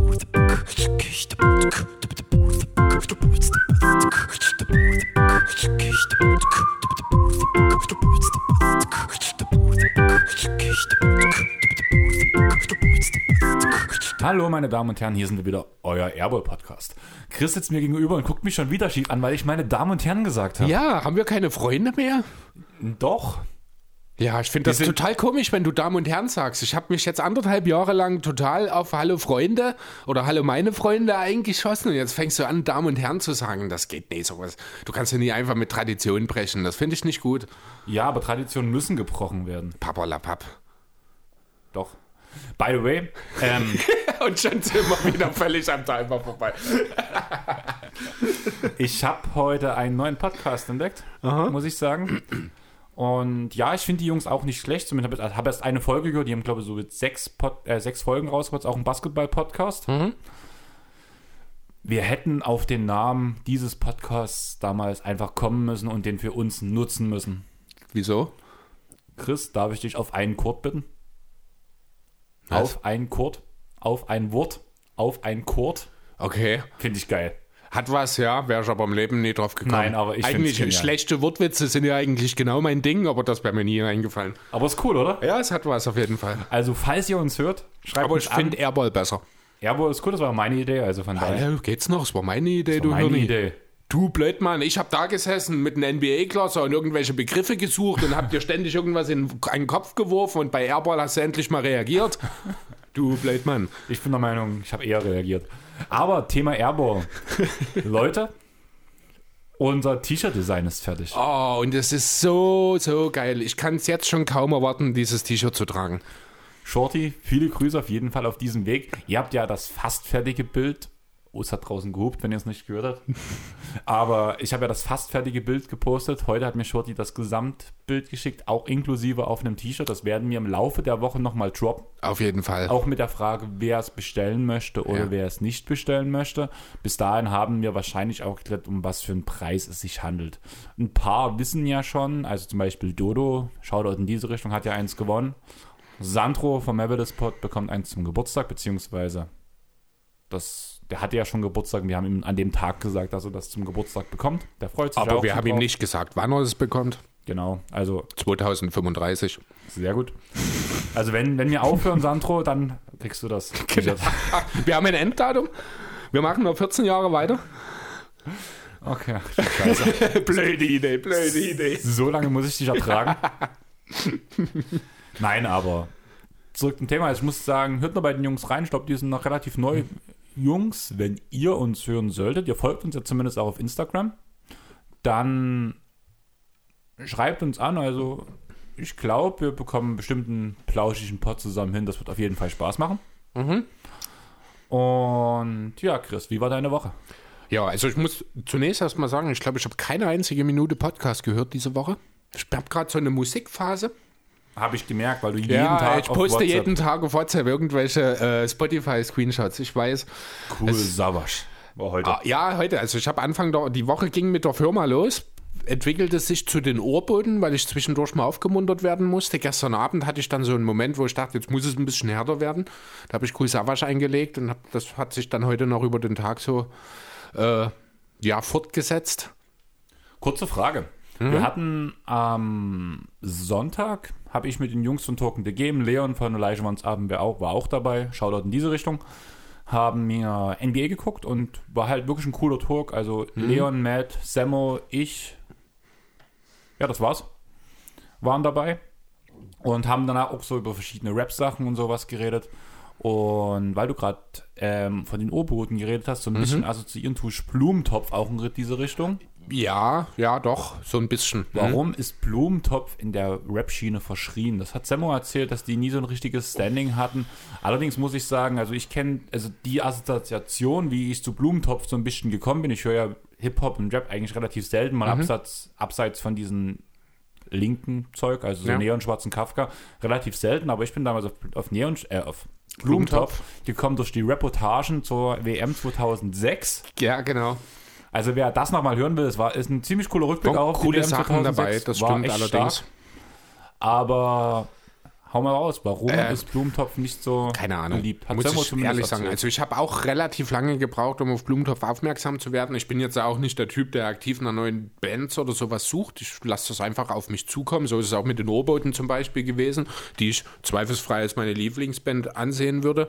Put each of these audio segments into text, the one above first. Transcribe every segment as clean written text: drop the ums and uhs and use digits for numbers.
Hallo meine Damen und Herren, hier sind wir wieder, euer Airball-Podcast. Chris sitzt mir gegenüber und guckt mich schon wieder schief an, weil ich meine Damen und Herren gesagt habe. Ja, haben wir keine Freunde mehr? Doch. Ja, ich finde das total komisch, wenn du Damen und Herren sagst. Ich habe mich jetzt 1,5 Jahre lang total auf Hallo Freunde oder Hallo meine Freunde eingeschossen und jetzt fängst du an, Damen und Herren zu sagen. Das geht nicht, sowas. Du kannst ja nie einfach mit Tradition brechen. Das finde ich nicht gut. Ja, aber Traditionen müssen gebrochen werden. Papperlapapp. Doch. By the way, und schon sind wir wieder völlig am Timer vorbei. ich habe heute einen neuen Podcast entdeckt, muss ich sagen. Und ja, ich finde die Jungs auch nicht schlecht. Zumindest habe erst eine Folge gehört. Die haben, glaube ich, so jetzt 6 Folgen rausgebracht. Auch ein Basketball-Podcast. Mhm. Wir hätten auf den Namen dieses Podcasts damals einfach kommen müssen und den für uns nutzen müssen. Wieso? Chris, darf ich dich auf einen Chord bitten? Was? Auf einen Chord, auf ein Wort, auf ein Chord. Okay. Finde ich geil. Hat was, ja, wäre ich aber im Leben nie drauf gekommen. Nein, aber ich finde es eigentlich schlechte Wortwitze sind ja eigentlich genau mein Ding, aber das wäre mir nie eingefallen. Aber ist cool, oder? Ja, es hat was auf jeden Fall. Also, falls ihr uns hört, schreibt aber uns ich finde Airball besser. Airball ist cool, das war meine Idee, also von daher. Geht's noch? Das war meine Idee, das war meine Idee. Du Blödmann, ich habe da gesessen mit einem NBA-Klasser und irgendwelche Begriffe gesucht und hab dir ständig irgendwas in einen Kopf geworfen und bei Airball hast du endlich mal reagiert. Du Blödmann. Ich bin der Meinung, ich habe eher reagiert. Aber Thema Airball. Leute, unser T-Shirt-Design ist fertig. Oh, und es ist so, so geil. Ich kann es jetzt schon kaum erwarten, dieses T-Shirt zu tragen. Shorty, viele Grüße auf jeden Fall auf diesem Weg. Ihr habt ja das fast fertige Bild. Oh, es hat draußen gehupt, wenn ihr es nicht gehört habt. Aber ich habe ja das fast fertige Bild gepostet. Heute hat mir Shorty das Gesamtbild geschickt, auch inklusive auf einem T-Shirt. Das werden wir im Laufe der Woche nochmal droppen. Auf jeden Fall. Auch mit der Frage, wer es bestellen möchte oder wer es nicht bestellen möchte. Bis dahin haben wir wahrscheinlich auch geklärt, um was für einen Preis es sich handelt. Ein paar wissen ja schon, also zum Beispiel Dodo, Shoutout in diese Richtung, hat ja eins gewonnen. Sandro vom Mavericks-Pod bekommt eins zum Geburtstag, beziehungsweise der hatte ja schon Geburtstag und wir haben ihm an dem Tag gesagt, dass er das zum Geburtstag bekommt. Der freut sich auch. Aber wir haben ihm nicht gesagt, wann er es bekommt. Genau, also 2035. Sehr gut. Also wenn wir aufhören, Sandro, dann kriegst du das. Genau. Wir haben ein Enddatum. Wir machen noch 14 Jahre weiter. Okay, scheiße. Blöde Idee. So lange muss ich dich ertragen. Nein, aber zurück zum Thema. Ich muss sagen, hört nur bei den Jungs rein. Ich glaube, die sind noch relativ neu. Jungs, wenn ihr uns hören solltet, ihr folgt uns ja zumindest auch auf Instagram, dann schreibt uns an. Also ich glaube, wir bekommen bestimmt einen plauschigen Pod zusammen hin. Das wird auf jeden Fall Spaß machen. Mhm. Und ja, Chris, wie war deine Woche? Ja, also ich muss zunächst erst mal sagen, ich glaube, ich habe keine einzige Minute Podcast gehört diese Woche. Ich habe gerade so eine Musikphase. Habe ich gemerkt, weil du jeden Tag ich poste jeden Tag auf WhatsApp irgendwelche Spotify-Screenshots, ich weiß. Cool, Savasch. War heute. Ja, heute. Also ich habe die Woche ging mit der Firma los, entwickelte sich zu den Ohrboden, weil ich zwischendurch mal aufgemuntert werden musste. Gestern Abend hatte ich dann so einen Moment, wo ich dachte, jetzt muss es ein bisschen härter werden. Da habe ich Cool Savasch eingelegt und das hat sich dann heute noch über den Tag so fortgesetzt. Kurze Frage. Wir hatten am Sonntag, habe ich mit den Jungs von Talking the Game, Leon von Elijahmans Abend war auch dabei, Shoutout in diese Richtung, haben mir NBA geguckt und war halt wirklich ein cooler Talk. Also Leon, Matt, Sammo, ich, ja, das war's, waren dabei und haben danach auch so über verschiedene Rap-Sachen und sowas geredet. Und weil du gerade von den Ohrboten geredet hast, so ein bisschen assoziieren tust Blumentopf auch in diese Richtung. Ja, doch, so ein bisschen. Warum ist Blumentopf in der Rap-Schiene verschrien? Das hat Sammo erzählt, dass die nie so ein richtiges Standing hatten. Allerdings muss ich sagen, also ich kenne die Assoziation, wie ich zu Blumentopf so ein bisschen gekommen bin. Ich höre ja Hip-Hop und Rap eigentlich relativ selten, mal abseits von diesen linken Zeug, also so neonschwarzen Kafka, relativ selten, aber ich bin damals auf Blumentopf gekommen durch die Reportagen zur WM 2006. Ja, genau. Also wer das nochmal hören will, ist ein ziemlich cooler Rückblick. Doch, auch coole Sachen dabei, das stimmt allerdings. Stark. Aber Hau mal raus, warum ist Blumentopf nicht so keine Ahnung, beliebt? muss ich ehrlich sagen. Also ich habe auch relativ lange gebraucht, um auf Blumentopf aufmerksam zu werden. Ich bin jetzt auch nicht der Typ, der aktiv nach neuen Bands oder sowas sucht. Ich lasse das einfach auf mich zukommen. So ist es auch mit den Ohrboten zum Beispiel gewesen, die ich zweifelsfrei als meine Lieblingsband ansehen würde.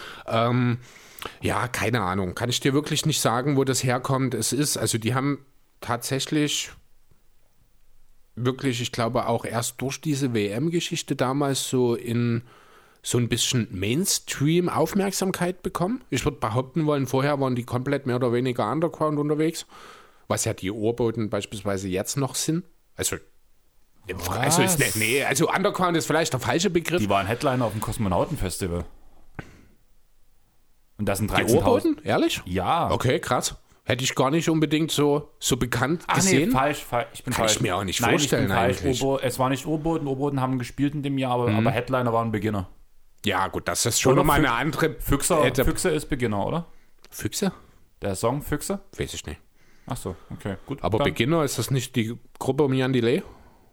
Ja, keine Ahnung. Kann ich dir wirklich nicht sagen, wo das herkommt. Also die haben tatsächlich wirklich, ich glaube auch erst durch diese WM-Geschichte damals so ein bisschen Mainstream-Aufmerksamkeit bekommen. Ich würde behaupten wollen, vorher waren die komplett mehr oder weniger Underground unterwegs, was ja die Ohrboten beispielsweise jetzt noch sind. Also Underground ist vielleicht der falsche Begriff. Die waren Headliner auf dem Kosmonautenfestival. Und das sind 13.000. Die Ohrboten? Ehrlich? Ja. Okay, krass. Hätte ich gar nicht unbedingt so bekannt gesehen. Nee, falsch. Ich bin Kann falsch. ich mir auch nicht vorstellen eigentlich. Es war nicht Ohrboten. Ohrboten haben gespielt in dem Jahr, aber Headliner waren Beginner. Ja, gut, das ist schon nochmal eine andere... Füchse ist Beginner, oder? Füchse? Der Song Füchse? Weiß ich nicht. Ach so, okay, gut. Aber dann. Beginner, ist das nicht die Gruppe um Jan Delay?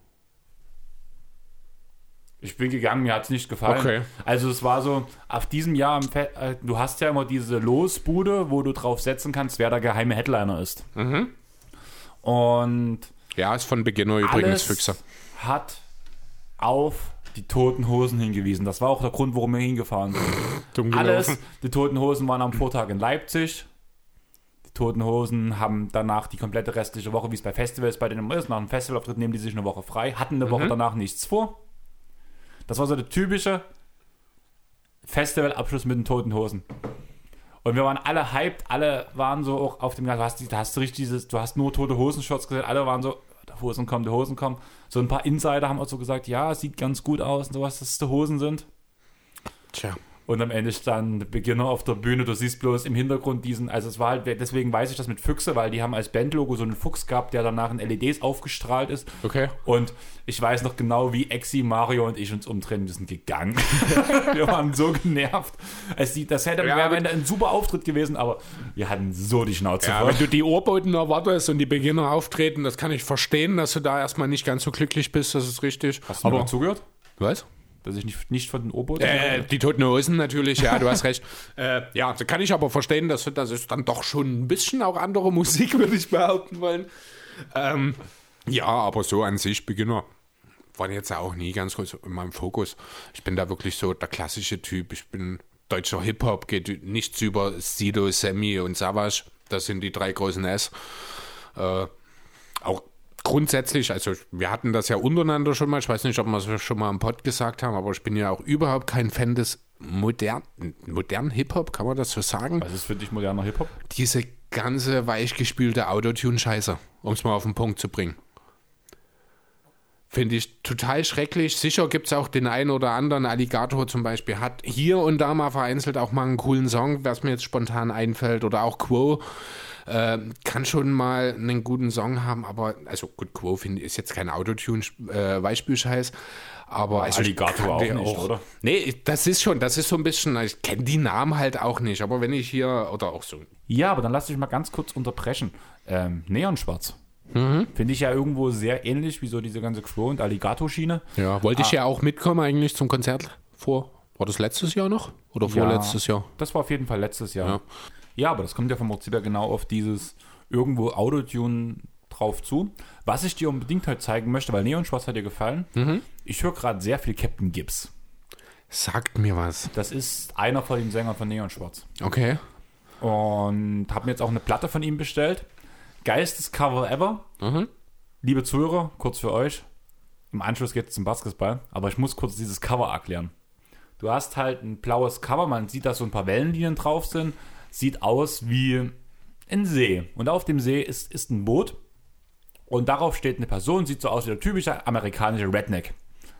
Ich bin gegangen, mir hat es nicht gefallen. Okay. Also es war so, auf diesem Jahr, du hast ja immer diese Losbude, wo du drauf setzen kannst, wer der geheime Headliner ist. Mhm. Und ja, ist von Beginner übrigens Füchse. Hat auf die Toten Hosen hingewiesen. Das war auch der Grund, warum wir hingefahren sind. Die Toten Hosen waren am Vortag in Leipzig. Die Toten Hosen haben danach die komplette restliche Woche, wie es bei Festivals bei denen immer ist, nach einem Festivalauftritt nehmen die sich eine Woche frei, hatten eine Woche danach nichts vor. Das war so der typische Festivalabschluss mit den Toten Hosen. Und wir waren alle hyped, alle waren so auch auf dem, du hast nur Tote Hosen-Shirts gesehen, alle waren so, der Hosen kommen. So ein paar Insider haben auch so gesagt, ja, sieht ganz gut aus und sowas, dass es die Hosen sind. Tja. Und am Ende stand Beginner auf der Bühne, du siehst bloß im Hintergrund es war halt, deswegen weiß ich das mit Füchse, weil die haben als Bandlogo so einen Fuchs gehabt, der danach in LEDs aufgestrahlt ist. Okay. Und ich weiß noch genau, wie Exi, Mario und ich uns umdrehen, wir sind gegangen. Wir waren so genervt. Das wäre ein super Auftritt gewesen, aber wir hatten so die Schnauze voll. Wenn du die Ohrboten erwartest und die Beginner auftreten, das kann ich verstehen, dass du da erstmal nicht ganz so glücklich bist, das ist richtig. Hast du mir zugehört? Was? Dass ich nicht von den Ohrboten... Die Toten Hosen natürlich, ja, du hast recht. Ja, da kann ich aber verstehen, dass das ist dann doch schon ein bisschen auch andere Musik, würde ich behaupten wollen. Ja, aber so an sich, Beginner waren jetzt auch nie ganz groß in meinem Fokus. Ich bin da wirklich so der klassische Typ. Ich bin deutscher Hip-Hop, geht nichts über Sido, Sammy und Savage. Das sind die 3 großen S. Auch grundsätzlich, also wir hatten das ja untereinander schon mal, ich weiß nicht, ob wir es schon mal im Pod gesagt haben, aber ich bin ja auch überhaupt kein Fan des modernen Hip-Hop, kann man das so sagen? Was ist für dich moderner Hip-Hop? Diese ganze weichgespülte Autotune-Scheiße, um es mal auf den Punkt zu bringen. Finde ich total schrecklich. Sicher gibt es auch den einen oder anderen, Alligator zum Beispiel, hat hier und da mal vereinzelt auch mal einen coolen Song, was mir jetzt spontan einfällt, oder auch Quo. Kann schon mal einen guten Song haben, aber, also gut, Quo finde ich ist jetzt kein Autotune-Weichspülscheiß, aber also Alligator auch nicht, oder? Nee, das ist so ein bisschen, ich kenne die Namen halt auch nicht, aber wenn ich hier, oder auch so. Ja, aber dann lass dich mal ganz kurz unterbrechen. Neonschwarz. Finde ich ja irgendwo sehr ähnlich wie so diese ganze Quo- und Alligator-Schiene. Ja, wollte ich ja auch mitkommen eigentlich zum Konzert war das letztes Jahr noch? Oder vorletztes Jahr? Das war auf jeden Fall letztes Jahr. Ja, aber das kommt ja vom Prinzip ja genau auf dieses irgendwo Autotune drauf zu. Was ich dir unbedingt halt zeigen möchte, weil Neonschwarz hat dir gefallen. Ich höre gerade sehr viel Captain Gibbs. Sagt mir was. Das ist einer von den Sängern von Neonschwarz. Okay. Und habe mir jetzt auch eine Platte von ihm bestellt. Geilstes Cover ever. Liebe Zuhörer, kurz für euch. Im Anschluss geht es zum Basketball. Aber ich muss kurz dieses Cover erklären. Du hast halt ein blaues Cover. Man sieht, dass so ein paar Wellenlinien drauf sind. Sieht aus wie ein See. Und auf dem See ist ein Boot. Und darauf steht eine Person. Sieht so aus wie der typische amerikanische Redneck.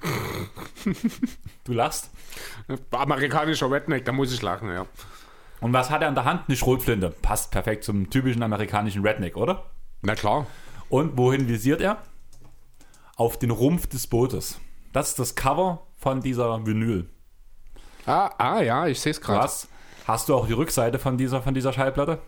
Du lachst? Amerikanischer Redneck, da muss ich lachen, ja. Und was hat er an der Hand? Eine Schrotflinte. Passt perfekt zum typischen amerikanischen Redneck, oder? Na klar. Und wohin visiert er? Auf den Rumpf des Bootes. Das ist das Cover von dieser Vinyl. Ja, ich sehe es gerade. Hast du auch die Rückseite von dieser Schallplatte?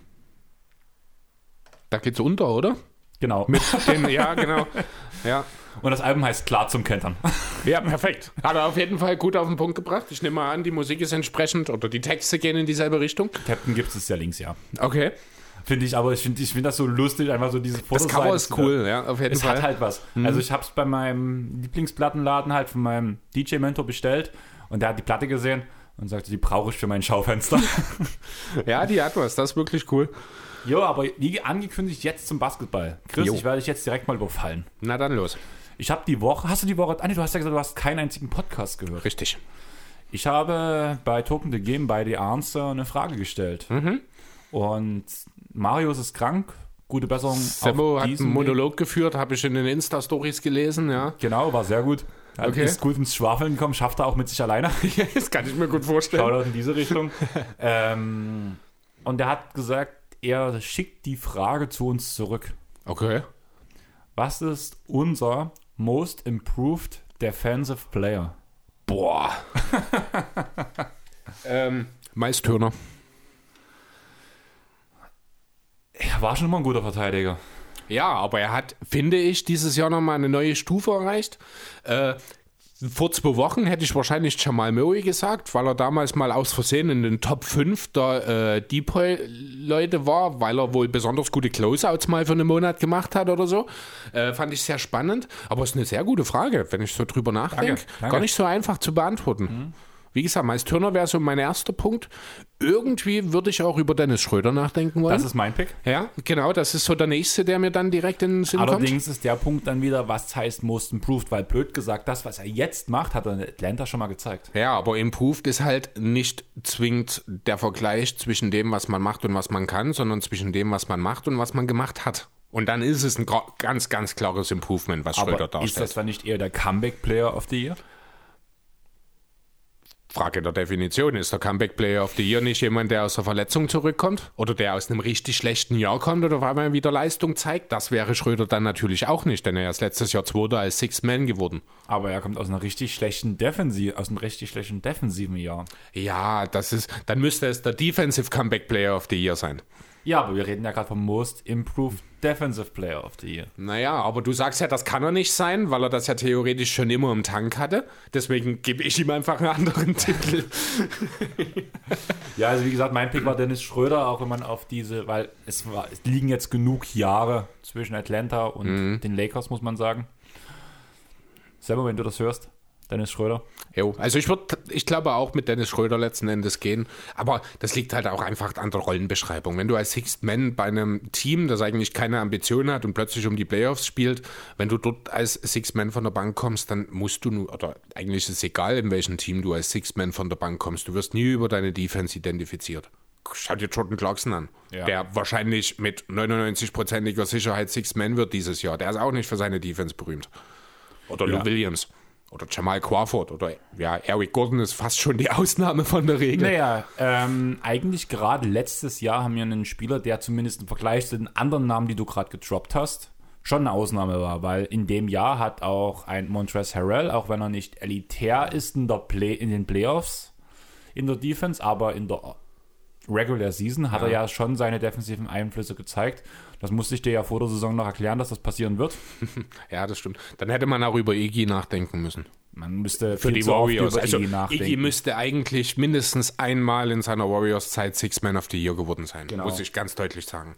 Da geht's unter, oder? Genau. Ja, genau. Ja. Und das Album heißt Klar zum Kentern. Ja, perfekt. Hat er auf jeden Fall gut auf den Punkt gebracht. Ich nehme mal an, die Musik ist entsprechend oder die Texte gehen in dieselbe Richtung. Captain Gibbs ist ja links, ja. Okay. Finde ich, aber ich find das so lustig, einfach so diese Fotos. Das Cover ist cool, ja, auf jeden Fall. Es hat halt was. Also ich habe es bei meinem Lieblingsplattenladen halt von meinem DJ-Mentor bestellt und der hat die Platte gesehen und sagte, die brauche ich für mein Schaufenster. Ja, die hat was, das ist wirklich cool. Jo, aber wie angekündigt, jetzt zum Basketball. Chris, ich werde dich jetzt direkt mal überfallen. Na dann los. Ich habe die Woche, hast du die Woche, du hast ja gesagt, du hast keinen einzigen Podcast gehört. Richtig. Ich habe bei Token the Game bei The Answer eine Frage gestellt. Und Marius ist krank, gute Besserung. Semmo hat einen Monolog geführt, habe ich in den Insta-Stories gelesen, ja. Genau, war sehr gut. Okay. Ist gut ins Schwafeln gekommen, schafft er auch mit sich alleine. Das kann ich mir gut vorstellen. Schaut in diese Richtung. Und er hat gesagt, er schickt die Frage zu uns zurück. Okay. Was ist unser Most Improved Defensive Player? Boah. Miles Turner. Er war schon immer ein guter Verteidiger. Ja, aber er hat, finde ich, dieses Jahr nochmal eine neue Stufe erreicht. Vor 2 Wochen hätte ich wahrscheinlich Jamal Murray gesagt, weil er damals mal aus Versehen in den Top 5 der Depoy-Leute war, weil er wohl besonders gute Closeouts mal für einen Monat gemacht hat oder so. Fand ich sehr spannend. Aber es ist eine sehr gute Frage, wenn ich so drüber nachdenke. Danke. Gar nicht so einfach zu beantworten. Wie gesagt, Miles Turner wäre so mein erster Punkt. Irgendwie würde ich auch über Dennis Schröder nachdenken wollen. Das ist mein Pick. Ja, genau, das ist so der nächste, der mir dann direkt in den Sinn kommt. Allerdings ist der Punkt dann wieder, was heißt Most Improved, weil blöd gesagt, das, was er jetzt macht, hat er in Atlanta schon mal gezeigt. Ja, aber Improved ist halt nicht zwingend der Vergleich zwischen dem, was man macht und was man kann, sondern zwischen dem, was man macht und was man gemacht hat. Und dann ist es ein ganz, ganz klares Improvement, was Schröder darstellt. Ist das dann nicht eher der Comeback-Player of the Year? Frage der Definition. Ist der Comeback-Player of the Year nicht jemand, der aus der Verletzung zurückkommt? Oder der aus einem richtig schlechten Jahr kommt oder auf einmal wieder Leistung zeigt? Das wäre Schröder dann natürlich auch nicht, denn er ist letztes Jahr Zweiter als Sixth Man geworden. Aber er kommt aus einem richtig schlechten defensiven Jahr. Ja, dann müsste es der Defensive Comeback-Player of the Year sein. Ja, aber wir reden ja gerade vom Most Improved Defensive Player of the Year. Naja, aber du sagst ja, das kann er nicht sein, weil er das ja theoretisch schon immer im Tank hatte. Deswegen gebe ich ihm einfach einen anderen Titel. Ja, also wie gesagt, mein Pick war Dennis Schröder, auch wenn man auf weil es liegen jetzt genug Jahre zwischen Atlanta und den Lakers, muss man sagen. Selber, wenn du das hörst, Dennis Schröder. Jo, also ich glaube auch mit Dennis Schröder letzten Endes gehen, aber das liegt halt auch einfach an der Rollenbeschreibung. Wenn du als Sixth Man bei einem Team, das eigentlich keine Ambition hat und plötzlich um die Playoffs spielt, wenn du dort als Sixth Man von der Bank kommst, dann musst du oder eigentlich ist es egal, in welchem Team du als Sixth Man von der Bank kommst, du wirst nie über deine Defense identifiziert. Schau dir Jordan Clarkson an, der wahrscheinlich mit 99%iger Sicherheit Sixth Man wird dieses Jahr. Der ist auch nicht für seine Defense berühmt. Oder Lou Williams. Oder Jamal Crawford oder Eric Gordon ist fast schon die Ausnahme von der Regel. Naja, eigentlich gerade letztes Jahr haben wir einen Spieler, der zumindest im Vergleich zu den anderen Namen, die du gerade gedroppt hast, schon eine Ausnahme war, weil in dem Jahr hat auch ein Montrezl Harrell, auch wenn er nicht elitär ist in den Playoffs in der Defense, aber in der Regular Season hat er ja schon seine defensiven Einflüsse gezeigt. Das musste ich dir ja vor der Saison noch erklären, dass das passieren wird. Ja, das stimmt. Dann hätte man auch über Iggy nachdenken müssen. Man müsste für die Warriors über Iggy nachdenken. Iggy müsste eigentlich mindestens einmal in seiner Warriors-Zeit Sixth Man of the Year geworden sein. Genau. Muss ich ganz deutlich sagen.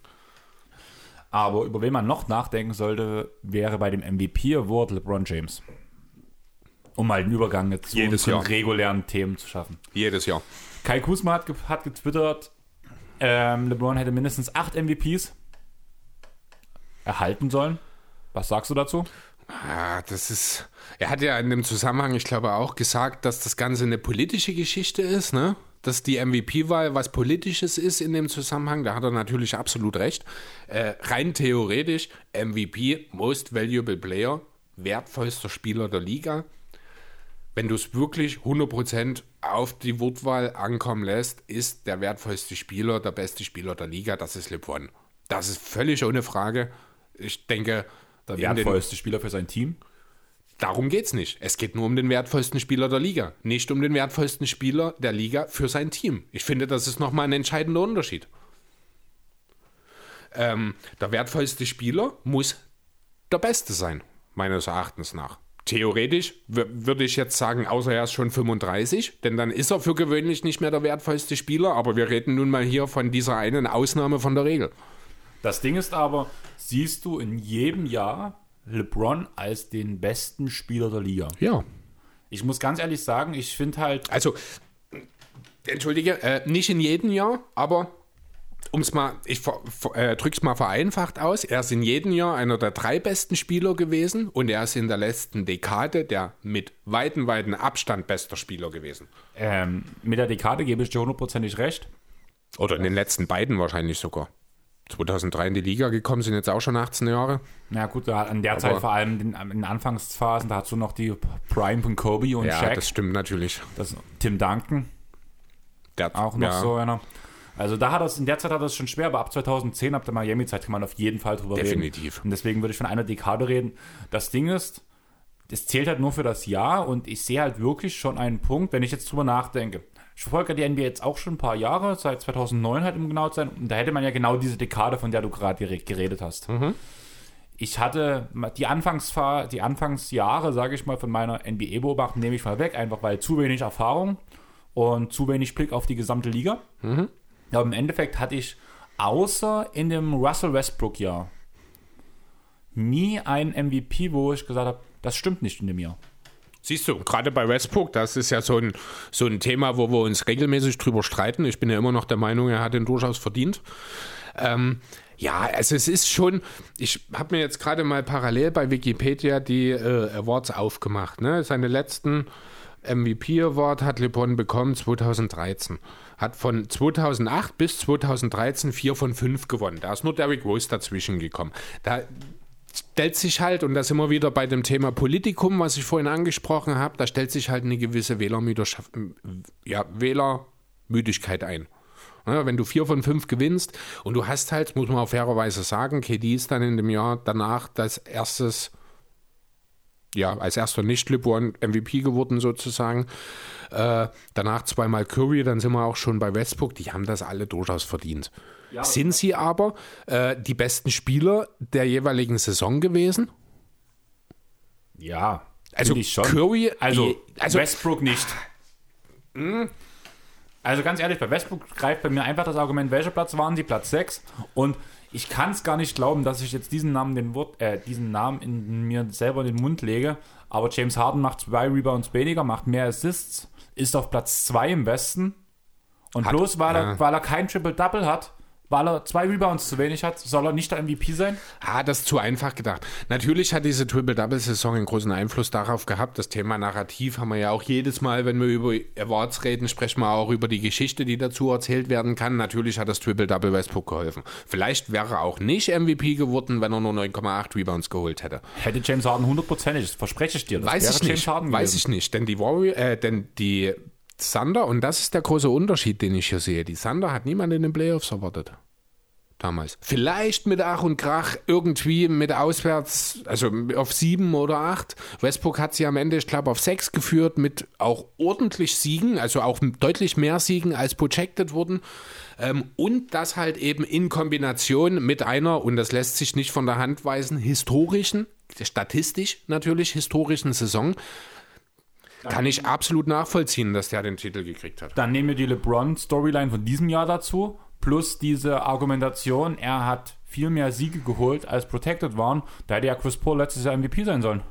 Aber über wen man noch nachdenken sollte, wäre bei dem MVP Award LeBron James. Um mal den Übergang jetzt zu unseren regulären Themen zu schaffen. Jedes Jahr. Kai Kuzma hat getwittert, LeBron hätte mindestens 8 MVPs erhalten sollen. Was sagst du dazu? Er hat ja in dem Zusammenhang, ich glaube, auch gesagt, dass das Ganze eine politische Geschichte ist, ne? Dass die MVP-Wahl was Politisches ist in dem Zusammenhang, da hat er natürlich absolut recht. Rein theoretisch, MVP, Most Valuable Player, wertvollster Spieler der Liga. Wenn du es wirklich 100% auf die Wortwahl ankommen lässt, ist der wertvollste Spieler, der beste Spieler der Liga, das ist LeBron. Das ist völlig ohne Frage. Ich denke... Der wertvollste Spieler für sein Team? Darum geht es nicht. Es geht nur um den wertvollsten Spieler der Liga. Nicht um den wertvollsten Spieler der Liga für sein Team. Ich finde, das ist nochmal ein entscheidender Unterschied. Der wertvollste Spieler muss der Beste sein. meines Erachtens nach. Theoretisch würde ich jetzt sagen, außer er ist schon 35, denn dann ist er für gewöhnlich nicht mehr der wertvollste Spieler, aber wir reden nun mal hier von dieser einen Ausnahme von der Regel. Das Ding ist aber, siehst du in jedem Jahr LeBron als den besten Spieler der Liga? Ja. Ich muss ganz ehrlich sagen, ich finde halt... Also, entschuldige, nicht in jedem Jahr, aber ich drück's mal vereinfacht aus, er ist in jedem Jahr einer der 3 besten Spieler gewesen und er ist in der letzten Dekade der mit weiten Abstand bester Spieler gewesen. Mit der Dekade gebe ich dir 100% recht. Oder in den letzten beiden wahrscheinlich sogar. 2003 in die Liga gekommen, sind jetzt auch schon 18 Jahre. Na gut, an der Zeit vor allem in den Anfangsphasen, da hast du noch die Prime von Kobe und Shaq. Ja, das stimmt natürlich. Tim Duncan, auch noch so einer. Also in der Zeit hat er es schon schwer, aber ab 2010, ab der Miami-Zeit kann man auf jeden Fall drüber reden. Definitiv. Und deswegen würde ich von einer Dekade reden. Das Ding ist, es zählt halt nur für das Jahr und ich sehe halt wirklich schon einen Punkt, wenn ich jetzt drüber nachdenke. Ich verfolge die NBA jetzt auch schon ein paar Jahre, seit 2009 halt, um genau zu sein. Und da hätte man ja genau diese Dekade, von der du gerade geredet hast. Mhm. Ich hatte die Anfangsjahre, sage ich mal, von meiner NBA-Beobachtung nehme ich mal weg, einfach weil zu wenig Erfahrung und zu wenig Blick auf die gesamte Liga. Mhm. Aber im Endeffekt hatte ich außer in dem Russell Westbrook-Jahr nie einen MVP, wo ich gesagt habe, das stimmt nicht in dem Jahr. Siehst du, gerade bei Westbrook, das ist ja so ein Thema, wo wir uns regelmäßig drüber streiten. Ich bin ja immer noch der Meinung, er hat ihn durchaus verdient. Ja, also es ist schon, ich habe mir jetzt gerade mal parallel bei Wikipedia die Awards aufgemacht. Ne? Seine letzten MVP-Award hat LeBron bekommen 2013. Hat von 2008 bis 2013 4 von 5 gewonnen. Da ist nur Derrick Rose dazwischen gekommen. Da stellt sich halt, und da sind wir wieder bei dem Thema Politikum, was ich vorhin angesprochen habe, da stellt sich halt eine gewisse Wählermüdigkeit ein. Ja, wenn du 4 von 5 gewinnst und du hast halt, muss man auf fairerweise sagen, KD ist dann in dem Jahr danach als erster Nicht-LeBron MVP geworden sozusagen. Danach zweimal Curry, dann sind wir auch schon bei Westbrook, die haben das alle durchaus verdient. Ja. Sind sie aber die besten Spieler der jeweiligen Saison gewesen? Ja, also ich schon. Curry, also Westbrook nicht. Also ganz ehrlich, bei Westbrook greift bei mir einfach das Argument, welcher Platz waren sie? Platz 6. Und ich kann es gar nicht glauben, dass ich jetzt diesen Namen in mir selber in den Mund lege. Aber James Harden macht 2 Rebounds weniger, macht mehr Assists, ist auf Platz 2 im Westen. Und bloß weil er kein Triple-Double hat, weil er 2 Rebounds zu wenig hat, soll er nicht der MVP sein? Das ist zu einfach gedacht. Natürlich hat diese Triple-Double-Saison einen großen Einfluss darauf gehabt. Das Thema Narrativ haben wir ja auch jedes Mal, wenn wir über Awards reden, sprechen wir auch über die Geschichte, die dazu erzählt werden kann. Natürlich hat das Triple-Double Westbrook geholfen. Vielleicht wäre er auch nicht MVP geworden, wenn er nur 9,8 Rebounds geholt hätte. Hätte James Harden 100%, das verspreche ich dir. Das Weiß ich nicht, denn die Thunder, und das ist der große Unterschied, den ich hier sehe. Die Thunder hat niemand in den Playoffs erwartet. Damals. Vielleicht mit Ach und Krach irgendwie mit auswärts, also auf 7 oder 8. Westbrook hat sie am Ende, ich glaube, auf 6 geführt mit auch ordentlich Siegen, also auch deutlich mehr Siegen als projected wurden. Und das halt eben in Kombination mit einer, und das lässt sich nicht von der Hand weisen, statistisch natürlich historischen Saison. Kann ich absolut nachvollziehen, dass der den Titel gekriegt hat. Dann nehmen wir die LeBron-Storyline von diesem Jahr dazu, plus diese Argumentation, er hat viel mehr Siege geholt, als protected waren. Da hätte ja Chris Paul letztes Jahr MVP sein sollen.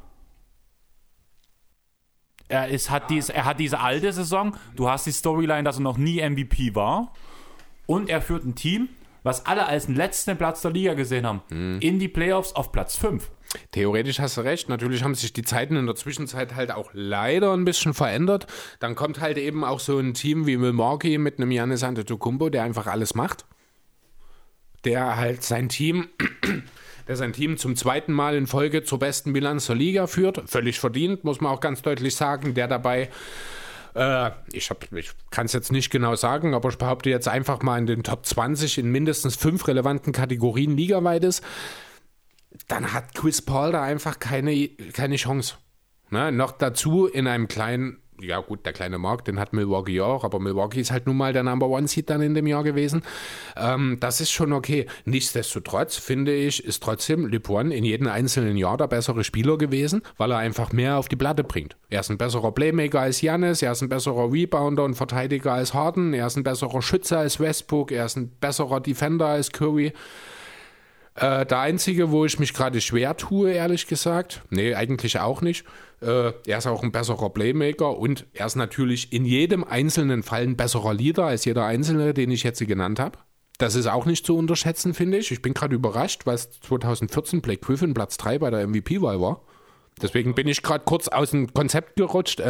Er hat diese alte Saison, du hast die Storyline, dass er noch nie MVP war, und er führt ein Team, was alle als den letzten Platz der Liga gesehen haben, in die Playoffs auf Platz 5. Theoretisch hast du recht. Natürlich haben sich die Zeiten in der Zwischenzeit halt auch leider ein bisschen verändert. Dann kommt halt eben auch so ein Team wie Milwaukee mit einem Giannis Antetokounmpo, der einfach alles macht. Der sein Team zum 2. Mal in Folge zur besten Bilanz der Liga führt. Völlig verdient, muss man auch ganz deutlich sagen. Der dabei, ich kann es jetzt nicht genau sagen, aber ich behaupte jetzt einfach mal in den Top 20 in mindestens 5 relevanten Kategorien ligaweit ist. Dann hat Chris Paul da einfach keine Chance. Ne? Noch dazu in einem kleinen ja gut, der kleine Markt, den hat Milwaukee auch, aber Milwaukee ist halt nun mal der Number One Seed dann in dem Jahr gewesen. Das ist schon okay. Nichtsdestotrotz, finde ich, ist trotzdem LeBron in jedem einzelnen Jahr der bessere Spieler gewesen, weil er einfach mehr auf die Platte bringt. Er ist ein besserer Playmaker als Giannis, er ist ein besserer Rebounder und Verteidiger als Harden, er ist ein besserer Schütze als Westbrook, er ist ein besserer Defender als Curry. Der einzige, wo ich mich gerade schwer tue, ehrlich gesagt, nee, eigentlich auch nicht. Er ist auch ein besserer Playmaker und er ist natürlich in jedem einzelnen Fall ein besserer Leader als jeder Einzelne, den ich jetzt genannt habe. Das ist auch nicht zu unterschätzen, finde ich. Ich bin gerade überrascht, weil 2014 Blake Griffin Platz 3 bei der MVP-Wahl war. Deswegen bin ich gerade kurz aus dem Konzept gerutscht.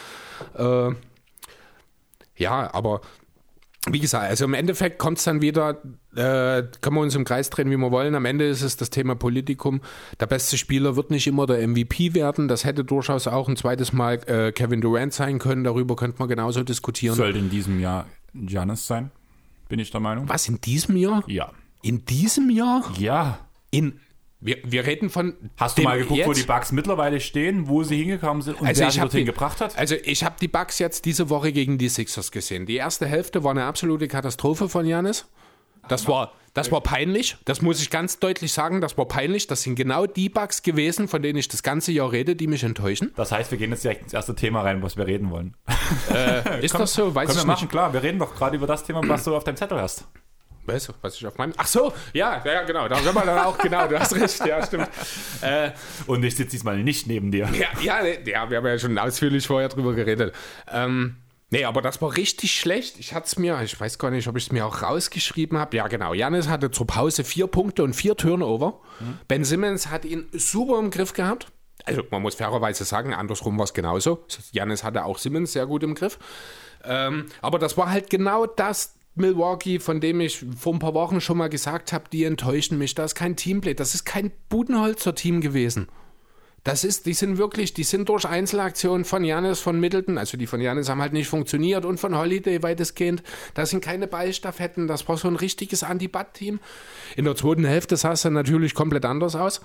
Ja, aber wie gesagt, also im Endeffekt kommt es dann wieder, können wir uns im Kreis drehen, wie wir wollen. Am Ende ist es das Thema Politikum. Der beste Spieler wird nicht immer der MVP werden. Das hätte durchaus auch ein zweites Mal Kevin Durant sein können. Darüber könnte man genauso diskutieren. Sollte in diesem Jahr Giannis sein, bin ich der Meinung. Was, in diesem Jahr? Ja. In diesem Jahr? Ja. Wir reden von. Hast du mal geguckt, wo die Bucks mittlerweile stehen, wo sie hingekommen sind und wer sie dorthin gebracht hat? Also ich habe die Bucks jetzt diese Woche gegen die Sixers gesehen. Die erste Hälfte war eine absolute Katastrophe von Giannis. Das war peinlich. Das muss ich ganz deutlich sagen. Das war peinlich. Das sind genau die Bucks gewesen, von denen ich das ganze Jahr rede, die mich enttäuschen. Das heißt, wir gehen jetzt direkt ins erste Thema rein, was wir reden wollen. Ist das so? Weiß ich nicht. Klar, wir reden doch gerade über das Thema, was du auf deinem Zettel hast. Weißt du, was ich auf meinem... Ach so, ja, genau. Da sind wir dann auch, genau, du hast recht, ja, stimmt. Und ich sitze diesmal nicht neben dir. Ja, wir haben ja schon ausführlich vorher drüber geredet. Nee, aber das war richtig schlecht. Ich weiß gar nicht, ob ich es mir auch rausgeschrieben habe. Ja, genau. Giannis hatte zur Pause 4 Punkte und 4 Turnover. Ben Simmons hat ihn super im Griff gehabt. Also man muss fairerweise sagen, andersrum war es genauso. Giannis hatte auch Simmons sehr gut im Griff. Aber das war halt genau das Milwaukee, von dem ich vor ein paar Wochen schon mal gesagt habe, die enttäuschen mich. Da ist kein Teamplay. Das ist kein Budenholzer-Team gewesen. Die sind durch Einzelaktionen von Giannis, von Middleton, also die von Giannis haben halt nicht funktioniert und von Holiday weitestgehend. Da sind keine Ballstaffetten. Das war so ein richtiges Anti-Butt-Team. In der zweiten Hälfte sah es dann natürlich komplett anders aus.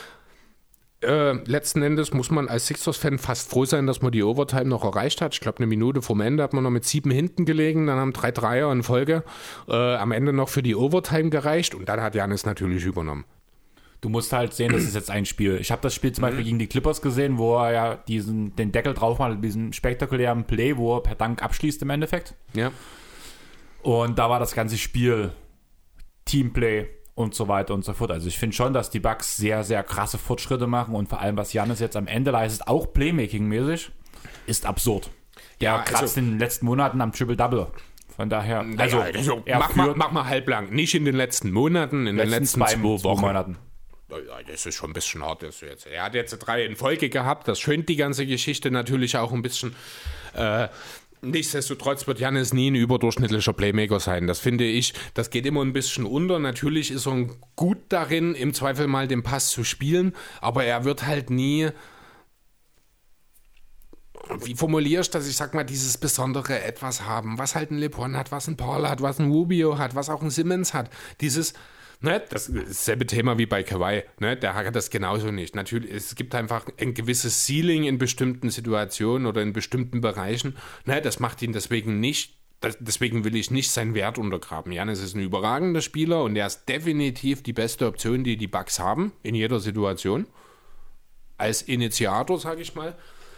Letzten Endes muss man als Sixers-Fan fast froh sein, dass man die Overtime noch erreicht hat. Ich glaube, eine Minute vorm Ende hat man noch mit 7 hinten gelegen. Dann haben 3 Dreier in Folge am Ende noch für die Overtime gereicht. Und dann hat Giannis natürlich übernommen. Du musst halt sehen, das ist jetzt ein Spiel. Ich habe das Spiel zum Beispiel gegen die Clippers gesehen, wo er ja den Deckel drauf macht, diesen spektakulären Play, wo er per Dank abschließt im Endeffekt. Ja. Und da war das ganze Spiel Teamplay und so weiter und so fort. Also ich finde schon, dass die Bucks sehr, sehr krasse Fortschritte machen und vor allem, was Giannis jetzt am Ende leistet, auch Playmaking-mäßig, ist absurd. Der kratzt in den letzten Monaten am Triple-Double. Von daher, mach mal halblang. Nicht in den letzten Monaten, in den letzten 2 Wochen. Monaten. Ja, das ist schon ein bisschen hart. Er hat jetzt 3 in Folge gehabt. Das schönt die ganze Geschichte natürlich auch ein bisschen. Nichtsdestotrotz wird Giannis nie ein überdurchschnittlicher Playmaker sein. Das finde ich, das geht immer ein bisschen unter. Natürlich ist er gut darin, im Zweifel mal den Pass zu spielen, aber er wird halt nie, wie formuliere ich das? Ich sag mal, dieses besondere Etwas haben, was halt ein LeBron hat, was ein Paul hat, was ein Rubio hat, was auch ein Simmons hat. Das ist dasselbe Thema wie bei Kawhi, der hat das genauso nicht. Natürlich, es gibt einfach ein gewisses Ceiling in bestimmten Situationen oder in bestimmten Bereichen. Das macht ihn deswegen nicht, deswegen will ich nicht seinen Wert untergraben. Giannis ist ein überragender Spieler und er ist definitiv die beste Option, die die Bucks haben, in jeder Situation. Als Initiator, sage ich mal.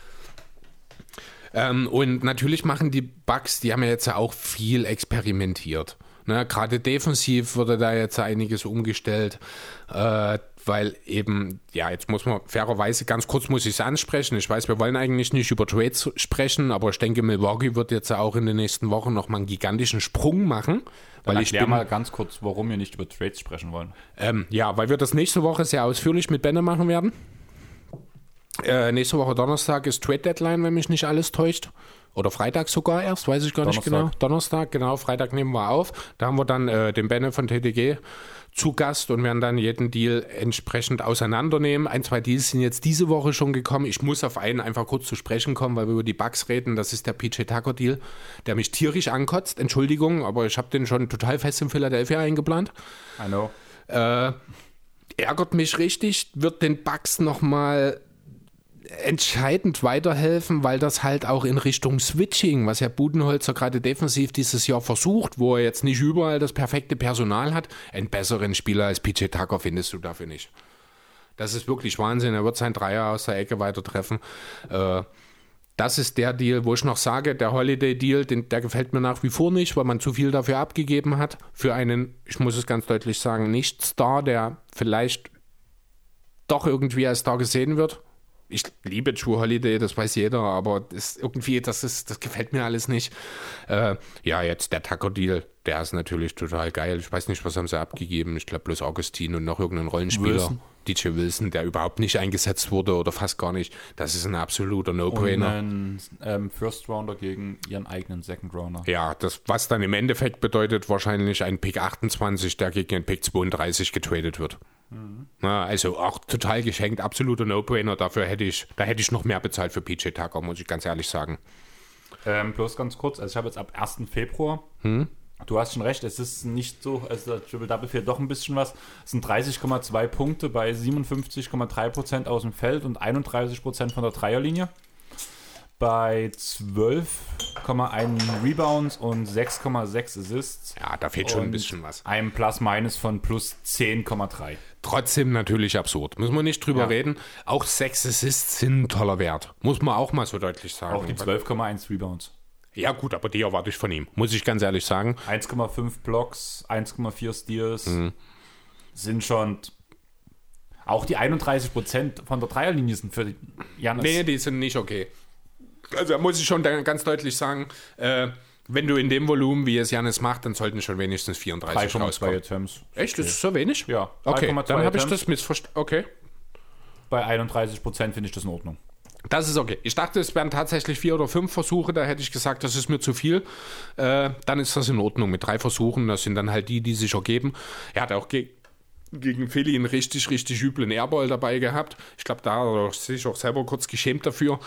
Und natürlich machen die Bucks, die haben ja jetzt auch viel experimentiert. Gerade defensiv wurde da jetzt einiges umgestellt, weil eben, ja, jetzt muss man fairerweise, ganz kurz muss ich es ansprechen, ich weiß, wir wollen eigentlich nicht über Trades sprechen, aber ich denke, Milwaukee wird jetzt auch in den nächsten Wochen nochmal einen gigantischen Sprung machen. Weil ich erklär mal ganz kurz, warum wir nicht über Trades sprechen wollen. Weil wir das nächste Woche sehr ausführlich mit Benne machen werden. Nächste Woche Donnerstag ist Trade Deadline, wenn mich nicht alles täuscht. Oder Freitag sogar erst, weiß ich gar nicht genau. Donnerstag, genau, Freitag nehmen wir auf. Da haben wir dann den Benne von TTG zu Gast und werden dann jeden Deal entsprechend auseinandernehmen. 1, 2 Deals sind jetzt diese Woche schon gekommen. Ich muss auf einen einfach kurz zu sprechen kommen, weil wir über die Bucks reden. Das ist der PJ Tucker Deal, der mich tierisch ankotzt. Entschuldigung, aber ich habe den schon total fest in Philadelphia eingeplant. I know. Ärgert mich richtig, wird den Bucks nochmal entscheidend weiterhelfen, weil das halt auch in Richtung Switching, was ja Budenholzer gerade defensiv dieses Jahr versucht, wo er jetzt nicht überall das perfekte Personal hat, einen besseren Spieler als PJ Tucker findest du dafür nicht. Das ist wirklich Wahnsinn. Er wird seinen Dreier aus der Ecke weiter treffen. Das ist der Deal, wo ich noch sage, der Holiday-Deal, der gefällt mir nach wie vor nicht, weil man zu viel dafür abgegeben hat. Für einen, ich muss es ganz deutlich sagen, Nicht-Star, der vielleicht doch irgendwie als Star gesehen wird. Ich liebe Drew Holiday, das weiß jeder, aber das gefällt mir alles nicht. Jetzt der Tucker-Deal, der ist natürlich total geil. Ich weiß nicht, was haben sie abgegeben. Ich glaube bloß Augustin und noch irgendeinen Rollenspieler. Wilson. DJ Wilson, der überhaupt nicht eingesetzt wurde oder fast gar nicht. Das ist ein absoluter No-Brainer. Und einen First Rounder gegen ihren eigenen Second Rounder. Ja, was dann im Endeffekt bedeutet, wahrscheinlich ein Pick 28, der gegen einen Pick 32 getradet wird. Also auch total geschenkt, absoluter No-Brainer. Da hätte ich noch mehr bezahlt für PJ Tucker, muss ich ganz ehrlich sagen. Bloß ganz kurz, also ich habe jetzt ab 1. Februar, du hast schon recht, es ist nicht so, also der Triple-Double fehlt doch ein bisschen was. Es sind 30,2 Punkte bei 57,3% aus dem Feld und 31% von der Dreierlinie. Bei 12,1 Rebounds und 6,6 Assists. Ja, da fehlt schon ein bisschen was. Ein Plus-Minus von plus 10,3. Trotzdem natürlich absurd. Müssen wir nicht drüber reden. Auch 6 Assists sind ein toller Wert. Muss man auch mal so deutlich sagen. Auch die 12,1 Rebounds. Ja gut, aber die erwarte ich von ihm. Muss ich ganz ehrlich sagen. 1,5 Blocks, 1,4 Steals sind schon... Auch die 31% von der Dreierlinie sind für Giannis. Nee, die sind nicht okay. Also da muss ich schon ganz deutlich sagen, wenn du in dem Volumen, wie es Giannis macht, dann sollten schon wenigstens 34 rauskommen. 3,2 Attempts. Echt? Das ist so wenig? Ja. Okay, dann habe ich das missverstanden. Okay. Bei 31% finde ich das in Ordnung. Das ist okay. Ich dachte, es wären tatsächlich 4 oder 5 Versuche, da hätte ich gesagt, das ist mir zu viel. Dann ist das in Ordnung mit 3 Versuchen, das sind dann halt die sich ergeben. Er hat auch gegen Philly einen richtig, richtig üblen Airball dabei gehabt. Ich glaube, da hat er sich auch selber kurz geschämt dafür.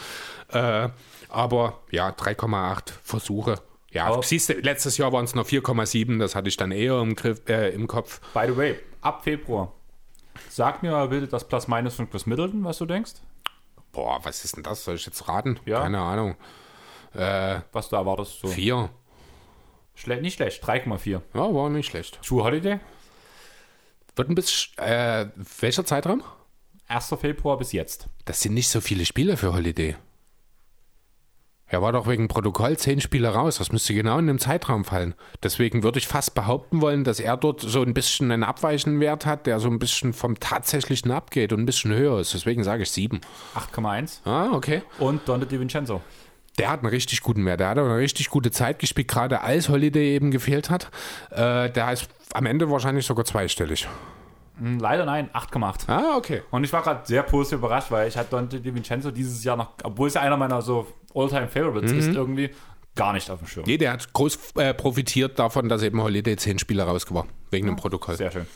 Aber ja, 3,8 Versuche. Ja, siehst du, letztes Jahr waren es noch 4,7, das hatte ich dann eher im Kopf. By the way, ab Februar, sag mir mal bitte das Plus-Minus von Chris Middleton, was du denkst. Boah, was ist denn das? Soll ich jetzt raten? Ja. Keine Ahnung. Was du erwartest so? 4. Nicht schlecht, 3,4. Ja, war nicht schlecht. Drew Holiday? Wird ein bisschen, welcher Zeitraum? 1. Februar bis jetzt. Das sind nicht so viele Spiele für Holiday. Er war doch wegen Protokoll 10 Spiele raus. Das müsste genau in dem Zeitraum fallen. Deswegen würde ich fast behaupten wollen, dass er dort so ein bisschen einen abweichenden Wert hat, der so ein bisschen vom Tatsächlichen abgeht und ein bisschen höher ist. Deswegen sage ich 7. 8,1. Ah, okay. Und Donte DiVincenzo. Der hat einen richtig guten Wert. Der hat auch eine richtig gute Zeit gespielt, gerade als Holiday eben gefehlt hat. Der ist am Ende wahrscheinlich sogar zweistellig. Leider nein, 8,8. Ah, okay. Und ich war gerade sehr positiv überrascht, weil ich hatte Donte DiVincenzo dieses Jahr noch, obwohl es ja einer meiner so All-Time-Favorites ist, irgendwie gar nicht auf dem Schirm. Nee, der hat groß profitiert davon, dass eben Holiday 10 Spiele raus war, wegen dem Protokoll. Sehr schön.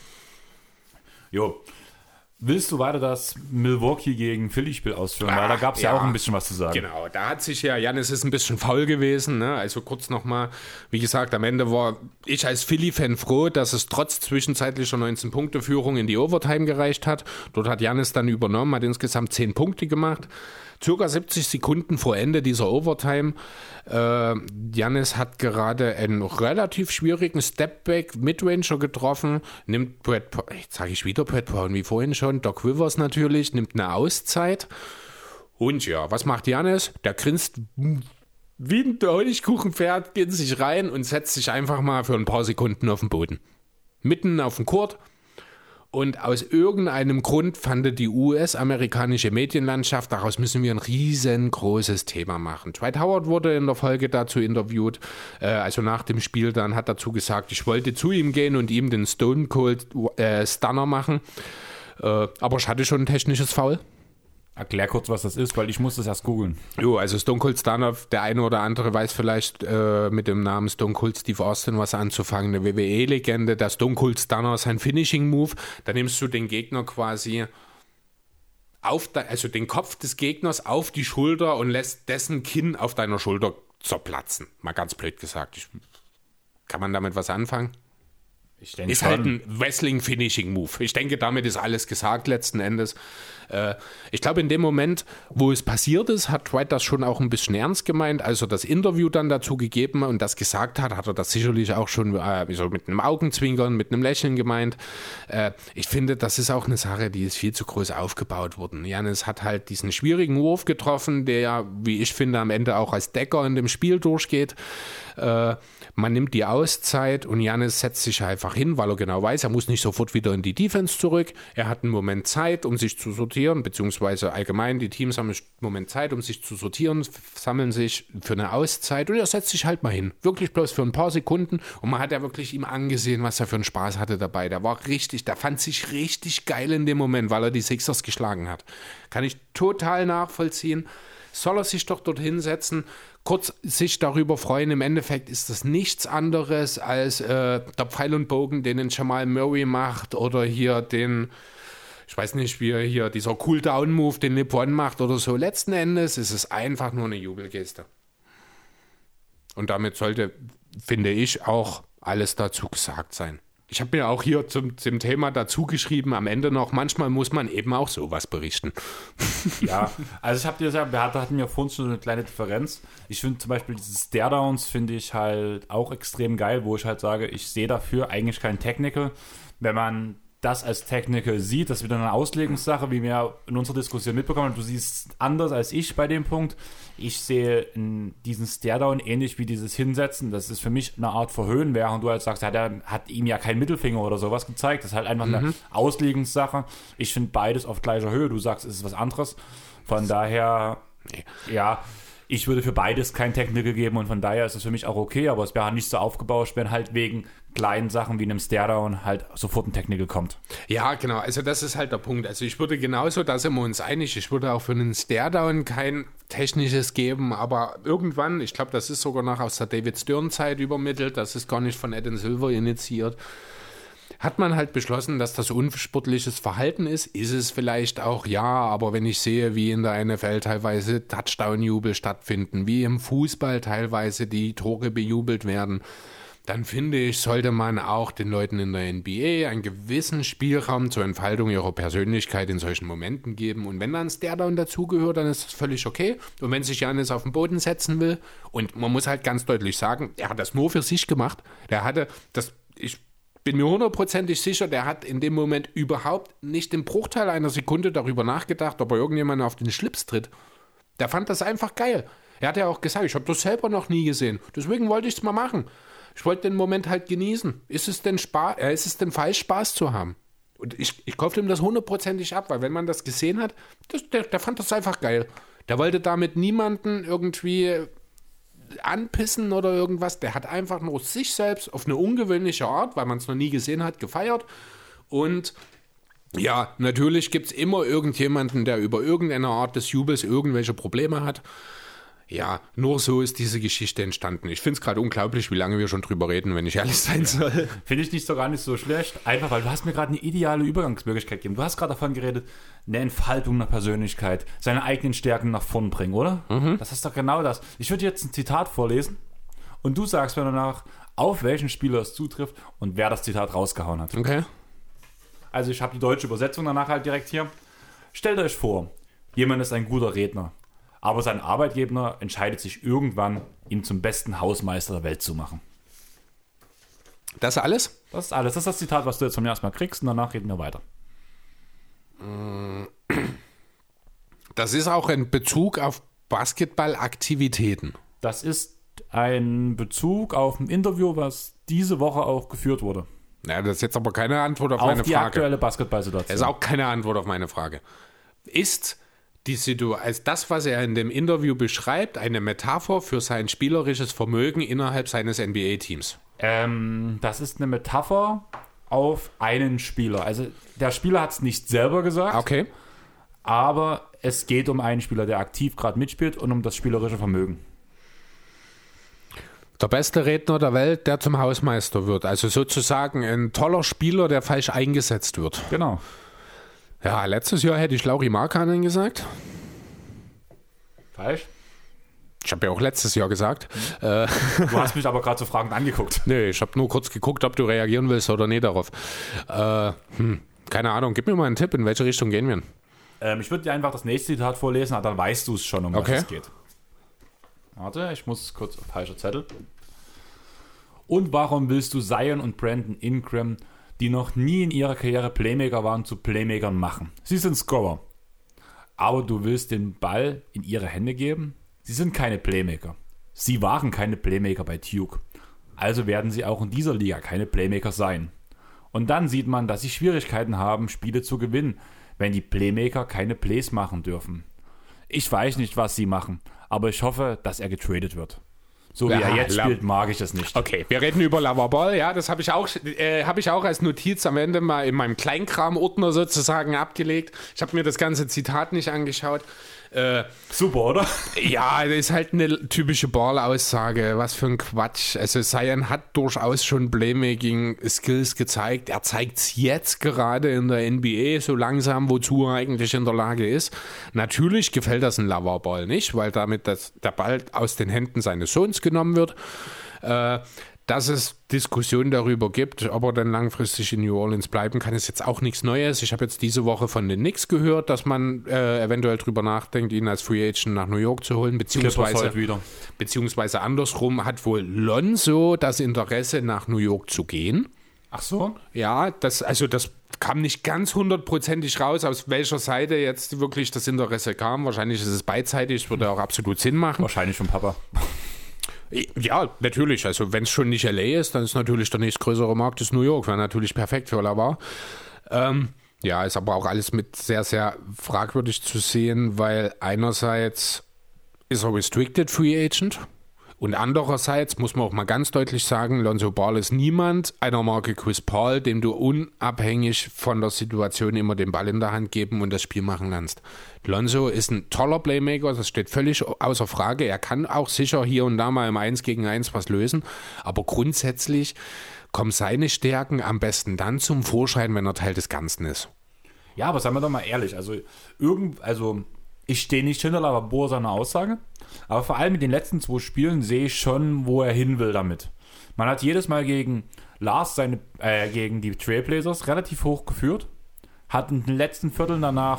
Jo. Willst du weiter das Milwaukee gegen Philly-Spiel ausführen? Weil da gab es ja auch ein bisschen was zu sagen. Genau, da hat sich ja, Giannis ist ein bisschen faul gewesen, ne? Also kurz nochmal, wie gesagt, am Ende war ich als Philly-Fan froh, dass es trotz zwischenzeitlicher 19-Punkte-Führung in die Overtime gereicht hat. Dort hat Giannis dann übernommen, hat insgesamt 10 Punkte gemacht. Circa 70 Sekunden vor Ende dieser Overtime. Giannis hat gerade einen relativ schwierigen Stepback Midranger getroffen, nimmt jetzt sage ich wieder Brad Brown wie vorhin schon, Doc Rivers natürlich, nimmt eine Auszeit. Und ja, was macht Giannis? Der grinst wie ein Honigkuchenpferd, geht sich rein und setzt sich einfach mal für ein paar Sekunden auf den Boden. Mitten auf dem Court. Und aus irgendeinem Grund fand die US-amerikanische Medienlandschaft, daraus müssen wir ein riesengroßes Thema machen. Dwight Howard wurde in der Folge dazu interviewt, also nach dem Spiel dann, hat dazu gesagt, ich wollte zu ihm gehen und ihm den Stone Cold Stunner machen, aber ich hatte schon ein technisches Foul. Erklär kurz, was das ist, weil ich muss das erst googeln. Jo, also Stone Cold Stunner, der eine oder andere weiß vielleicht mit dem Namen Stone Cold Steve Austin was anzufangen. Eine WWE-Legende, der Stone Cold Stunner ist ein Finishing-Move. Da nimmst du den Gegner quasi also den Kopf des Gegners auf die Schulter und lässt dessen Kinn auf deiner Schulter zerplatzen. Mal ganz blöd gesagt. Kann man damit was anfangen? Ist halt ein Wrestling-Finishing-Move. Ich denke, damit ist alles gesagt letzten Endes. Ich glaube, in dem Moment, wo es passiert ist, hat Wright das schon auch ein bisschen ernst gemeint. Als er das Interview dann dazu gegeben und das gesagt hat, hat er das sicherlich auch schon so mit einem Augenzwinkern, mit einem Lächeln gemeint. Ich finde, das ist auch eine Sache, die ist viel zu groß aufgebaut worden. Giannis hat halt diesen schwierigen Wurf getroffen, der ja, wie ich finde, am Ende auch als Decker in dem Spiel durchgeht. Man nimmt die Auszeit und Giannis setzt sich einfach hin, weil er genau weiß, er muss nicht sofort wieder in die Defense zurück. Er hat einen Moment Zeit, um sich zu sortieren, beziehungsweise allgemein, die Teams haben einen Moment Zeit, um sich zu sortieren, sammeln sich für eine Auszeit und er setzt sich halt mal hin. Wirklich bloß für ein paar Sekunden und man hat ja wirklich ihm angesehen, was er für einen Spaß hatte dabei. Der fand sich richtig geil in dem Moment, weil er die Sixers geschlagen hat. Kann ich total nachvollziehen. Soll er sich doch dort hinsetzen, kurz sich darüber freuen. Im Endeffekt ist das nichts anderes als der Pfeil und Bogen, den ein Jamal Murray macht oder hier ich weiß nicht, wie hier dieser Cool-Down-Move, den LeBron macht oder so. Letzten Endes ist es einfach nur eine Jubelgeste. Und damit sollte, finde ich, auch alles dazu gesagt sein. Ich habe mir auch hier zum Thema dazu geschrieben, am Ende noch, manchmal muss man eben auch sowas berichten. Ja, also ich habe dir gesagt, wir hatten ja vorhin schon eine kleine Differenz. Ich finde zum Beispiel diese Stare-Downs finde ich halt auch extrem geil, wo ich halt sage, ich sehe dafür eigentlich kein Technical. Wenn man das als Technical sieht, das ist wieder eine Auslegungssache, wie wir in unserer Diskussion mitbekommen haben. Du siehst anders als ich bei dem Punkt. Ich sehe in diesen Stare-Down ähnlich wie dieses Hinsetzen. Das ist für mich eine Art Verhöhnen, während du halt sagst, hat ihm ja keinen Mittelfinger oder sowas gezeigt. Das ist halt einfach eine Auslegungssache. Ich finde beides auf gleicher Höhe. Du sagst, es ist was anderes. Von daher, ja, ich würde für beides kein Technical geben und von daher ist es für mich auch okay, aber es wäre halt nicht so aufgebauscht, wenn halt wegen kleinen Sachen wie einem Stare-Down halt sofort ein Technical kommt. Ja, genau, also das ist halt der Punkt. Also ich würde genauso, da sind wir uns einig, ich würde auch für einen Stare-Down kein technisches geben, aber irgendwann, ich glaube, das ist sogar noch aus der David Stern-Zeit übermittelt, das ist gar nicht von Adam Silver initiiert, hat man halt beschlossen, dass das unsportliches Verhalten ist. Ist es vielleicht auch, ja, aber wenn ich sehe, wie in der NFL teilweise Touchdown-Jubel stattfinden, wie im Fußball teilweise die Tore bejubelt werden, dann finde ich, sollte man auch den Leuten in der NBA einen gewissen Spielraum zur Entfaltung ihrer Persönlichkeit in solchen Momenten geben. Und wenn dann Stare-Down dazugehört, dann ist das völlig okay. Und wenn sich Giannis auf den Boden setzen will, und man muss halt ganz deutlich sagen, er hat das nur für sich gemacht. Ich bin mir 100% sicher, der hat in dem Moment überhaupt nicht im Bruchteil einer Sekunde darüber nachgedacht, ob er irgendjemanden auf den Schlips tritt. Der fand das einfach geil. Er hat ja auch gesagt, ich habe das selber noch nie gesehen. Deswegen wollte ich es mal machen. Ich wollte den Moment halt genießen. Ist es denn falsch, Spaß zu haben? Und ich kaufe ihm das 100% ab, weil wenn man das gesehen hat, der fand das einfach geil. Der wollte damit niemanden irgendwie anpissen oder irgendwas. Der hat einfach nur sich selbst auf eine ungewöhnliche Art, weil man es noch nie gesehen hat, gefeiert. Und ja, natürlich gibt es immer irgendjemanden, der über irgendeine Art des Jubels irgendwelche Probleme hat. Ja, nur so ist diese Geschichte entstanden. Ich finde es gerade unglaublich, wie lange wir schon drüber reden, wenn ich ehrlich sein soll. Finde ich nicht gar nicht so schlecht. Einfach, weil du hast mir gerade eine ideale Übergangsmöglichkeit gegeben. Du hast gerade davon geredet, eine Entfaltung einer Persönlichkeit, seine eigenen Stärken nach vorn bringen, oder? Mhm. Das ist doch genau das. Ich würde jetzt ein Zitat vorlesen und du sagst mir danach, auf welchen Spieler es zutrifft und wer das Zitat rausgehauen hat. Okay. Also ich habe die deutsche Übersetzung danach halt direkt hier. Stellt euch vor, jemand ist ein guter Redner. Aber sein Arbeitgeber entscheidet sich irgendwann, ihn zum besten Hausmeister der Welt zu machen. Das alles? Das ist alles. Das ist das Zitat, was du jetzt von mir erstmal kriegst und danach reden wir weiter. Das ist auch ein Bezug auf Basketballaktivitäten. Das ist ein Bezug auf ein Interview, was diese Woche auch geführt wurde. Ja, das ist jetzt aber keine Antwort auf meine Frage. Auf die aktuelle Basketballsituation. Das ist auch keine Antwort auf meine Frage. Ist die Situation, als das, was er in dem Interview beschreibt, eine Metapher für sein spielerisches Vermögen innerhalb seines NBA-Teams? Das ist eine Metapher auf einen Spieler. Also der Spieler hat es nicht selber gesagt, okay, aber es geht um einen Spieler, der aktiv gerade mitspielt und um das spielerische Vermögen. Der beste Redner der Welt, der zum Hausmeister wird. Also sozusagen ein toller Spieler, der falsch eingesetzt wird. Genau. Ja, letztes Jahr hätte ich Lauri Markkanen gesagt. Falsch? Ich habe ja auch letztes Jahr gesagt. Du hast mich aber gerade so fragend angeguckt. Nee, ich habe nur kurz geguckt, ob du reagieren willst oder nicht darauf. Keine Ahnung, gib mir mal einen Tipp, in welche Richtung gehen wir? Ich würde dir einfach das nächste Zitat vorlesen, aber dann weißt du es schon, um was es geht. Warte, ich muss kurz auf falscher Zettel. Und warum willst du Zion und Brandon Ingram, die noch nie in ihrer Karriere Playmaker waren, zu Playmakern machen? Sie sind Scorer. Aber du willst den Ball in ihre Hände geben? Sie sind keine Playmaker. Sie waren keine Playmaker bei Duke. Also werden sie auch in dieser Liga keine Playmaker sein. Und dann sieht man, dass sie Schwierigkeiten haben, Spiele zu gewinnen, wenn die Playmaker keine Plays machen dürfen. Ich weiß nicht, was sie machen, aber ich hoffe, dass er getradet wird. So wie er jetzt spielt, mag ich das nicht. Okay, wir reden über LaVar Ball. Ja, das habe ich auch als Notiz am Ende mal in meinem Kleinkram-Ordner sozusagen abgelegt. Ich habe mir das ganze Zitat nicht angeschaut. Super, oder? Ja, das ist halt eine typische Ball-Aussage. Was für ein Quatsch. Also Zion hat durchaus schon Playmaking-Skills gezeigt. Er zeigt es jetzt gerade in der NBA so langsam, wozu er eigentlich in der Lage ist. Natürlich gefällt das ein LaVar Ball nicht, weil damit der Ball aus den Händen seines Sohns genommen wird. Dass es Diskussionen darüber gibt, ob er dann langfristig in New Orleans bleiben kann, ist jetzt auch nichts Neues. Ich habe jetzt diese Woche von den Knicks gehört, dass man eventuell drüber nachdenkt, ihn als Free Agent nach New York zu holen, beziehungsweise andersrum hat wohl Lonzo das Interesse, nach New York zu gehen. Ach so? Ja, das kam nicht ganz hundertprozentig raus, aus welcher Seite jetzt wirklich das Interesse kam. Wahrscheinlich ist es beidseitig, würde auch absolut Sinn machen. Wahrscheinlich vom Papa. Ja, natürlich. Also wenn es schon nicht LA ist, dann ist natürlich der nächstgrößere Markt ist New York. Wäre natürlich perfekt für LaVar. Ja, ist aber auch alles mit sehr, sehr fragwürdig zu sehen, weil einerseits ist er Restricted Free Agent und andererseits muss man auch mal ganz deutlich sagen, Lonzo Ball ist niemand einer Marke Chris Paul, dem du unabhängig von der Situation immer den Ball in der Hand geben und das Spiel machen kannst. Lonzo ist ein toller Playmaker, das steht völlig außer Frage. Er kann auch sicher hier und da mal im 1 gegen 1 was lösen, aber grundsätzlich kommen seine Stärken am besten dann zum Vorschein, wenn er Teil des Ganzen ist. Ja, aber seien wir doch mal ehrlich, also ich stehe nicht hinter LaVar Ball seiner Aussage, aber vor allem in den letzten 2 Spielen sehe ich schon, wo er hin will damit. Man hat jedes Mal gegen gegen die Trailblazers relativ hoch geführt, hat in den letzten Vierteln danach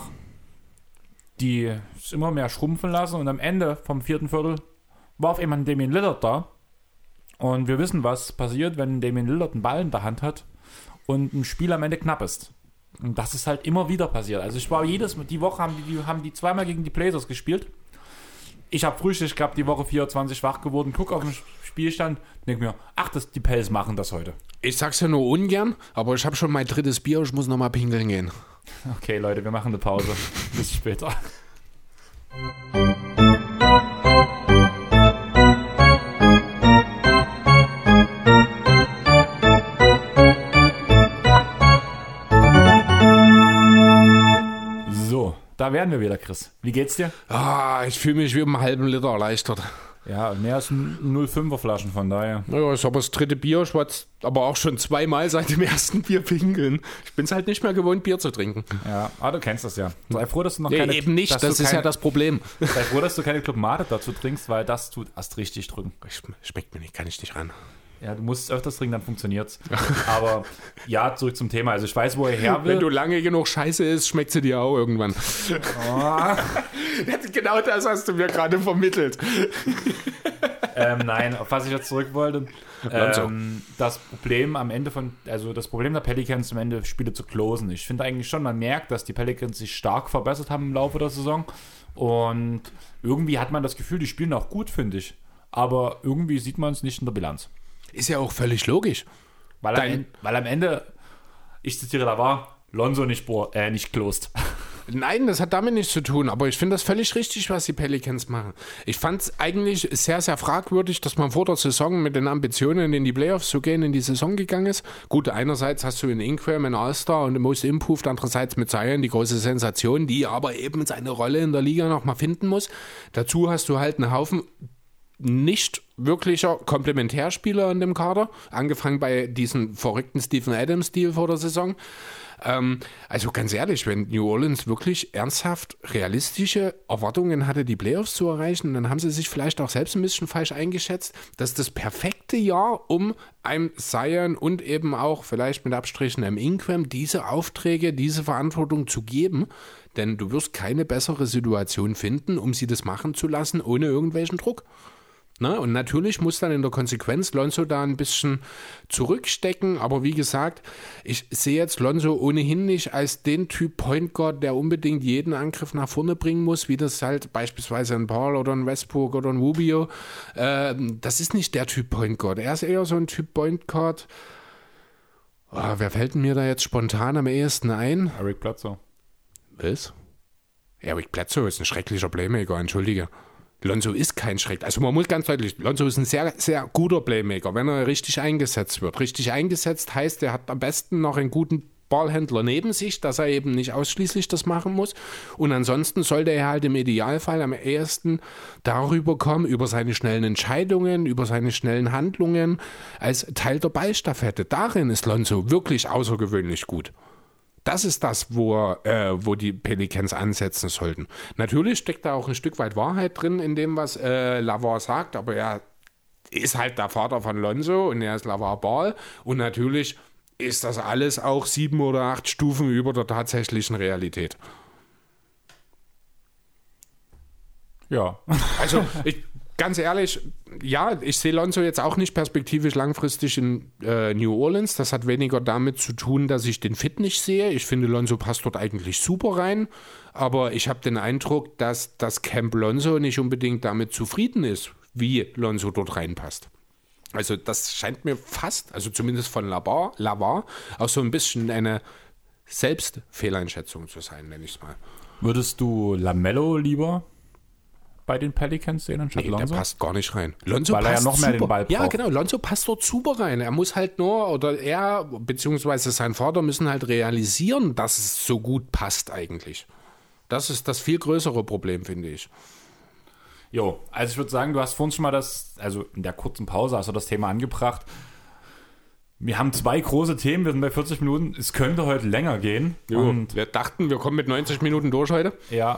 die es immer mehr schrumpfen lassen und am Ende vom 4. Viertel war auf einmal Damian Lillard da und wir wissen, was passiert, wenn Damian Lillard einen Ball in der Hand hat und ein Spiel am Ende knapp ist. Und das ist halt immer wieder passiert. Also ich war die Woche haben die zweimal gegen die Blazers gespielt. Ich habe Frühstück gehabt, die Woche 24 wach geworden, guck auf den Spielstand, denke mir, die Pelz machen das heute. Ich sag's ja nur ungern, aber ich habe schon mein 3. Bier, ich muss nochmal pinkeln gehen. Okay, Leute, wir machen eine Pause. Bis später. So, da wären wir wieder, Chris. Wie geht's dir? Ich fühle mich wie um einen halben Liter erleichtert. Ja, mehr als 0,5er Flaschen, von daher. Ja, ist aber das 3. Bier. Ich war aber auch schon 2-mal seit dem ersten Bier pinkeln. Ich bin es halt nicht mehr gewohnt, Bier zu trinken. Ja, du kennst das ja. Sei froh, dass du noch keine... eben nicht, das ist ja das Problem. Sei froh, dass du keine Club Mate dazu trinkst, weil das tut erst richtig drücken. Schmeckt mir nicht, kann ich nicht ran. Ja, du musst es öfters trinken, dann funktioniert's. Aber ja, zurück zum Thema. Also ich weiß, wo er her will. Wenn du lange genug Scheiße isst, schmeckt sie dir auch irgendwann. Oh. Genau das hast du mir gerade vermittelt. Nein, auf was ich jetzt zurück wollte. Das Problem das Problem der Pelicans am Ende Spiele zu closen. Ich finde eigentlich schon, man merkt, dass die Pelicans sich stark verbessert haben im Laufe der Saison. Und irgendwie hat man das Gefühl, die spielen auch gut, finde ich. Aber irgendwie sieht man es nicht in der Bilanz. Ist ja auch völlig logisch. Weil am Ende, ich zitiere LaVar, Lonzo nicht closed. Nein, das hat damit nichts zu tun, aber ich finde das völlig richtig, was die Pelicans machen. Ich fand es eigentlich sehr, sehr fragwürdig, dass man vor der Saison mit den Ambitionen in die Playoffs zu gehen, in die Saison gegangen ist. Gut, einerseits hast du in Ingram einen All-Star und den Most Improved, andererseits mit Zion die große Sensation, die aber eben seine Rolle in der Liga nochmal finden muss. Dazu hast du halt einen Haufen nicht wirklicher Komplementärspieler in dem Kader, angefangen bei diesem verrückten Steven Adams-Deal vor der Saison. Also ganz ehrlich, wenn New Orleans wirklich ernsthaft realistische Erwartungen hatte, die Playoffs zu erreichen, dann haben sie sich vielleicht auch selbst ein bisschen falsch eingeschätzt. Das ist das perfekte Jahr, um einem Zion und eben auch vielleicht mit Abstrichen einem Ingram diese Aufträge, diese Verantwortung zu geben. Denn du wirst keine bessere Situation finden, um sie das machen zu lassen, ohne irgendwelchen Druck. Na, und natürlich muss dann in der Konsequenz Lonzo da ein bisschen zurückstecken, aber wie gesagt, ich sehe jetzt Lonzo ohnehin nicht als den Typ Point Guard, der unbedingt jeden Angriff nach vorne bringen muss, wie das halt beispielsweise ein Paul oder ein Westbrook oder ein Rubio. Das ist nicht der Typ Point Guard. Er ist eher so ein Typ Point Guard. Wer fällt mir da jetzt spontan am ehesten ein? Eric Bledsoe. Was? Eric Bledsoe ist ein schrecklicher Playmaker, entschuldige. Lonzo ist kein Schreck. Also man muss ganz deutlich, Lonzo ist ein sehr, sehr guter Playmaker, wenn er richtig eingesetzt wird. Richtig eingesetzt heißt, er hat am besten noch einen guten Ballhändler neben sich, dass er eben nicht ausschließlich das machen muss. Und ansonsten sollte er halt im Idealfall am ehesten darüber kommen, über seine schnellen Entscheidungen, über seine schnellen Handlungen, als Teil der Ballstaffette. Darin ist Lonzo wirklich außergewöhnlich gut. Das ist das, wo die Pelicans ansetzen sollten. Natürlich steckt da auch ein Stück weit Wahrheit drin in dem, was LaVar sagt, aber er ist halt der Vater von Lonzo und er ist LaVar Ball und natürlich ist das alles auch 7 oder 8 Stufen über der tatsächlichen Realität. Ja. Also ganz ehrlich, ja, ich sehe Lonzo jetzt auch nicht perspektivisch langfristig in New Orleans. Das hat weniger damit zu tun, dass ich den Fit nicht sehe. Ich finde, Lonzo passt dort eigentlich super rein. Aber ich habe den Eindruck, dass das Camp Lonzo nicht unbedingt damit zufrieden ist, wie Lonzo dort reinpasst. Also das scheint mir fast, also zumindest von LaVar, auch so ein bisschen eine Selbstfehleinschätzung zu sein, nenne ich es mal. Würdest du LaMelo lieber bei den Pelicans sehen anstatt Lonzo? Der passt gar nicht rein. Lonzo Weil passt er ja noch mehr den Ball braucht. Ja, genau. Lonzo passt dort super rein. Er muss halt nur, oder er, beziehungsweise sein Vater müssen halt realisieren, dass es so gut passt eigentlich. Das ist das viel größere Problem, finde ich. Jo, also ich würde sagen, du hast vorhin schon mal also in der kurzen Pause hast du das Thema angebracht. Wir haben 2 große Themen, wir sind bei 40 Minuten. Es könnte heute länger gehen. Jo, und wir dachten, wir kommen mit 90 Minuten durch heute. Ja.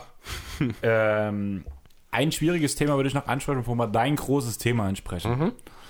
Ein schwieriges Thema würde ich noch ansprechen, bevor wir dein großes Thema ansprechen.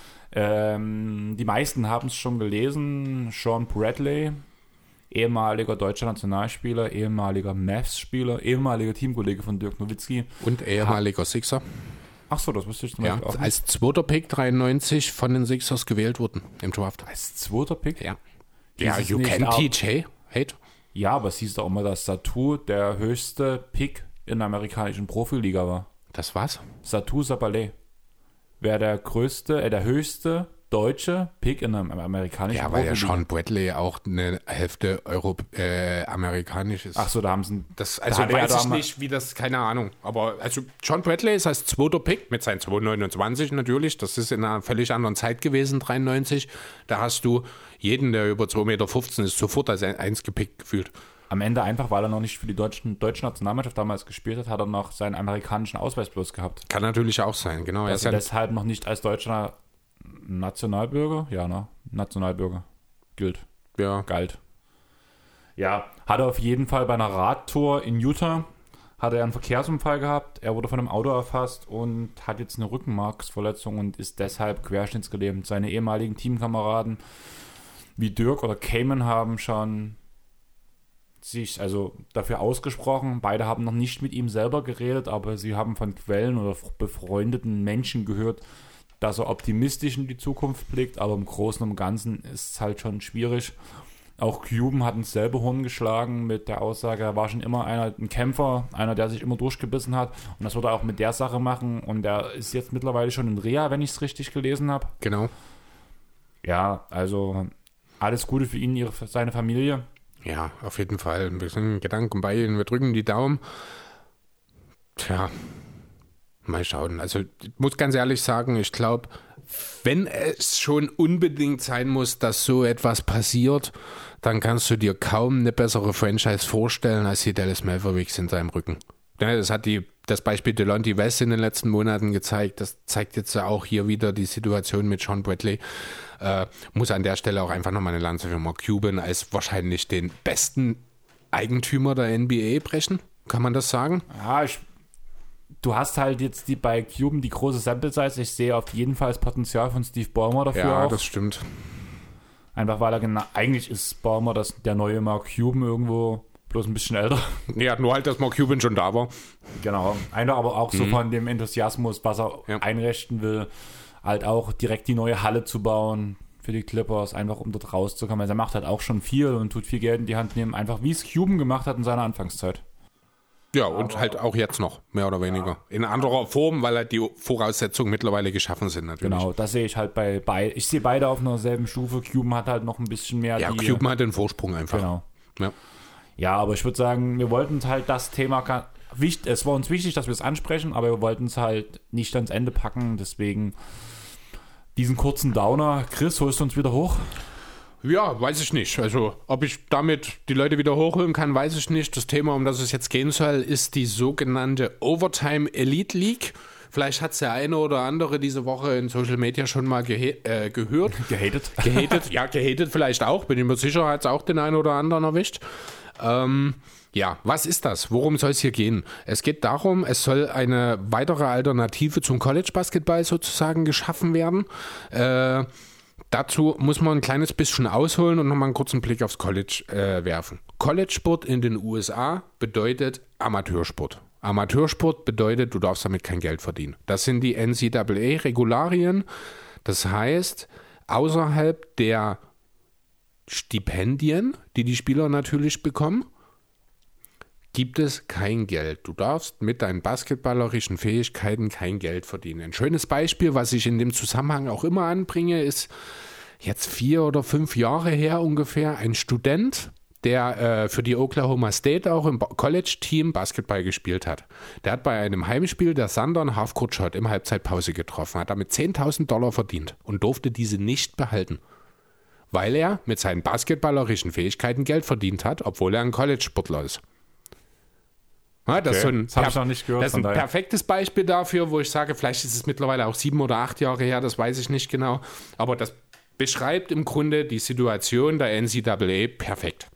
Die meisten haben es schon gelesen. Sean Bradley, ehemaliger deutscher Nationalspieler, ehemaliger Mavs-Spieler, ehemaliger Teamkollege von Dirk Nowitzki. Und ehemaliger Sixer. Ach so, das wusste ich zum Ja, Beispiel auch als zweiter Pick 93 von den Sixers gewählt wurden im Draft. Als zweiter Pick? Ja. Hieß Ja, es you nicht can auch- TJ. Hate. Ja, aber es hieß doch immer, dass Satu der höchste Pick in der amerikanischen Profiliga war. Das war's? Satu Sabalé wäre der höchste deutsche Pick in der amerikanischen Ja, weil ja Profiliga. Sean Bradley auch eine Hälfte amerikanisch ist. Ach so, da haben sie Das, da also hat er weiß ja ich damals- nicht, wie das, keine Ahnung. Aber also John Bradley ist als zweiter Pick mit seinen 2,29 natürlich. Das ist in einer völlig anderen Zeit gewesen, 93. Da hast du jeden, der über 2,15 Meter ist, sofort als eins gepickt gefühlt. Am Ende einfach, weil er noch nicht für die deutsche Nationalmannschaft damals gespielt hat, hat er noch seinen amerikanischen Ausweis bloß gehabt. Kann natürlich auch sein, genau. Er Also ist ja, deshalb noch nicht als deutscher Nationalbürger, ja, ne? Nationalbürger galt. ja. Ja, hat er auf jeden Fall bei einer Radtour in Utah, hat er einen Verkehrsunfall gehabt, er wurde von einem Auto erfasst und hat jetzt eine Rückenmarksverletzung und ist deshalb querschnittsgelähmt. Seine ehemaligen Teamkameraden wie Dirk oder Cayman haben schon sich also dafür ausgesprochen. Beide haben noch nicht mit ihm selber geredet, aber sie haben von Quellen oder befreundeten Menschen gehört, dass er optimistisch in die Zukunft blickt, aber im Großen und Ganzen ist es halt schon schwierig. Auch Cuban hat ins selbe Horn geschlagen mit der Aussage, er war schon immer ein Kämpfer, einer, der sich immer durchgebissen hat und das wird er auch mit der Sache machen und er ist jetzt mittlerweile schon in Reha, wenn ich es richtig gelesen habe. Genau. Ja, also alles Gute für ihn, seine Familie. Ja, auf jeden Fall. Wir sind Gedanken bei Ihnen, wir drücken die Daumen. Tja, mal schauen. Also ich muss ganz ehrlich sagen, ich glaube, wenn es schon unbedingt sein muss, dass so etwas passiert, dann kannst du dir kaum eine bessere Franchise vorstellen als die Dallas Mavericks in seinem Rücken. Ja, das hat das Beispiel Delonte West in den letzten Monaten gezeigt. Das zeigt jetzt auch hier wieder die Situation mit Sean Bradley. Muss an der Stelle auch einfach nochmal eine Lanze für Mark Cuban als wahrscheinlich den besten Eigentümer der NBA brechen. Kann man das sagen? Ja, du hast halt jetzt bei Cuban die große Sample Size. Ich sehe auf jeden Fall das Potenzial von Steve Ballmer dafür auch. Ja, das stimmt. Einfach weil eigentlich ist Ballmer der neue Mark Cuban irgendwo, bloß ein bisschen älter. Ja, nur halt, dass Mark Cuban schon da war. Genau. Einfach aber auch so von dem Enthusiasmus, was er einrichten will, halt auch direkt die neue Halle zu bauen für die Clippers, einfach um dort rauszukommen. Also er macht halt auch schon viel und tut viel Geld in die Hand nehmen, einfach wie es Cuban gemacht hat in seiner Anfangszeit. Ja, und halt auch jetzt noch, mehr oder weniger. Ja. In anderer Form, weil halt die Voraussetzungen mittlerweile geschaffen sind natürlich. Genau, das sehe ich halt ich sehe beide auf einer selben Stufe. Cuban hat halt noch ein bisschen mehr. Ja, Cuban hat den Vorsprung einfach. Genau. Ja, aber ich würde sagen, wir wollten halt das Thema, es war uns wichtig, dass wir es ansprechen, aber wir wollten es halt nicht ans Ende packen, deswegen diesen kurzen Downer. Chris, holst du uns wieder hoch? Ja, weiß ich nicht. Also, ob ich damit die Leute wieder hochholen kann, weiß ich nicht. Das Thema, um das es jetzt gehen soll, ist die sogenannte Overtime Elite League. Vielleicht hat es der eine oder andere diese Woche in Social Media schon mal gehört. Gehatet? Ja, gehatet vielleicht auch. Bin ich mir sicher, hat es auch den einen oder anderen erwischt. Ja, was ist das? Worum soll es hier gehen? Es geht darum, es soll eine weitere Alternative zum College-Basketball sozusagen geschaffen werden. Dazu muss man ein kleines bisschen ausholen und nochmal einen kurzen Blick aufs College werfen. College-Sport in den USA bedeutet Amateursport. Amateursport bedeutet, du darfst damit kein Geld verdienen. Das sind die NCAA-Regularien. Das heißt, außerhalb der Stipendien, die die Spieler natürlich bekommen, gibt es kein Geld. Du darfst mit deinen basketballerischen Fähigkeiten kein Geld verdienen. Ein schönes Beispiel, was ich in dem Zusammenhang auch immer anbringe, ist jetzt 4 oder 5 Jahre her ungefähr ein Student, der für die Oklahoma State auch im College-Team Basketball gespielt hat. Der hat bei einem Heimspiel der Thunder einen Half-Court-Shot im Halbzeitpause getroffen, hat damit $10.000 verdient und durfte diese nicht behalten, weil er mit seinen basketballerischen Fähigkeiten Geld verdient hat, obwohl er ein College-Sportler ist. Ja, das habe ich noch nicht gehört. Das ist ein perfektes Beispiel dafür, wo ich sage, vielleicht ist es mittlerweile auch 7 oder 8 Jahre her, das weiß ich nicht genau, aber das beschreibt im Grunde die Situation der NCAA perfekt.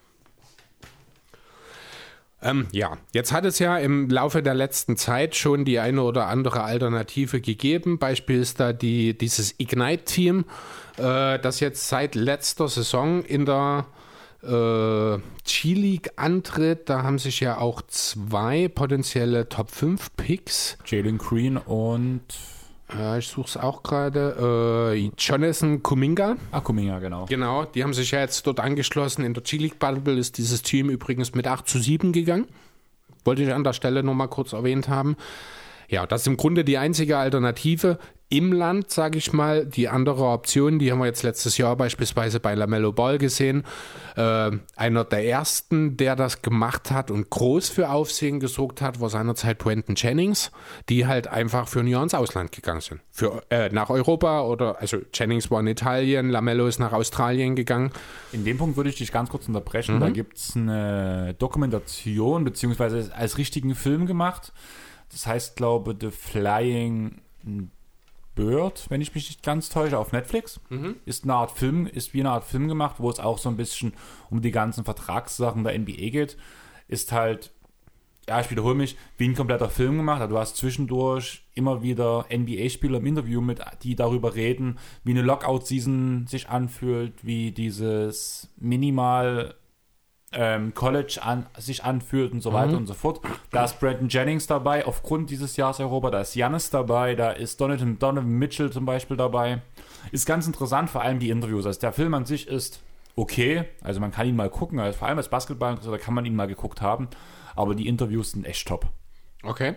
Ja, jetzt hat es ja im Laufe der letzten Zeit schon die eine oder andere Alternative gegeben. Beispiel ist da dieses Ignite-Team, das jetzt seit letzter Saison in der G-League antritt. Da haben sich ja auch 2 potenzielle Top-5-Picks. Jalen Green und ich suche es auch gerade. Jonathan Kuminga. Kuminga, genau. Genau, die haben sich ja jetzt dort angeschlossen. In der G-League-Bubble ist dieses Team übrigens mit 8-7 gegangen. Wollte ich an der Stelle nochmal kurz erwähnt haben. Ja, das ist im Grunde die einzige Alternative im Land, sage ich mal. Die andere Option, die haben wir jetzt letztes Jahr beispielsweise bei LaMelo Ball gesehen. Einer der ersten, der das gemacht hat und groß für Aufsehen gesorgt hat, war seinerzeit Brandon Jennings, die halt einfach für ein Jahr ins Ausland gegangen sind. Nach Europa also Jennings war in Italien, LaMelo ist nach Australien gegangen. In dem Punkt würde ich dich ganz kurz unterbrechen. Da gibt es eine Dokumentation, beziehungsweise als richtigen Film gemacht. Das heißt, glaube ich, The Flying Bird, wenn ich mich nicht ganz täusche, auf Netflix. Ist wie eine Art Film gemacht, wo es auch so ein bisschen um die ganzen Vertragssachen der NBA geht. Ist halt, ja, ich wiederhole mich, wie ein kompletter Film gemacht. Also du hast zwischendurch immer wieder NBA-Spieler im Interview mit, die darüber reden, wie eine Lockout-Season sich anfühlt, wie dieses minimal College sich anfühlt und so weiter und so fort. Da ist Brandon Jennings dabei, aufgrund dieses Jahres Europa. Da ist Giannis dabei, da ist Donovan Mitchell zum Beispiel dabei. Ist ganz interessant, vor allem die Interviews. Also der Film an sich ist okay, also man kann ihn mal gucken, also vor allem als Basketball-Interessierte kann man ihn mal geguckt haben, aber die Interviews sind echt top. Okay.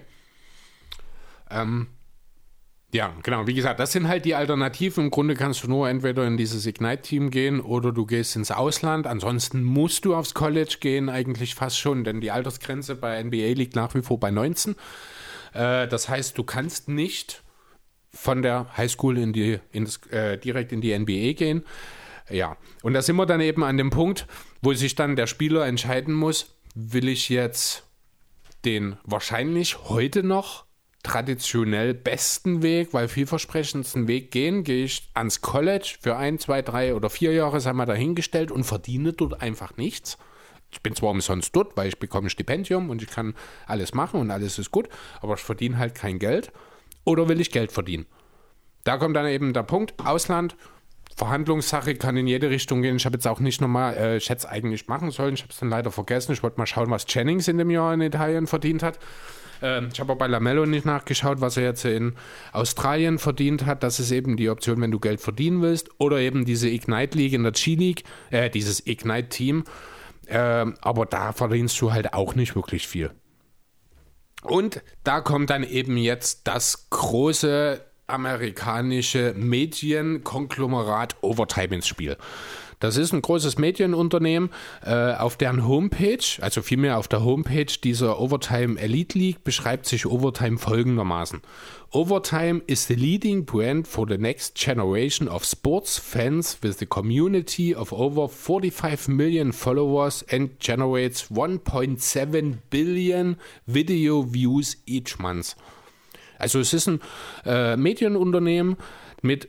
Ja, genau. Wie gesagt, das sind halt die Alternativen. Im Grunde kannst du nur entweder in dieses Ignite-Team gehen oder du gehst ins Ausland. Ansonsten musst du aufs College gehen, eigentlich fast schon, denn die Altersgrenze bei NBA liegt nach wie vor bei 19. Das heißt, du kannst nicht von der Highschool direkt in die NBA gehen. Ja, und da sind wir dann eben an dem Punkt, wo sich dann der Spieler entscheiden muss, will ich jetzt den wahrscheinlich heute noch traditionell besten Weg, weil vielversprechendsten Weg gehe ich ans College für 1, 2, 3 oder 4 Jahre, sei mal dahingestellt, und verdiene dort einfach nichts. Ich bin zwar umsonst dort, weil ich bekomme ein Stipendium und ich kann alles machen und alles ist gut, aber ich verdiene halt kein Geld. Oder will ich Geld verdienen? Da kommt dann eben der Punkt, Ausland, Verhandlungssache, kann in jede Richtung gehen. Ich habe jetzt auch nicht nochmal, ich hätte es eigentlich machen sollen, ich habe es dann leider vergessen. Ich wollte mal schauen, was Jennings in dem Jahr in Italien verdient hat. Ich habe auch bei Lamello nicht nachgeschaut, was er jetzt in Australien verdient hat. Das ist eben die Option, wenn du Geld verdienen willst. Oder eben diese Ignite League in der G-League, dieses Ignite-Team. Aber da verdienst du halt auch nicht wirklich viel. Und da kommt dann eben jetzt das große amerikanische Medienkonglomerat Overtime ins Spiel. Das ist ein großes Medienunternehmen, auf deren Homepage, also vielmehr auf der Homepage dieser Overtime Elite League, beschreibt sich Overtime folgendermaßen. Overtime is the leading brand for the next generation of sports fans with a community of over 45 million followers and generates 1.7 billion video views each month. Also es ist ein Medienunternehmen mit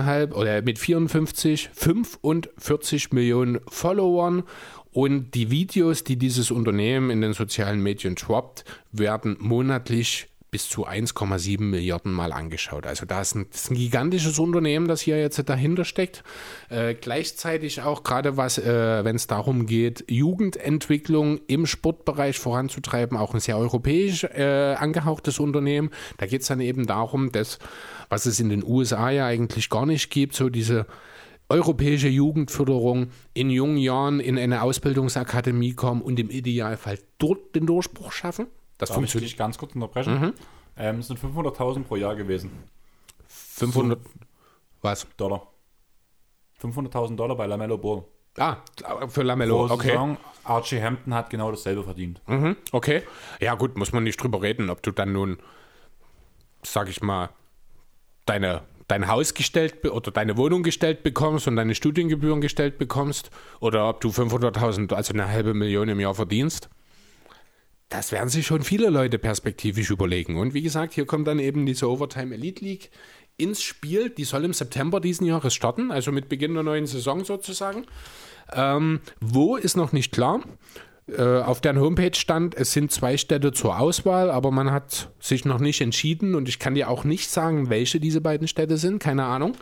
45 Millionen Followern, und die Videos, die dieses Unternehmen in den sozialen Medien droppt, werden monatlich bis zu 1,7 Milliarden Mal angeschaut. Also das ist ein gigantisches Unternehmen, das hier jetzt dahinter steckt. Gleichzeitig auch gerade wenn es darum geht, Jugendentwicklung im Sportbereich voranzutreiben, auch ein sehr europäisch angehauchtes Unternehmen. Da geht es dann eben darum, dass, was es in den USA ja eigentlich gar nicht gibt, so diese europäische Jugendförderung, in jungen Jahren in eine Ausbildungsakademie kommen und im Idealfall dort den Durchbruch schaffen. Das funktioniert. Ich ganz kurz unterbrechen? Es sind 500.000 pro Jahr gewesen. 500 was? Dollar. $500.000 bei Lamello Ball. Ah, für Lamello, Pro okay. Saison, Archie Hampton hat genau dasselbe verdient. Okay. Ja gut, muss man nicht drüber reden, ob du dann nun, sag ich mal, dein Haus gestellt oder deine Wohnung gestellt bekommst und deine Studiengebühren gestellt bekommst, oder ob du 500.000, also 500.000 im Jahr verdienst. Das werden sich schon viele Leute perspektivisch überlegen. Und wie gesagt, hier kommt dann eben diese Overtime Elite League ins Spiel. Die soll im September diesen Jahres starten, also mit Beginn der neuen Saison sozusagen. Wo ist noch nicht klar. Auf deren Homepage stand, es sind 2 Städte zur Auswahl, aber man hat sich noch nicht entschieden und ich kann dir auch nicht sagen, welche diese beiden Städte sind, keine Ahnung.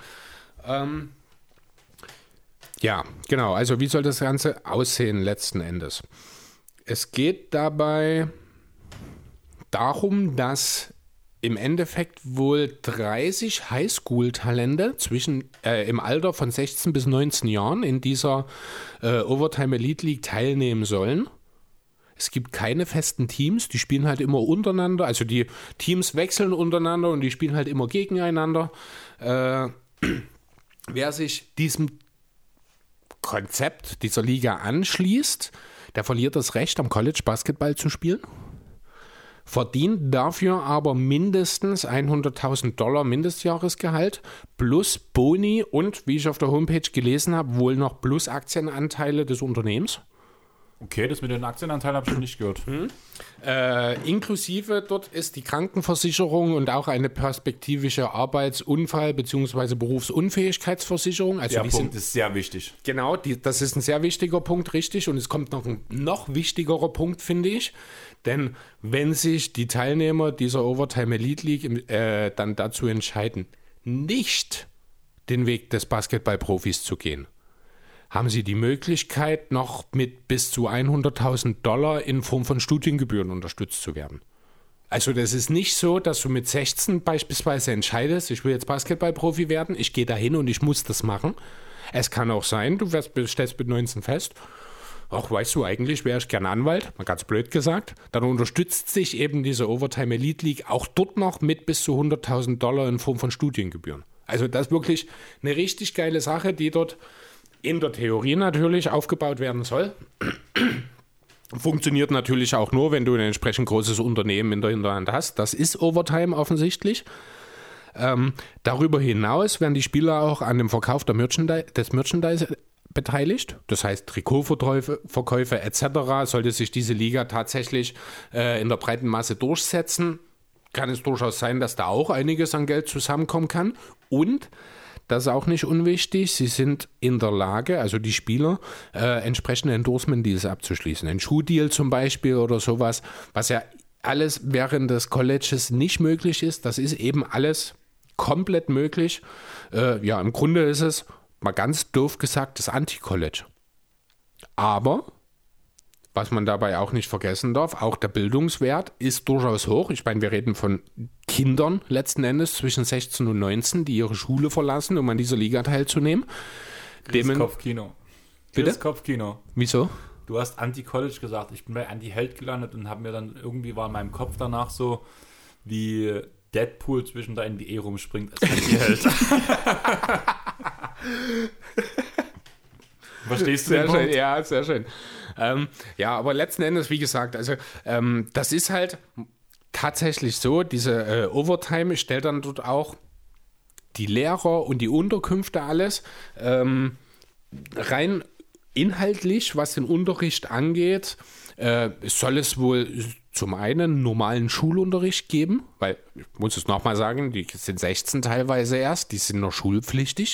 Ja, genau, also wie soll das Ganze aussehen letzten Endes? Es geht dabei darum, dass im Endeffekt wohl 30 Highschool-Talente im Alter von 16 bis 19 Jahren in dieser Overtime Elite League teilnehmen sollen. Es gibt keine festen Teams, die spielen halt immer untereinander, also die Teams wechseln untereinander und die spielen halt immer gegeneinander. Wer sich diesem Konzept dieser Liga anschließt, der verliert das Recht, am College Basketball zu spielen, verdient dafür aber mindestens $100.000 Mindestjahresgehalt plus Boni und, wie ich auf der Homepage gelesen habe, wohl noch plus Aktienanteile des Unternehmens. Okay, das mit den Aktienanteilen habe ich noch nicht gehört. Inklusive dort ist die Krankenversicherung und auch eine perspektivische Arbeitsunfall- bzw. Berufsunfähigkeitsversicherung. Also Der Punkt ist sehr wichtig. Genau, das ist ein sehr wichtiger Punkt, richtig. Und es kommt noch ein noch wichtigerer Punkt, finde ich. Denn wenn sich die Teilnehmer dieser Overtime Elite League dann dazu entscheiden, nicht den Weg des Basketballprofis zu gehen, haben sie die Möglichkeit, noch mit bis zu $100.000 in Form von Studiengebühren unterstützt zu werden. Also das ist nicht so, dass du mit 16 beispielsweise entscheidest, ich will jetzt Basketballprofi werden, ich gehe dahin und ich muss das machen. Es kann auch sein, du stellst mit 19 fest, ach, weißt du, eigentlich wäre ich gern Anwalt, mal ganz blöd gesagt. Dann unterstützt sich eben diese Overtime Elite League auch dort noch mit bis zu $100.000 in Form von Studiengebühren. Also das ist wirklich eine richtig geile Sache, die dort in der Theorie natürlich aufgebaut werden soll. Funktioniert natürlich auch nur, wenn du ein entsprechend großes Unternehmen in der Hinterhand hast. Das ist Overtime offensichtlich. Darüber hinaus werden die Spieler auch an dem Verkauf des Merchandise beteiligt. Das heißt Trikotverkäufe etc. Sollte sich diese Liga tatsächlich in der breiten Masse durchsetzen, kann es durchaus sein, dass da auch einiges an Geld zusammenkommen kann. Und, das ist auch nicht unwichtig, sie sind in der Lage, also die Spieler, entsprechende Endorsement-Deals abzuschließen. Ein Schuhdeal zum Beispiel oder sowas, was ja alles während des Colleges nicht möglich ist. Das ist eben alles komplett möglich. Im Grunde ist es, mal ganz doof gesagt, das Anti-College. Aber, was man dabei auch nicht vergessen darf, auch der Bildungswert ist durchaus hoch. Ich meine, wir reden von Kindern letzten Endes zwischen 16 und 19, die ihre Schule verlassen, um an dieser Liga teilzunehmen. Kopfkino. Bitte? Kopfkino. Wieso? Du hast Anti-College gesagt. Ich bin bei Anti-Held gelandet und habe mir dann irgendwie war in meinem Kopf danach so, wie Deadpool zwischen der NBA rumspringt als Anti-Held. Verstehst du den Punkt? Schön, ja, sehr schön. Aber letzten Endes, wie gesagt, also das ist halt tatsächlich so, diese Overtime stellt dann dort auch die Lehrer und die Unterkünfte alles rein inhaltlich, was den Unterricht angeht, soll es wohl zum einen normalen Schulunterricht geben, weil, ich muss es nochmal sagen, die sind 16 teilweise erst, die sind noch schulpflichtig.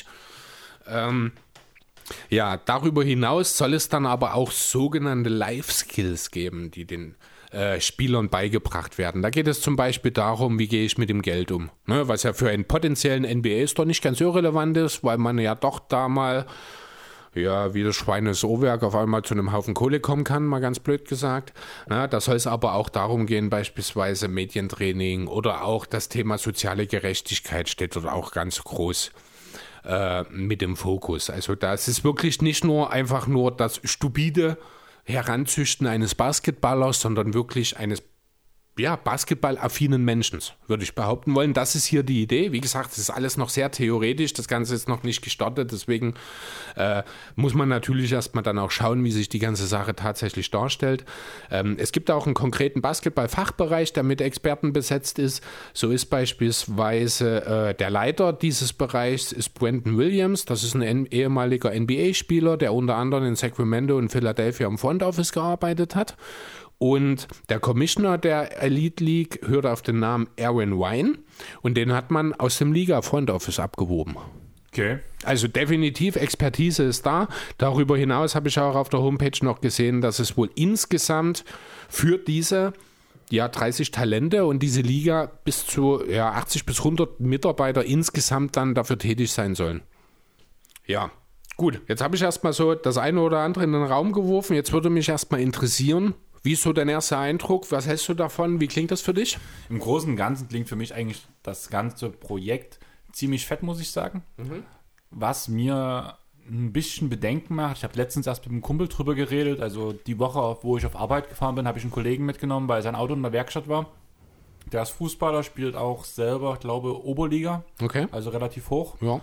Darüber hinaus soll es dann aber auch sogenannte Life-Skills geben, die den Spielern beigebracht werden. Da geht es zum Beispiel darum, wie gehe ich mit dem Geld um, ne? Was ja für einen potenziellen NBA-Store nicht ganz irrelevant ist, weil man ja doch da mal wie das Schweinesohrwerk auf einmal zu einem Haufen Kohle kommen kann, mal ganz blöd gesagt. Da soll es aber auch darum gehen, beispielsweise Medientraining oder auch das Thema soziale Gerechtigkeit steht dort auch ganz groß mit dem Fokus. Also das ist wirklich nicht nur einfach nur das stupide Heranzüchten eines Basketballers, sondern wirklich eines basketballaffinen Menschen, würde ich behaupten wollen. Das ist hier die Idee. Wie gesagt, es ist alles noch sehr theoretisch. Das Ganze ist noch nicht gestartet. Deswegen muss man natürlich erstmal dann auch schauen, wie sich die ganze Sache tatsächlich darstellt. Es gibt auch einen konkreten Basketball-Fachbereich, der mit Experten besetzt ist. So ist beispielsweise der Leiter dieses Bereichs ist Brandon Williams. Das ist ein ehemaliger NBA-Spieler, der unter anderem in Sacramento und Philadelphia im Front Office gearbeitet hat. Und der Commissioner der Elite League hört auf den Namen Aaron Wine und den hat man aus dem Liga Front Office abgeworben. Okay. Also definitiv Expertise ist da. Darüber hinaus habe ich auch auf der Homepage noch gesehen, dass es wohl insgesamt für diese 30 Talente und diese Liga bis zu 80 bis 100 Mitarbeiter insgesamt dann dafür tätig sein sollen. Ja, gut. Jetzt habe ich erstmal so das eine oder andere in den Raum geworfen. Jetzt würde mich erstmal interessieren, wie ist so dein erster Eindruck? Was hältst du davon? Wie klingt das für dich? Im Großen und Ganzen klingt für mich eigentlich das ganze Projekt ziemlich fett, muss ich sagen. Mhm. Was mir ein bisschen Bedenken macht, ich habe letztens erst mit einem Kumpel drüber geredet, also die Woche, wo ich auf Arbeit gefahren bin, habe ich einen Kollegen mitgenommen, weil sein Auto in der Werkstatt war. Der ist Fußballer, spielt auch selber, ich glaube, Oberliga, also relativ hoch. Ja.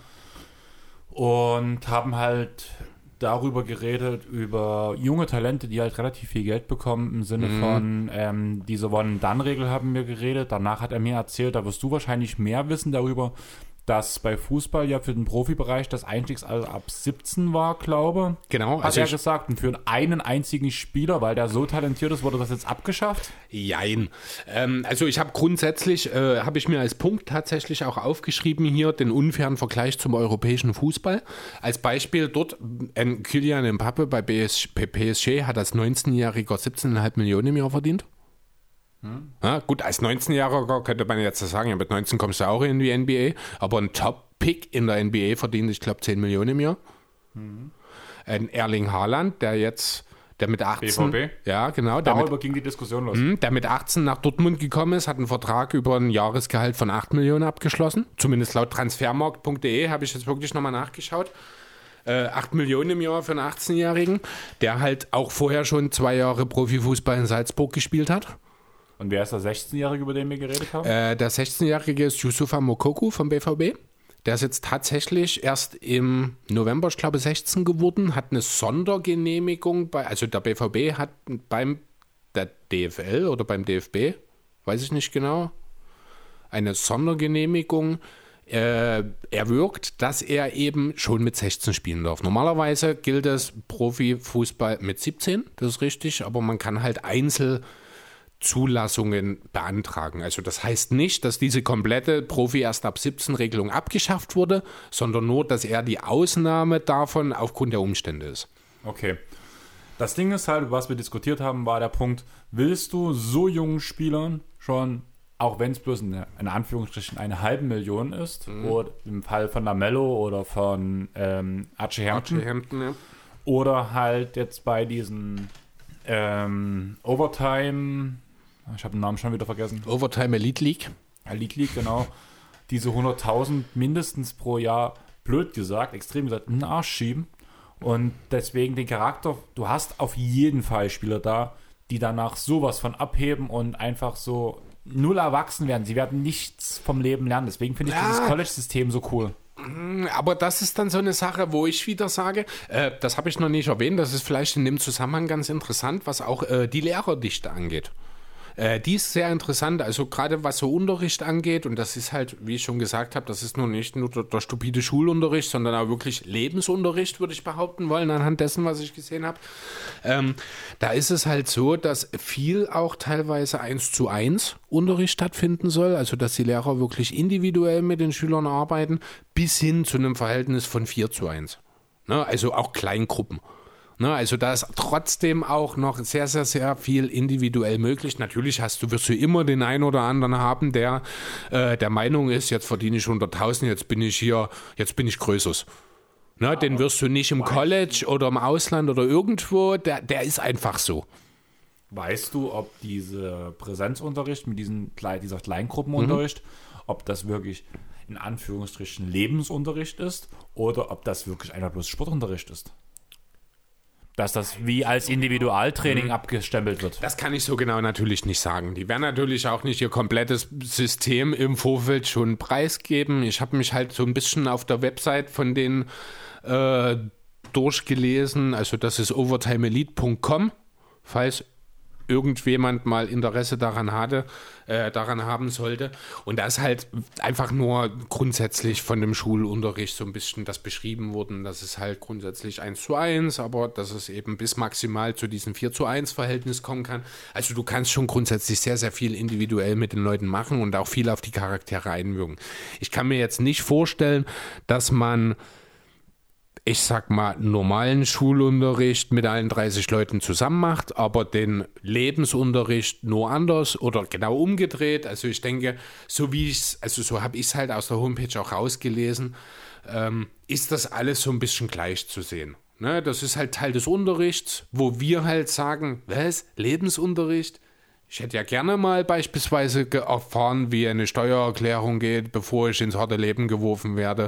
Und haben halt darüber geredet, über junge Talente, die halt relativ viel Geld bekommen, im Sinne von diese One-and-Done-Regel haben wir geredet. Danach hat er mir erzählt, da wirst du wahrscheinlich mehr wissen darüber, dass bei Fußball ja für den Profibereich das Einstiegsalter ab 17 war, glaube ich. Genau. Hat er gesagt. Und für einen einzigen Spieler, weil der so talentiert ist, wurde das jetzt abgeschafft? Jein. Also ich habe grundsätzlich, habe ich mir als Punkt tatsächlich auch aufgeschrieben hier, den unfairen Vergleich zum europäischen Fußball. Als Beispiel dort, Kylian Mbappé bei PSG hat als 19-Jähriger 17,5 Millionen im Jahr verdient. Ja, gut, als 19-Jähriger könnte man jetzt sagen, ja, mit 19 kommst du auch in die NBA, aber ein Top-Pick in der NBA verdient, ich glaube, 10 Millionen im Jahr. Ein Erling Haaland, der mit 18... BVB? Ja, genau. Darüber ging die Diskussion los. Der mit 18 nach Dortmund gekommen ist, hat einen Vertrag über ein Jahresgehalt von 8 Millionen abgeschlossen. Zumindest laut transfermarkt.de habe ich jetzt wirklich nochmal nachgeschaut. 8 Millionen im Jahr für einen 18-Jährigen, der halt auch vorher schon 2 Jahre Profifußball in Salzburg gespielt hat. Und wer ist der 16-Jährige, über den wir geredet haben? Der 16-Jährige ist Youssoufa Moukoko vom BVB. Der ist jetzt tatsächlich erst im November, ich glaube 16 geworden, hat eine Sondergenehmigung, also der BVB hat beim der DFL oder beim DFB, weiß ich nicht genau, eine Sondergenehmigung erwirkt, dass er eben schon mit 16 spielen darf. Normalerweise gilt es Profifußball mit 17, das ist richtig, aber man kann halt Einzelzulassungen beantragen. Also das heißt nicht, dass diese komplette Profi erst ab 17 Regelung abgeschafft wurde, sondern nur, dass er die Ausnahme davon aufgrund der Umstände ist. Okay. Das Ding ist halt, was wir diskutiert haben, war der Punkt, willst du so jungen Spielern schon, auch wenn es bloß in Anführungsstrichen 500.000 ist, oder im Fall von Lamello oder von Archie Hampton, ja. Oder halt jetzt bei diesen Overtime, ich habe den Namen schon wieder vergessen. Overtime Elite League. Elite League, genau. Diese 100.000 mindestens pro Jahr, blöd gesagt, extrem gesagt, in den Arsch schieben. Und deswegen den Charakter, du hast auf jeden Fall Spieler da, die danach sowas von abheben und einfach so null erwachsen werden. Sie werden nichts vom Leben lernen. Deswegen finde ich dieses College-System so cool. Aber das ist dann so eine Sache, wo ich wieder sage, das habe ich noch nicht erwähnt, das ist vielleicht in dem Zusammenhang ganz interessant, was auch die Lehrerdichte angeht. Die ist sehr interessant, also gerade was so Unterricht angeht, und das ist halt, wie ich schon gesagt habe, das ist nur nicht nur der stupide Schulunterricht, sondern auch wirklich Lebensunterricht, würde ich behaupten wollen, anhand dessen, was ich gesehen habe. Da ist es halt so, dass viel auch teilweise 1:1 Unterricht stattfinden soll, also dass die Lehrer wirklich individuell mit den Schülern arbeiten, bis hin zu einem Verhältnis von 4:1. Ne? Also auch Kleingruppen. Ne, also da ist trotzdem auch noch sehr, sehr, sehr viel individuell möglich. Natürlich wirst du immer den einen oder anderen haben, der der Meinung ist, jetzt verdiene ich 100.000, jetzt bin ich Größeres. Ne, den wirst du nicht im College oder im Ausland oder irgendwo, der ist einfach so. Weißt du, ob dieser Präsenzunterricht mit dieser Kleingruppenunterricht, ob das wirklich in Anführungsstrichen Lebensunterricht ist oder ob das wirklich einfach bloß Sportunterricht ist? Dass das wie als Individualtraining abgestempelt wird. Das kann ich so genau natürlich nicht sagen. Die werden natürlich auch nicht ihr komplettes System im Vorfeld schon preisgeben. Ich habe mich halt so ein bisschen auf der Website von denen durchgelesen. Also das ist overtimeelite.com, falls irgendjemand mal Interesse daran haben sollte. Und da ist halt einfach nur grundsätzlich von dem Schulunterricht so ein bisschen das beschrieben worden, dass es halt grundsätzlich 1:1, aber dass es eben bis maximal zu diesem 4:1 Verhältnis kommen kann. Also du kannst schon grundsätzlich sehr, sehr viel individuell mit den Leuten machen und auch viel auf die Charaktere einwirken. Ich kann mir jetzt nicht vorstellen, dass man, ich sag mal, normalen Schulunterricht mit allen 30 Leuten zusammen macht, aber den Lebensunterricht nur anders oder genau umgedreht. Also ich denke, so habe ich es halt aus der Homepage auch rausgelesen, ist das alles so ein bisschen gleich zu sehen. Ne, das ist halt Teil des Unterrichts, wo wir halt sagen, was, Lebensunterricht? Ich hätte ja gerne mal beispielsweise erfahren, wie eine Steuererklärung geht, bevor ich ins harte Leben geworfen werde.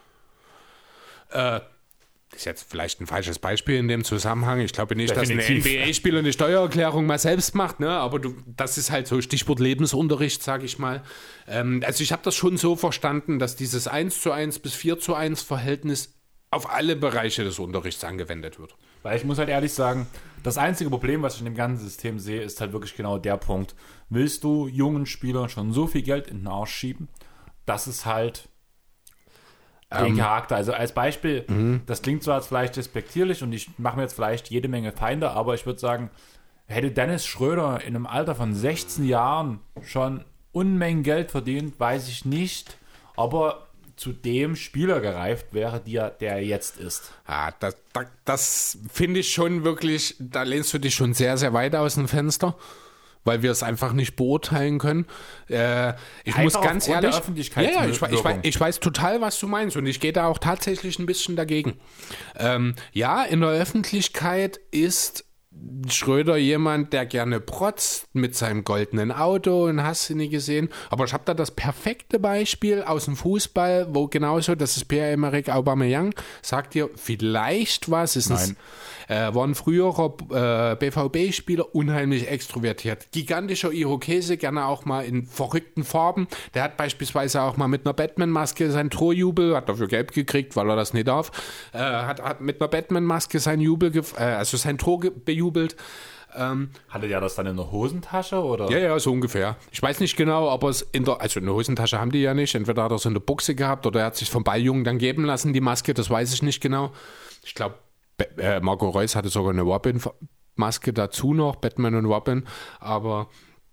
Das ist jetzt vielleicht ein falsches Beispiel in dem Zusammenhang. Ich glaube nicht, Definitiv. Dass ein NBA-Spieler eine Steuererklärung mal selbst macht, ne? Aber das ist halt so Stichwort Lebensunterricht, sage ich mal. Also ich habe das schon so verstanden, dass dieses 1:1 bis 4:1 Verhältnis auf alle Bereiche des Unterrichts angewendet wird. Weil ich muss halt ehrlich sagen, das einzige Problem, was ich in dem ganzen System sehe, ist halt wirklich genau der Punkt. Willst du jungen Spielern schon so viel Geld in den Arsch schieben, dass es halt den Charakter, also als Beispiel, das klingt zwar jetzt vielleicht despektierlich und ich mache mir jetzt vielleicht jede Menge Feinde, aber ich würde sagen, hätte Dennis Schröder in einem Alter von 16 Jahren schon Unmengen Geld verdient, weiß ich nicht, ob er zu dem Spieler gereift wäre, der er jetzt ist. Ja, das finde ich schon wirklich, da lehnst du dich schon sehr, sehr weit aus dem Fenster, weil wir es einfach nicht beurteilen können. Ich muss ganz ehrlich, der Öffentlichkeitswirkung. ich weiß total, was du meinst und ich gehe da auch tatsächlich ein bisschen dagegen. Ja, in der Öffentlichkeit ist Schröder jemand, der gerne protzt mit seinem goldenen Auto und hast du nie gesehen. Aber ich habe da das perfekte Beispiel aus dem Fußball, wo genauso, das ist Pierre-Emerick Aubameyang, sagt dir vielleicht was, war ein früherer BVB-Spieler, unheimlich extrovertiert. Gigantischer Irokese, gerne auch mal in verrückten Farben. Der hat beispielsweise auch mal mit einer Batman-Maske sein Torjubel, hat dafür Gelb gekriegt, weil er das nicht darf, hat mit einer Batman-Maske sein Tor bejubelt. Hatte der das dann in der Hosentasche, oder? Ja, so ungefähr. Ich weiß nicht genau, ob er es in der Hosentasche haben die ja nicht. Entweder hat er es in der Buchse gehabt oder er hat sich vom Balljungen dann geben lassen, die Maske, das weiß ich nicht genau. Ich glaube, Marco Reus hatte sogar eine Robin-Maske dazu noch, Batman und Robin, aber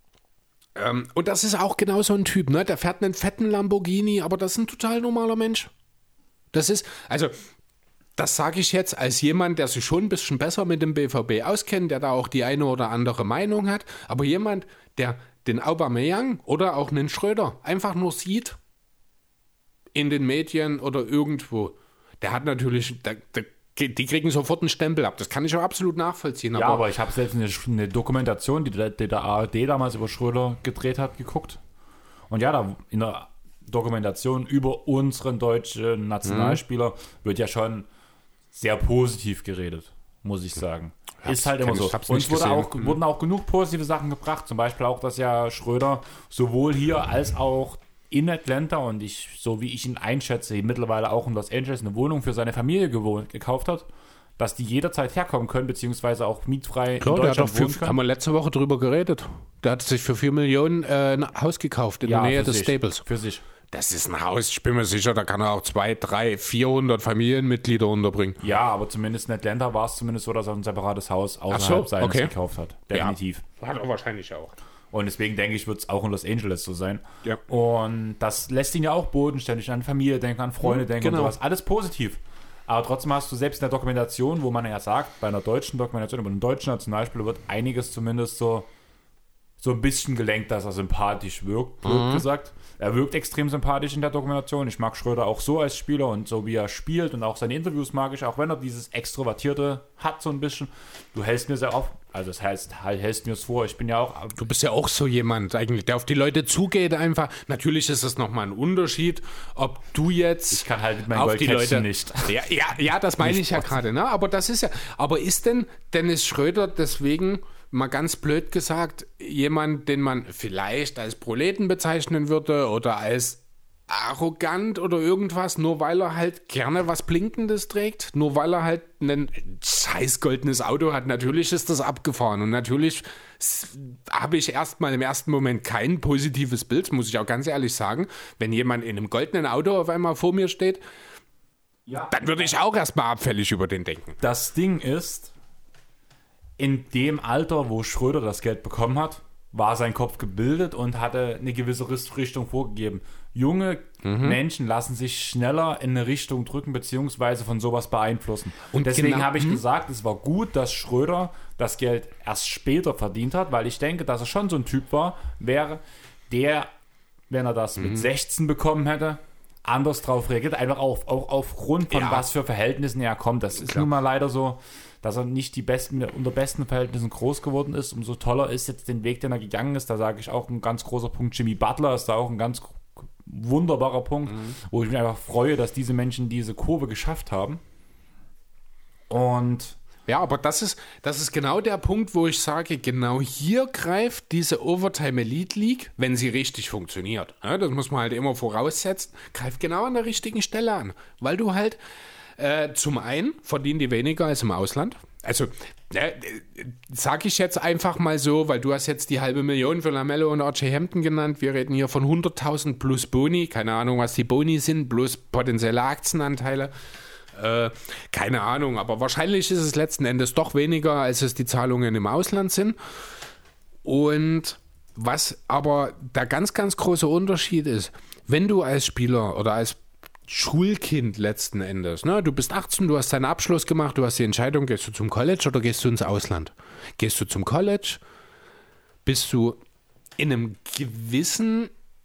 und das ist auch genau so ein Typ, ne? Der fährt einen fetten Lamborghini, aber das ist ein total normaler Mensch. Das sage ich jetzt als jemand, der sich schon ein bisschen besser mit dem BVB auskennt, der da auch die eine oder andere Meinung hat, aber jemand, der den Aubameyang oder auch einen Schröder einfach nur sieht in den Medien oder irgendwo, der hat natürlich, die kriegen sofort einen Stempel ab. Das kann ich auch absolut nachvollziehen. Ja, aber ich habe selbst eine Dokumentation, die der ARD damals über Schröder gedreht hat, geguckt. Und ja, da in der Dokumentation über unseren deutschen Nationalspieler wird ja schon sehr positiv geredet, muss ich sagen. Ist halt immer so. Und wurden auch genug positive Sachen gebracht. Zum Beispiel auch, dass ja Schröder sowohl hier als auch in Atlanta und so wie ich ihn einschätze, mittlerweile auch in Los Angeles eine Wohnung für seine Familie gekauft hat, dass die jederzeit herkommen können, beziehungsweise auch mietfrei in Deutschland wohnen können. Haben wir letzte Woche drüber geredet. Der hat sich für 4 Millionen ein Haus gekauft in der Nähe des Stables. Für sich. Das ist ein Haus, ich bin mir sicher, da kann er auch 200, 300, 400 Familienmitglieder unterbringen. Ja, aber zumindest in Atlanta war es zumindest so, dass er ein separates Haus außerhalb seines gekauft hat. Definitiv. Ja, hat er wahrscheinlich auch. Und deswegen denke ich, wird es auch in Los Angeles so sein. Ja. Und das lässt ihn ja auch bodenständig an Familie denken, an Freunde denken und sowas. Alles positiv. Aber trotzdem hast du selbst in der Dokumentation, wo man ja sagt, bei einer deutschen Dokumentation über einen deutschen Nationalspieler wird einiges zumindest so ein bisschen gelenkt, dass er sympathisch wirkt, blöd gesagt. Er wirkt extrem sympathisch in der Dokumentation. Ich mag Schröder auch so als Spieler und so wie er spielt und auch seine Interviews mag ich, auch wenn er dieses Extrovertierte hat so ein bisschen. Du hältst mir sehr auf, also das heißt, hältst mir es vor, ich bin ja auch... Du bist ja auch so jemand eigentlich, der auf die Leute zugeht einfach. Natürlich ist es nochmal ein Unterschied, ob du jetzt... Ich kann halt mit meinen Goldkettchen nicht. Ja, das meine ich ja gerade, ne? Aber das ist ja... Aber ist denn Dennis Schröder deswegen... Mal ganz blöd gesagt, jemand, den man vielleicht als Proleten bezeichnen würde oder als arrogant oder irgendwas, nur weil er halt gerne was Blinkendes trägt, nur weil er halt ein scheiß goldenes Auto hat. Natürlich ist das abgefahren und natürlich habe ich erstmal im ersten Moment kein positives Bild, muss ich auch ganz ehrlich sagen. Wenn jemand in einem goldenen Auto auf einmal vor mir steht, dann würde ich auch erstmal abfällig über den denken. Das Ding ist... In dem Alter, wo Schröder das Geld bekommen hat, war sein Kopf gebildet und hatte eine gewisse Richtung vorgegeben. Junge Menschen lassen sich schneller in eine Richtung drücken, beziehungsweise von sowas beeinflussen. Und deswegen habe ich gesagt, es war gut, dass Schröder das Geld erst später verdient hat, weil ich denke, dass er schon so ein Typ wäre, der, wenn er das mit 16 bekommen hätte, anders drauf reagiert, einfach auch aufgrund von was für Verhältnissen er kommt. Das ist nun mal leider so, dass er nicht unter besten Verhältnissen groß geworden ist. Umso toller ist jetzt den Weg, den er gegangen ist. Da sage ich auch ein ganz großer Punkt. Jimmy Butler ist da auch ein ganz wunderbarer Punkt, wo ich mich einfach freue, dass diese Menschen diese Kurve geschafft haben. Und ja, aber das ist genau der Punkt, wo ich sage, genau hier greift diese Overtime Elite League, wenn sie richtig funktioniert. Ja, das muss man halt immer voraussetzen, greift genau an der richtigen Stelle an. Weil du halt zum einen verdienen die weniger als im Ausland. Also, sage ich jetzt einfach mal so, weil du hast jetzt die 500.000 für Lamello und RJ Hampton genannt. Wir reden hier von 100.000 plus Boni. Keine Ahnung, was die Boni sind, plus potenzielle Aktienanteile. Keine Ahnung, aber wahrscheinlich ist es letzten Endes doch weniger, als es die Zahlungen im Ausland sind. Und was aber der ganz, ganz große Unterschied ist, wenn du als Spieler oder als Schulkind letzten Endes, ne? Du bist 18, du hast deinen Abschluss gemacht, du hast die Entscheidung, gehst du zum College oder gehst du ins Ausland? Gehst du zum College, bist du in einem gewissen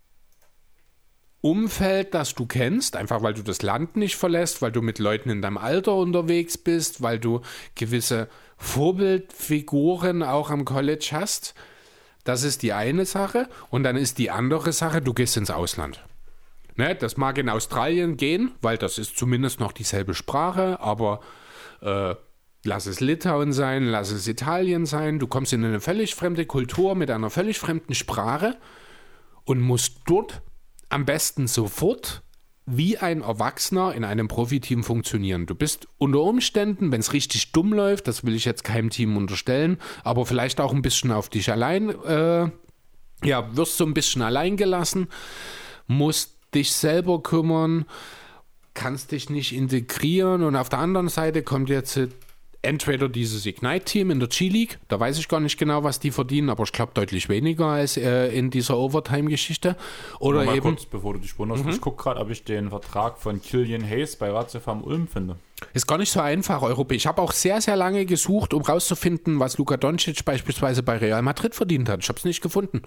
Umfeld, das du kennst, einfach weil du das Land nicht verlässt, weil du mit Leuten in deinem Alter unterwegs bist, weil du gewisse Vorbildfiguren auch am College hast. Das ist die eine Sache. Und dann ist die andere Sache, du gehst ins Ausland. Ne, das mag in Australien gehen, weil das ist zumindest noch dieselbe Sprache, aber lass es Litauen sein, lass es Italien sein. Du kommst in eine völlig fremde Kultur mit einer völlig fremden Sprache und musst dort am besten sofort wie ein Erwachsener in einem Profiteam funktionieren. Du bist unter Umständen, wenn es richtig dumm läuft, das will ich jetzt keinem Team unterstellen, aber vielleicht auch ein bisschen auf dich allein, wirst du ein bisschen allein gelassen, musst dich selber kümmern, kannst dich nicht integrieren und auf der anderen Seite kommt jetzt entweder dieses Ignite-Team in der G-League, da weiß ich gar nicht genau, was die verdienen, aber ich glaube deutlich weniger als in dieser Overtime-Geschichte. Oder mal eben, kurz, bevor du dich wunderst, ich gucke gerade, ob ich den Vertrag von Killian Hayes bei Lazio Farm Ulm finde. ist gar nicht so einfach, europäisch. Ich habe auch sehr, sehr lange gesucht, um rauszufinden, was Luka Doncic beispielsweise bei Real Madrid verdient hat. Ich habe es nicht gefunden.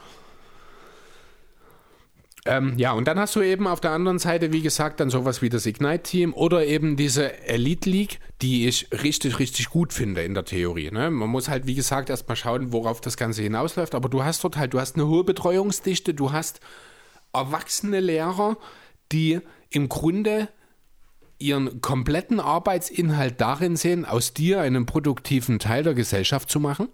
Und dann hast du eben auf der anderen Seite, wie gesagt, dann sowas wie das Ignite-Team oder eben diese Elite League, die ich richtig, richtig gut finde in der Theorie. Ne? Man muss halt, wie gesagt, erstmal schauen, worauf das Ganze hinausläuft, aber du hast dort halt, du hast eine hohe Betreuungsdichte, du hast erwachsene Lehrer, die im Grunde ihren kompletten Arbeitsinhalt darin sehen, aus dir einen produktiven Teil der Gesellschaft zu machen.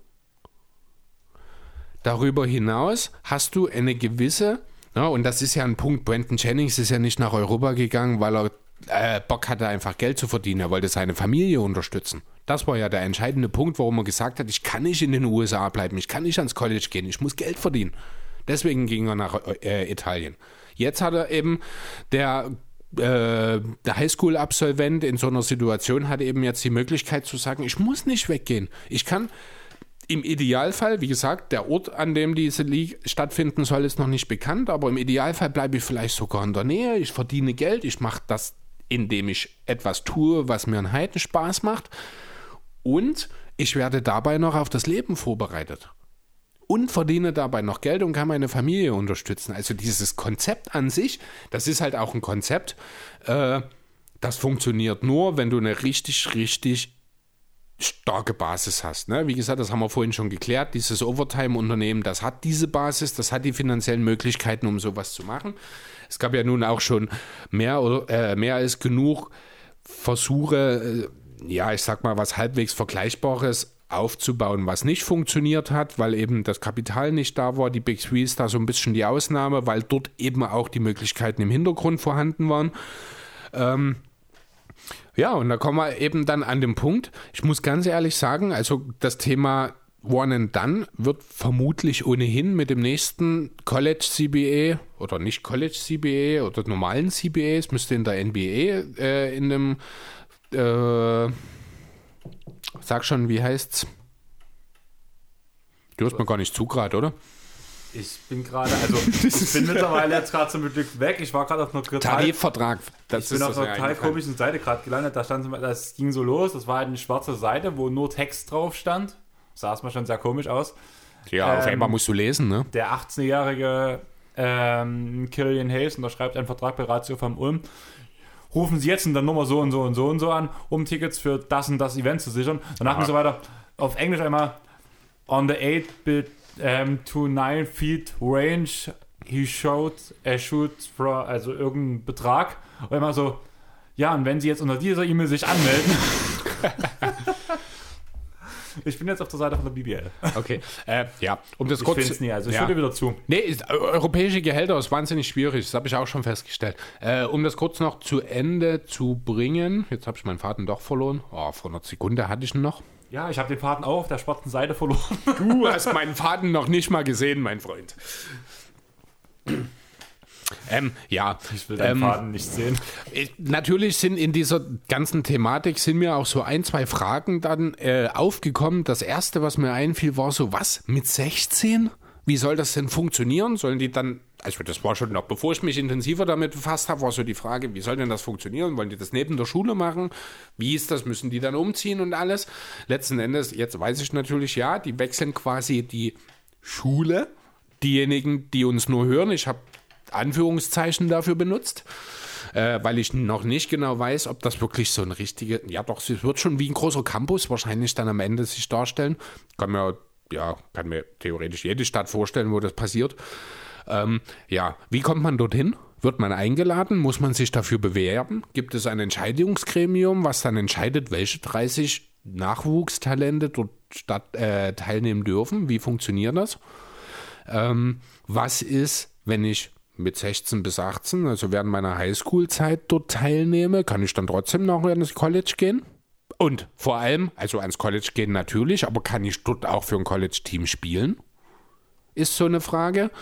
Darüber hinaus hast du eine gewisse. Ja, und das ist ja ein Punkt, Brandon Jennings ist ja nicht nach Europa gegangen, weil er Bock hatte, einfach Geld zu verdienen. Er wollte seine Familie unterstützen. Das war ja der entscheidende Punkt, warum er gesagt hat, ich kann nicht in den USA bleiben, ich kann nicht ans College gehen, ich muss Geld verdienen. Deswegen ging er nach Italien. Jetzt hat er eben, der Highschool-Absolvent in so einer Situation hat eben jetzt die Möglichkeit zu sagen, ich muss nicht weggehen. Ich kann im Idealfall, wie gesagt, der Ort, an dem diese League stattfinden soll, ist noch nicht bekannt, aber im Idealfall bleibe ich vielleicht sogar in der Nähe, ich verdiene Geld, ich mache das, indem ich etwas tue, was mir einen Heidenspaß macht und ich werde dabei noch auf das Leben vorbereitet und verdiene dabei noch Geld und kann meine Familie unterstützen. Also dieses Konzept an sich, das ist halt auch ein Konzept, das funktioniert nur, wenn du eine richtig, richtig starke Basis hast. Ne? Wie gesagt, das haben wir vorhin schon geklärt. Dieses Overtime-Unternehmen, das hat diese Basis, das hat die finanziellen Möglichkeiten, um sowas zu machen. Es gab ja nun auch schon mehr als genug Versuche, ich sag mal, was halbwegs Vergleichbares aufzubauen, was nicht funktioniert hat, weil eben das Kapital nicht da war. Die Big Three ist da so ein bisschen die Ausnahme, weil dort eben auch die Möglichkeiten im Hintergrund vorhanden waren. Und da kommen wir eben dann an den Punkt, ich muss ganz ehrlich sagen, also das Thema One and Done wird vermutlich ohnehin mit dem nächsten College CBA oder nicht College CBA oder normalen CBA, es müsste in der NBA in dem, sag schon, wie heißt's? Du hörst mir gar nicht zu gerade, oder? Ich bin gerade, ich bin mittlerweile jetzt gerade zum Glück weg. Ich war gerade auf einer Tarifvertrag. Ich bin auf einer total komischen Seite gerade gelandet. Das ging so los. Das war halt eine schwarze Seite, wo nur Text drauf stand. Sah es mal schon sehr komisch aus. Ja, auf einmal musst du lesen, ne? Der 18-jährige Killian Hayes unterschreibt einen Vertrag bei Lazio Farm Ulm. Rufen Sie jetzt in der Nummer so und so und so und so an, um Tickets für das und das Event zu sichern. Danach und so weiter. Auf Englisch einmal on the 8-bit to 9 feet range, he shoots for, also irgendein Betrag. Und immer so, ja, und wenn Sie jetzt unter dieser E-Mail sich anmelden. Ich bin jetzt auf der Seite von der BBL. Okay, um das ich kurz... Ich finde es nie, also ich würde wieder zu. Nee, europäische Gehälter ist wahnsinnig schwierig, das habe ich auch schon festgestellt. Um das kurz noch zu Ende zu bringen, jetzt habe ich meinen Faden doch verloren. Vor einer Sekunde hatte ich ihn noch. Ja, ich habe den Faden auch auf der schwarzen Seite verloren. Du hast meinen Faden noch nicht mal gesehen, mein Freund. Ich will deinen Faden nicht sehen. Natürlich sind in dieser ganzen Thematik mir auch so 1, 2 Fragen dann aufgekommen. Das erste, was mir einfiel, war so, was, mit 16? Wie soll das denn funktionieren? Sollen die dann, also das war schon noch, bevor ich mich intensiver damit befasst habe, war so die Frage, wie soll denn das funktionieren? Wollen die das neben der Schule machen? Wie ist das? Müssen die dann umziehen und alles? Letzten Endes, jetzt weiß ich natürlich, ja, die wechseln quasi die Schule. Diejenigen, die uns nur hören, ich habe Anführungszeichen dafür benutzt, weil ich noch nicht genau weiß, ob das wirklich so ein richtiger, ja doch, es wird schon wie ein großer Campus wahrscheinlich dann am Ende sich darstellen. Kann mir theoretisch jede Stadt vorstellen, wo das passiert. Wie kommt man dorthin? Wird man eingeladen? Muss man sich dafür bewerben? Gibt es ein Entscheidungsgremium, was dann entscheidet, welche 30 Nachwuchstalente dort teilnehmen dürfen? Wie funktioniert das? Was ist, wenn ich mit 16 bis 18, also während meiner Highschool-Zeit dort teilnehme, kann ich dann trotzdem noch ans College gehen? Und vor allem, also ans College gehen natürlich, aber kann ich dort auch für ein College-Team spielen? Ist so eine Frage.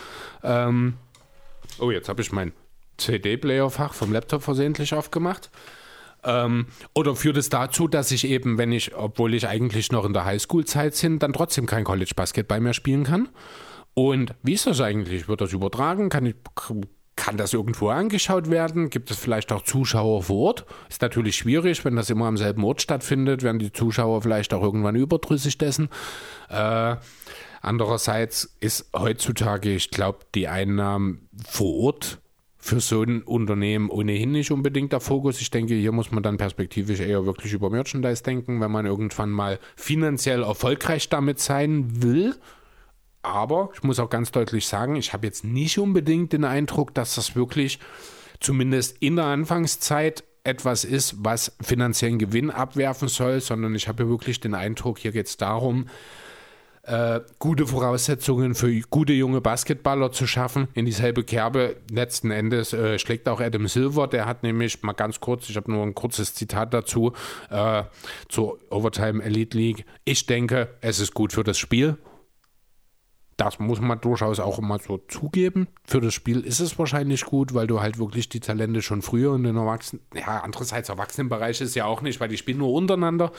Jetzt habe ich mein CD-Player-Fach vom Laptop versehentlich aufgemacht. Oder führt es dazu, dass ich eben, obwohl ich eigentlich noch in der Highschool-Zeit bin, dann trotzdem kein College-Basketball mehr spielen kann? Und wie ist das eigentlich? Wird das übertragen? Kann das irgendwo angeschaut werden? Gibt es vielleicht auch Zuschauer vor Ort? Ist natürlich schwierig, wenn das immer am selben Ort stattfindet, werden die Zuschauer vielleicht auch irgendwann überdrüssig dessen. Andererseits ist heutzutage, ich glaube, die Einnahmen vor Ort für so ein Unternehmen ohnehin nicht unbedingt der Fokus. Ich denke, hier muss man dann perspektivisch eher wirklich über Merchandise denken, wenn man irgendwann mal finanziell erfolgreich damit sein will. Aber ich muss auch ganz deutlich sagen, ich habe jetzt nicht unbedingt den Eindruck, dass das wirklich zumindest in der Anfangszeit etwas ist, was finanziellen Gewinn abwerfen soll, sondern ich habe wirklich den Eindruck, hier geht es darum, gute Voraussetzungen für gute junge Basketballer zu schaffen. In dieselbe Kerbe letzten Endes schlägt auch Adam Silver, der hat nämlich mal ganz kurz, ich habe nur ein kurzes Zitat dazu, zur Overtime Elite League. Ich denke, es ist gut für das Spiel. Das muss man durchaus auch immer so zugeben. Für das Spiel ist es wahrscheinlich gut, weil du halt wirklich die Talente schon früher in den andererseits Erwachsenenbereich ist ja auch nicht, weil die spielen nur untereinander.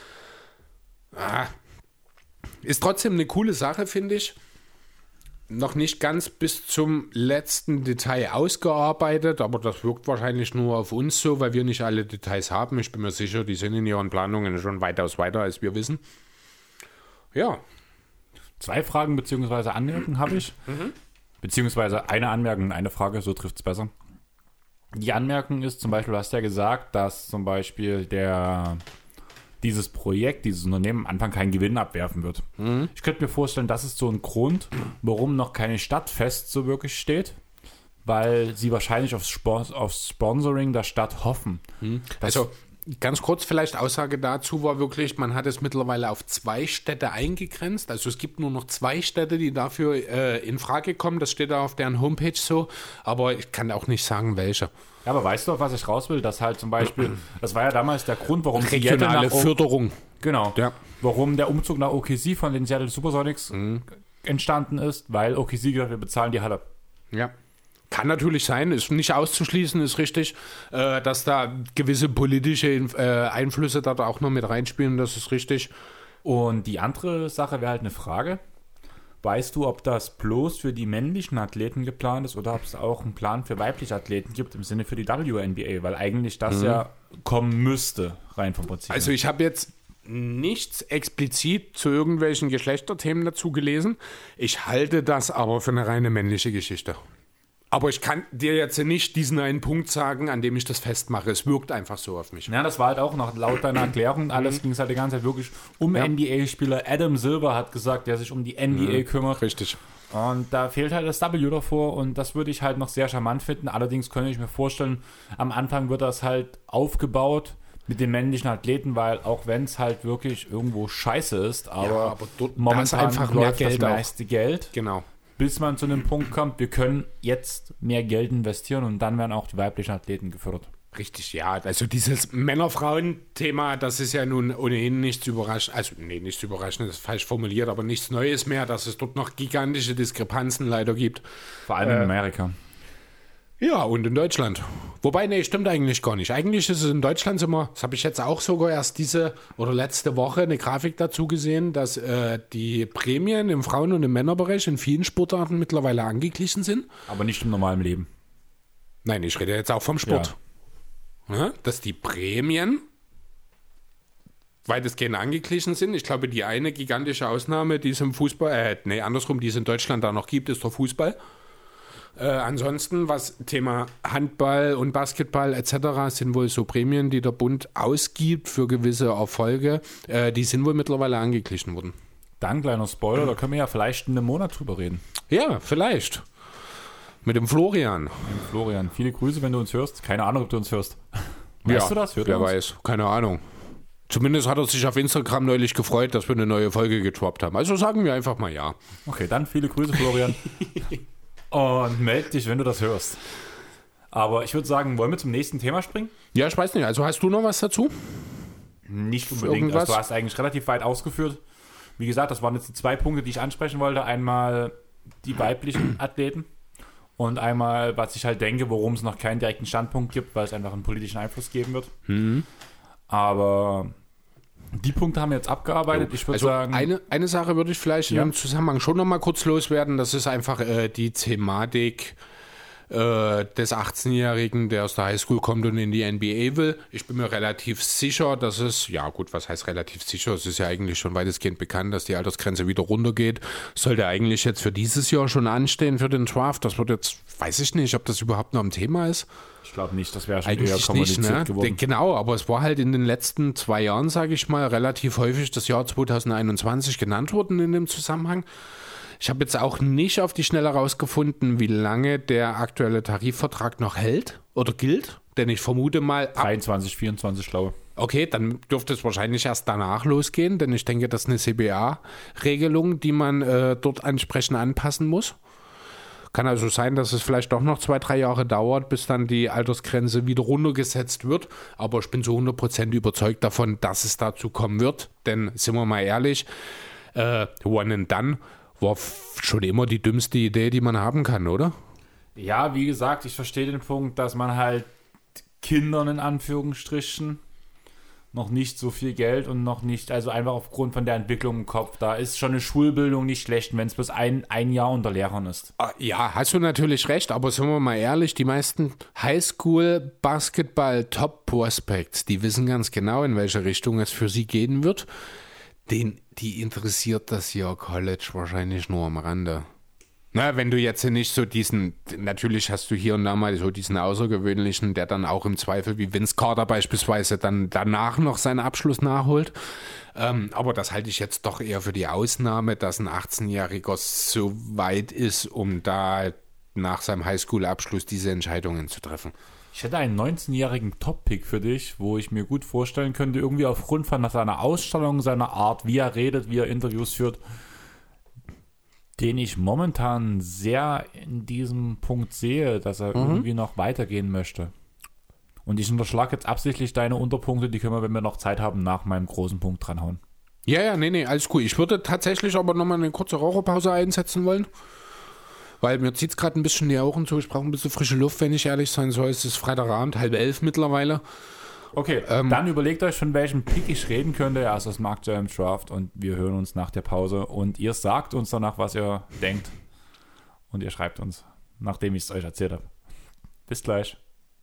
Ist trotzdem eine coole Sache, finde ich. Noch nicht ganz bis zum letzten Detail ausgearbeitet, aber das wirkt wahrscheinlich nur auf uns so, weil wir nicht alle Details haben. Ich bin mir sicher, die sind in ihren Planungen schon weitaus weiter, als wir wissen. Ja. 2 Fragen bzw. Anmerkungen habe ich. Beziehungsweise eine Anmerkung und eine Frage, so trifft es besser. Die Anmerkung ist zum Beispiel, du hast ja gesagt, dass zum Beispiel dieses Projekt, dieses Unternehmen am Anfang keinen Gewinn abwerfen wird. Ich könnte mir vorstellen, das ist so ein Grund, warum noch keine Stadtfest so wirklich steht, weil sie wahrscheinlich auf Sponsoring der Stadt hoffen. Also ganz kurz vielleicht Aussage dazu war wirklich, man hat es mittlerweile auf 2 Städte eingegrenzt. Also es gibt nur noch 2 Städte, die dafür in Frage kommen. Das steht da auf deren Homepage so, aber ich kann auch nicht sagen, welche. Ja, aber weißt du, auf was ich raus will? Dass halt zum Beispiel, das war ja damals der Grund, warum regionale Förderung. Genau. Ja. Warum der Umzug nach OKC von den Seattle Supersonics entstanden ist, weil OKC gesagt, wir bezahlen die Halle. Ja. Kann natürlich sein, ist nicht auszuschließen, ist richtig, dass da gewisse politische Einflüsse da auch noch mit reinspielen, das ist richtig. Und die andere Sache wäre halt eine Frage. Weißt du, ob das bloß für die männlichen Athleten geplant ist oder ob es auch einen Plan für weibliche Athleten gibt im Sinne für die WNBA? Weil eigentlich das ja kommen müsste, rein vom Prinzip. Also ich habe jetzt nichts explizit zu irgendwelchen Geschlechterthemen dazu gelesen. Ich halte das aber für eine reine männliche Geschichte. Aber ich kann dir jetzt nicht diesen einen Punkt sagen, an dem ich das festmache. Es wirkt einfach so auf mich. Ja, das war halt auch noch laut deiner Erklärung. Alles ging es halt die ganze Zeit wirklich um NBA-Spieler. Adam Silver hat gesagt, der sich um die NBA kümmert. Richtig. Und da fehlt halt das W davor und das würde ich halt noch sehr charmant finden. Allerdings könnte ich mir vorstellen, am Anfang wird das halt aufgebaut mit den männlichen Athleten, weil auch wenn es halt wirklich irgendwo scheiße ist, aber momentan einfach mehr läuft Geld das meiste Geld. Genau. Bis man zu einem Punkt kommt, wir können jetzt mehr Geld investieren und dann werden auch die weiblichen Athleten gefördert. Richtig, ja. Also dieses Männer-Frauen-Thema, das ist ja nun ohnehin nichts überraschend. Also, nichts überraschend, das ist falsch formuliert, aber nichts Neues mehr, dass es dort noch gigantische Diskrepanzen leider gibt. Vor allem in Amerika. Ja, und in Deutschland. Wobei, stimmt eigentlich gar nicht. Eigentlich ist es in Deutschland immer, das habe ich jetzt auch sogar erst diese oder letzte Woche eine Grafik dazu gesehen, dass die Prämien im Frauen- und im Männerbereich in vielen Sportarten mittlerweile angeglichen sind. Aber nicht im normalen Leben. Nein, ich rede jetzt auch vom Sport. Ja, dass die Prämien weitestgehend angeglichen sind. Ich glaube, die eine gigantische Ausnahme, die es im Fußball, die es in Deutschland da noch gibt, ist der Fußball. Ansonsten, was Thema Handball und Basketball etc. sind wohl so Prämien, die der Bund ausgibt für gewisse Erfolge, die sind wohl mittlerweile angeglichen worden. Dann, kleiner Spoiler, da können wir ja vielleicht in einem Monat drüber reden. Ja, vielleicht. Mit dem Florian. Florian, viele Grüße, wenn du uns hörst. Keine Ahnung, ob du uns hörst. Weißt du das? Hört wer weiß, keine Ahnung. Zumindest hat er sich auf Instagram neulich gefreut, dass wir eine neue Folge getroppt haben. Also sagen wir einfach mal ja. Okay, dann viele Grüße, Florian. Und meld dich, wenn du das hörst. Aber ich würde sagen, wollen wir zum nächsten Thema springen? Ja, ich weiß nicht. Also hast du noch was dazu? Nicht unbedingt. Also du hast eigentlich relativ weit ausgeführt. Wie gesagt, das waren jetzt die 2 Punkte, die ich ansprechen wollte. Einmal die weiblichen Athleten und einmal, was ich halt denke, worum es noch keinen direkten Standpunkt gibt, weil es einfach einen politischen Einfluss geben wird. Aber die Punkte haben wir jetzt abgearbeitet. Ich würde sagen... Eine Sache würde ich vielleicht in dem Zusammenhang schon noch mal kurz loswerden. Das ist einfach die Thematik des 18-Jährigen, der aus der Highschool kommt und in die NBA will. Ich bin mir relativ sicher, dass es, ja gut, was heißt relativ sicher? Es ist ja eigentlich schon weitestgehend bekannt, dass die Altersgrenze wieder runtergeht. Sollte eigentlich jetzt für dieses Jahr schon anstehen für den Draft. Das wird jetzt, weiß ich nicht, ob das überhaupt noch ein Thema ist. Ich glaube nicht, das wäre schon eigentlich eher kommuniziert nicht, geworden. Genau, aber es war halt in den letzten 2 Jahren, sage ich mal, relativ häufig das Jahr 2021 genannt worden in dem Zusammenhang. Ich habe jetzt auch nicht auf die Schnelle rausgefunden, wie lange der aktuelle Tarifvertrag noch hält oder gilt, denn ich vermute mal... 23, 24, glaube ich. Okay, dann dürfte es wahrscheinlich erst danach losgehen, denn ich denke, das ist eine CBA-Regelung, die man dort entsprechend anpassen muss. Kann also sein, dass es vielleicht doch noch 2-3 Jahre dauert, bis dann die Altersgrenze wieder runtergesetzt wird. Aber ich bin zu 100% überzeugt davon, dass es dazu kommen wird. Denn, sind wir mal ehrlich, One and Done war schon immer die dümmste Idee, die man haben kann, oder? Ja, wie gesagt, ich verstehe den Punkt, dass man halt Kindern in Anführungsstrichen noch nicht so viel Geld und noch nicht, also einfach aufgrund von der Entwicklung im Kopf, da ist schon eine Schulbildung nicht schlecht, wenn es bloß ein Jahr unter Lehrern ist. Ja, hast du natürlich recht, aber sind wir mal ehrlich, die meisten Highschool-Basketball-Top-Prospects, die wissen ganz genau, in welche Richtung es für sie gehen wird. Die interessiert das Jahr College wahrscheinlich nur am Rande. Na, wenn du jetzt nicht so natürlich hast du hier und da mal so diesen Außergewöhnlichen, der dann auch im Zweifel wie Vince Carter beispielsweise dann danach noch seinen Abschluss nachholt. Aber das halte ich jetzt doch eher für die Ausnahme, dass ein 18-Jähriger so weit ist, um da nach seinem Highschool-Abschluss diese Entscheidungen zu treffen. Ich hätte einen 19-jährigen Top-Pick für dich, wo ich mir gut vorstellen könnte, irgendwie aufgrund von seiner Ausstrahlung, seiner Art, wie er redet, wie er Interviews führt, den ich momentan sehr in diesem Punkt sehe, dass er irgendwie noch weitergehen möchte. Und ich unterschlage jetzt absichtlich deine Unterpunkte, die können wir, wenn wir noch Zeit haben, nach meinem großen Punkt dranhauen. Ja, nee, alles cool. Ich würde tatsächlich aber nochmal eine kurze Raucherpause einsetzen wollen. Weil mir zieht es gerade ein bisschen die Augen zu. Ich brauche ein bisschen frische Luft, wenn ich ehrlich sein soll. Es ist Freitagabend, 10:30 mittlerweile. Okay, dann überlegt euch, von welchem Pick ich reden könnte. Er ist aus dem aktuellen Draft und wir hören uns nach der Pause. Und ihr sagt uns danach, was ihr denkt. Und ihr schreibt uns, nachdem ich es euch erzählt habe. Bis gleich.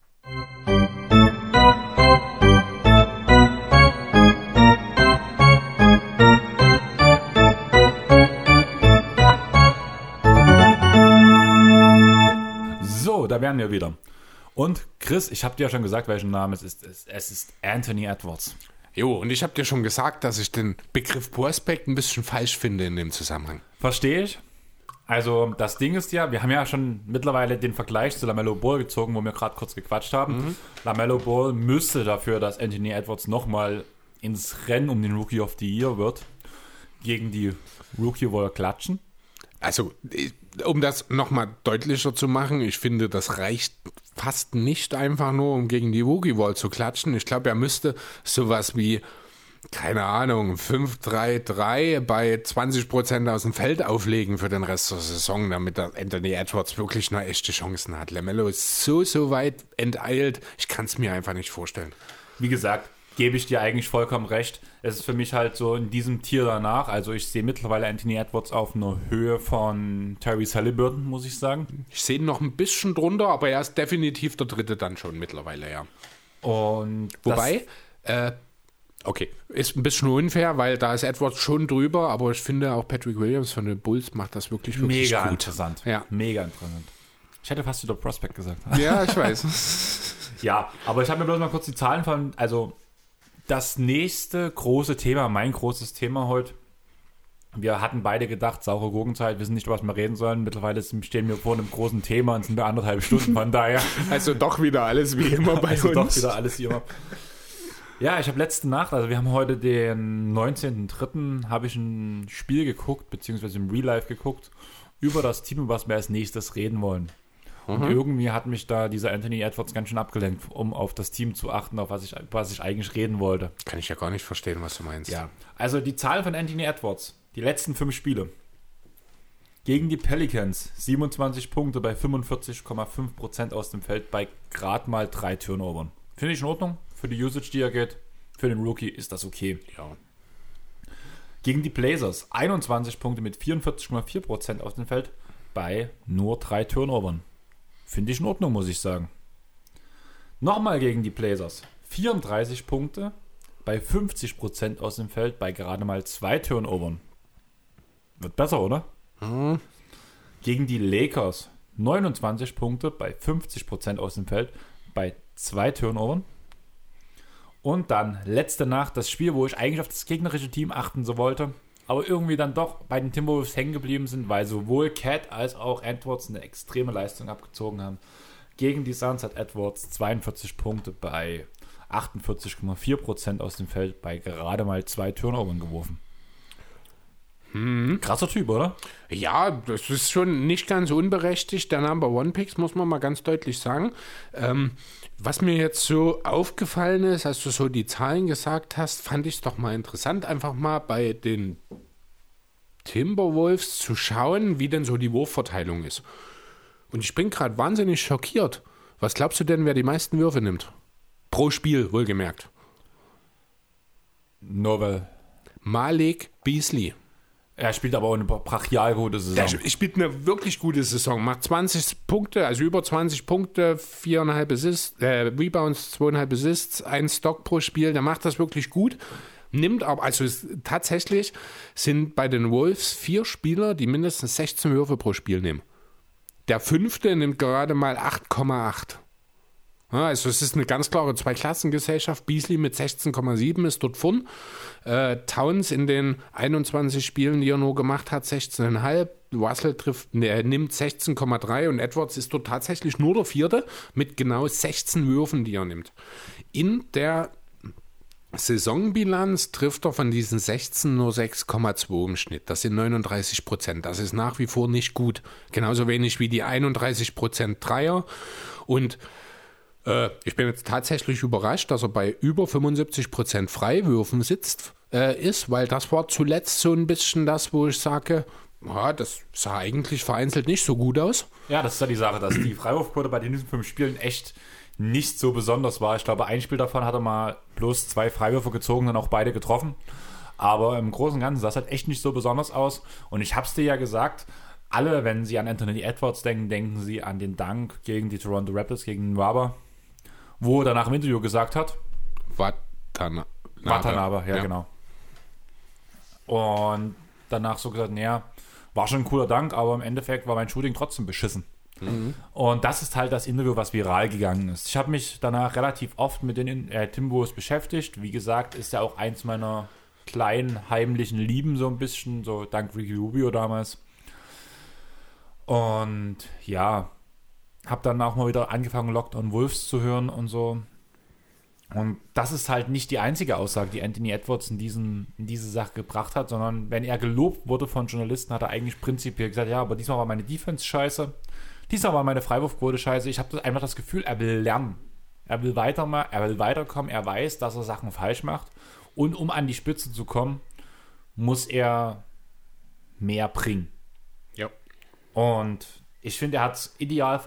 Da wären wir wieder. Und Chris, ich habe dir ja schon gesagt, welchen Namen es ist. Es ist Anthony Edwards. Jo, und ich habe dir schon gesagt, dass ich den Begriff Prospect ein bisschen falsch finde in dem Zusammenhang. Verstehe ich. Also das Ding ist ja, wir haben ja schon mittlerweile den Vergleich zu LaMelo Ball gezogen, wo wir gerade kurz gequatscht haben. LaMelo Ball müsste dafür, dass Anthony Edwards nochmal ins Rennen um den Rookie of the Year wird, gegen die Rookie Wall klatschen. Also, um das nochmal deutlicher zu machen, ich finde, das reicht fast nicht einfach nur, um gegen die Rookie-Wall zu klatschen. Ich glaube, er müsste sowas wie, keine Ahnung, 5-3-3 bei 20% aus dem Feld auflegen für den Rest der Saison, damit der Anthony Edwards wirklich noch echte Chancen hat. LaMelo ist so weit enteilt, ich kann es mir einfach nicht vorstellen. Wie gesagt, gebe ich dir eigentlich vollkommen recht. Es ist für mich halt so in diesem Tier danach. Also ich sehe mittlerweile Anthony Edwards auf einer Höhe von Tyrese Halliburton, muss ich sagen. Ich sehe ihn noch ein bisschen drunter, aber er ist definitiv der Dritte dann schon mittlerweile, ja. Und wobei, okay, ist ein bisschen unfair, weil da ist Edwards schon drüber, aber ich finde auch Patrick Williams von den Bulls macht das wirklich mega gut. Interessant. Ja. Mega interessant. Ich hätte fast wieder Prospect gesagt. Ja, ich weiß. Ja, aber ich habe mir bloß mal kurz die Zahlen von, also das nächste große Thema, mein großes Thema heute. Wir hatten beide gedacht, saure Gurkenzeit, wissen nicht, was wir reden sollen. Mittlerweile stehen wir vor einem großen Thema und sind wir 1,5 Stunden, von daher. Also doch wieder alles wie immer bei also uns. Doch wieder alles wie immer. Ja, ich habe letzte Nacht, also wir haben heute den 19.03., habe ich ein Spiel geguckt, beziehungsweise im Real Life geguckt, über das Team, über was wir als nächstes reden wollen. Und irgendwie hat mich da dieser Anthony Edwards ganz schön abgelenkt, um auf das Team zu achten, auf was ich eigentlich reden wollte. Kann ich ja gar nicht verstehen, was du meinst. Ja, also die Zahl von Anthony Edwards, die letzten 5 Spiele. Gegen die Pelicans 27 Punkte bei 45,5% aus dem Feld bei gerade mal 3 Turnovern. Finde ich in Ordnung. Für die Usage, die er geht, für den Rookie ist das okay. Ja. Gegen die Blazers 21 Punkte mit 44,4% aus dem Feld bei nur 3 Turnovern. Finde ich in Ordnung, muss ich sagen. Nochmal gegen die Blazers 34 Punkte bei 50% aus dem Feld bei gerade mal 2 Turnovern. Wird besser, oder? Gegen die Lakers 29 Punkte bei 50% aus dem Feld bei 2 Turnovern. Und dann letzte Nacht das Spiel, wo ich eigentlich auf das gegnerische Team achten so wollte, aber irgendwie dann doch bei den Timberwolves hängen geblieben sind, weil sowohl Cat als auch Edwards eine extreme Leistung abgezogen haben. Gegen die Suns hat Edwards 42 Punkte bei 48,4% aus dem Feld bei gerade mal 2 Turnovern geworfen. Krasser Typ, oder? Ja, das ist schon nicht ganz unberechtigt. Der Number One Picks, muss man mal ganz deutlich sagen. Was mir jetzt so aufgefallen ist, als du so die Zahlen gesagt hast, fand ich es doch mal interessant, einfach mal bei den Timberwolves zu schauen, wie denn so die Wurfverteilung ist. Und ich bin gerade wahnsinnig schockiert. Was glaubst du denn, wer die meisten Würfe nimmt? Pro Spiel, wohlgemerkt. Novel. Malik Beasley. Er spielt aber auch eine brachial gute Saison. Er spielt eine wirklich gute Saison. Macht 20 Punkte, also über 20 Punkte, 4,5 Assists, Rebounds, 2,5 Assists, 1 Stock pro Spiel. Der macht das wirklich gut. Nimmt aber, also tatsächlich sind bei den Wolves 4 Spieler, die mindestens 16 Würfe pro Spiel nehmen. Der 5. nimmt gerade mal 8,8. Ja, also es ist eine ganz klare Zweiklassengesellschaft. Beasley mit 16,7 ist dort vorn. Towns in den 21 Spielen, die er nur gemacht hat, 16,5. Russell nimmt 16,3 und Edwards ist dort tatsächlich nur der 4. mit genau 16 Würfen, die er nimmt. In der Saisonbilanz trifft er von diesen 16 nur 6,2 im Schnitt. Das sind 39%. Das ist nach wie vor nicht gut. Genauso wenig wie die 31% Dreier. Und ich bin jetzt tatsächlich überrascht, dass er bei über 75% Freiwürfen ist, weil das war zuletzt so ein bisschen das, wo ich sage, ja, das sah eigentlich vereinzelt nicht so gut aus. Ja, das ist ja die Sache, dass die Freiwurfquote bei diesen 5 Spielen echt nicht so besonders war. Ich glaube, ein Spiel davon hat er mal bloß 2 Freiwürfe gezogen und auch beide getroffen. Aber im Großen und Ganzen sah es halt echt nicht so besonders aus. Und ich habe es dir ja gesagt, alle, wenn sie an Anthony Edwards denken, denken sie an den Dank gegen die Toronto Raptors, gegen Nwaba, wo er danach im Interview gesagt hat, Watanabe, ja, genau. Und danach so gesagt, naja, war schon ein cooler Dank, aber im Endeffekt war mein Shooting trotzdem beschissen. Und das ist halt das Interview, was viral gegangen ist. Ich habe mich danach relativ oft mit den Timberwolves beschäftigt. Wie gesagt, ist ja auch eins meiner kleinen heimlichen Lieben so ein bisschen, so dank Ricky Rubio damals. Und ja, habe dann auch mal wieder angefangen, Locked on Wolves zu hören und so. Und das ist halt nicht die einzige Aussage, die Anthony Edwards in diese Sache gebracht hat, sondern wenn er gelobt wurde von Journalisten, hat er eigentlich prinzipiell gesagt, ja, aber diesmal war meine Defense scheiße, diesmal war meine Freiwurfquote scheiße. Ich habe einfach das Gefühl, er will lernen. Er will weiterkommen, er weiß, dass er Sachen falsch macht. Und um an die Spitze zu kommen, muss er mehr bringen. Ja. Und ich finde, er hat es ideal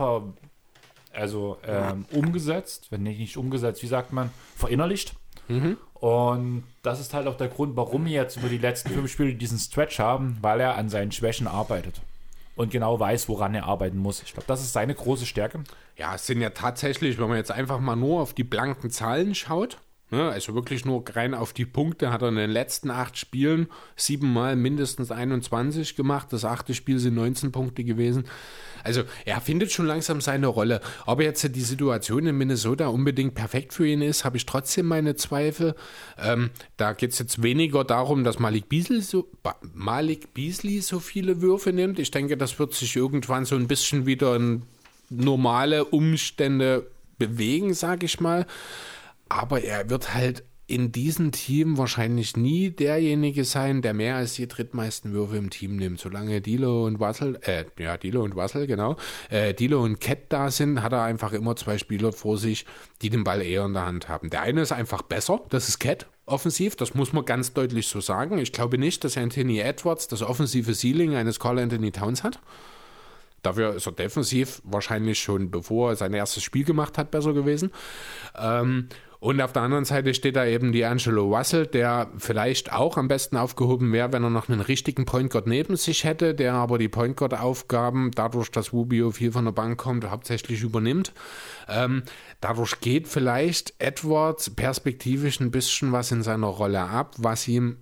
umgesetzt, wenn nicht umgesetzt, wie sagt man, verinnerlicht. Und das ist halt auch der Grund, warum wir jetzt über die letzten 5 Spiele diesen Stretch haben, weil er an seinen Schwächen arbeitet und genau weiß, woran er arbeiten muss. Ich glaube, das ist seine große Stärke. Ja, es sind ja tatsächlich, wenn man jetzt einfach mal nur auf die blanken Zahlen schaut, also wirklich nur rein auf die Punkte, hat er in den letzten 8 Spielen 7 Mal mindestens 21 gemacht. Das 8. Spiel sind 19 Punkte gewesen. Also er findet schon langsam seine Rolle. Ob jetzt die Situation in Minnesota unbedingt perfekt für ihn ist, habe ich trotzdem meine Zweifel. Da geht es jetzt weniger darum, dass Malik Beasley so viele Würfe nimmt. Ich denke, das wird sich irgendwann so ein bisschen wieder in normale Umstände bewegen, sage ich mal. Aber er wird halt in diesem Team wahrscheinlich nie derjenige sein, der mehr als die drittmeisten Würfe im Team nimmt. Solange D'Lo und Russell, genau, D'Lo und Cat da sind, hat er einfach immer zwei Spieler vor sich, die den Ball eher in der Hand haben. Der eine ist einfach besser, das ist Cat, offensiv, das muss man ganz deutlich so sagen. Ich glaube nicht, dass Anthony Edwards das offensive Ceiling eines Karl Anthony Towns hat. Dafür ist er defensiv wahrscheinlich schon, bevor er sein erstes Spiel gemacht hat, besser gewesen. Und auf der anderen Seite steht da eben D'Angelo Russell, der vielleicht auch am besten aufgehoben wäre, wenn er noch einen richtigen Point Guard neben sich hätte, der aber die Point Guard Aufgaben, dadurch, dass Rubio viel von der Bank kommt, hauptsächlich übernimmt. Dadurch geht vielleicht Edwards perspektivisch ein bisschen was in seiner Rolle ab, was ihm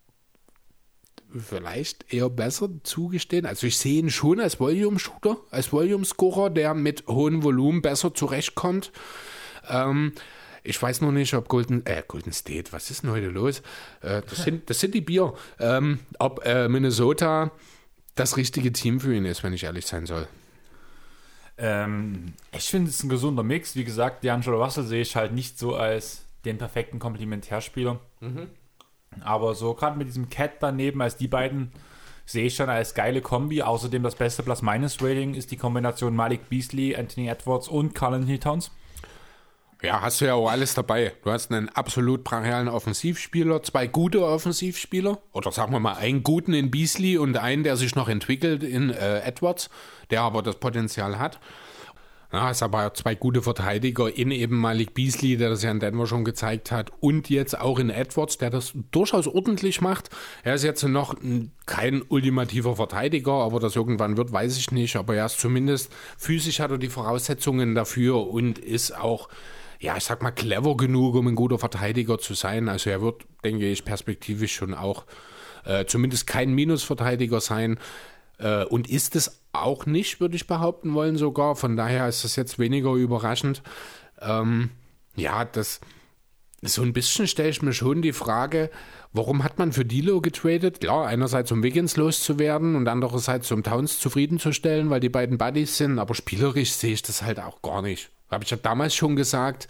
vielleicht eher besser zugestehen. Also ich sehe ihn schon als Volume-Shooter, als Volume-Scorer, der mit hohem Volumen besser zurechtkommt. Ich weiß noch nicht, ob Golden State, was ist denn heute los? Das sind die Bier. Ob Minnesota das richtige Team für ihn ist, wenn ich ehrlich sein soll. Ich finde, es ist ein gesunder Mix. Wie gesagt, D'Angelo Russell sehe ich halt nicht so als den perfekten Komplementärspieler. Aber so gerade mit diesem Cat daneben, als die beiden, sehe ich schon als geile Kombi. Außerdem das beste Plus-Minus-Rating ist die Kombination Malik Beasley, Anthony Edwards und Karl Anthony Towns. Ja, hast du ja auch alles dabei. Du hast einen absolut brachialen Offensivspieler, zwei gute Offensivspieler, oder sagen wir mal einen guten in Beasley und einen, der sich noch entwickelt in Edwards, der aber das Potenzial hat. Ja, hast aber zwei gute Verteidiger in eben Malik Beasley, der das ja in Denver schon gezeigt hat, und jetzt auch in Edwards, der das durchaus ordentlich macht. Er ist jetzt noch kein ultimativer Verteidiger, aber das irgendwann wird, weiß ich nicht. Aber er ist zumindest physisch, hat er die Voraussetzungen dafür und ist auch, ja, ich sag mal, clever genug, um ein guter Verteidiger zu sein. Also er wird, denke ich, perspektivisch schon auch zumindest kein Minusverteidiger sein. Und ist es auch nicht, würde ich behaupten wollen sogar. Von daher ist das jetzt weniger überraschend. Das so ein bisschen stelle ich mir schon die Frage, warum hat man für D'Lo getradet? Ja, einerseits um Wiggins loszuwerden und andererseits um Towns zufriedenzustellen, weil die beiden Buddies sind. Aber spielerisch sehe ich das halt auch gar nicht. Habe ich ja damals schon gesagt,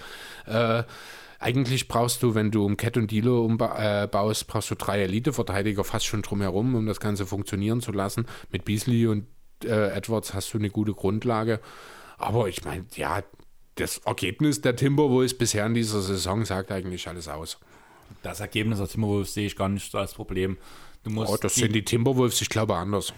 eigentlich brauchst du, wenn du um Cat und D'Lo baust, brauchst du 3 Elite-Verteidiger fast schon drumherum, um das Ganze funktionieren zu lassen. Mit Beasley und Edwards hast du eine gute Grundlage. Aber ich meine, ja, das Ergebnis der Timberwolves bisher in dieser Saison sagt eigentlich alles aus. Das Ergebnis der Timberwolves sehe ich gar nicht so als Problem. Das sind die Timberwolves, ich glaube, anders.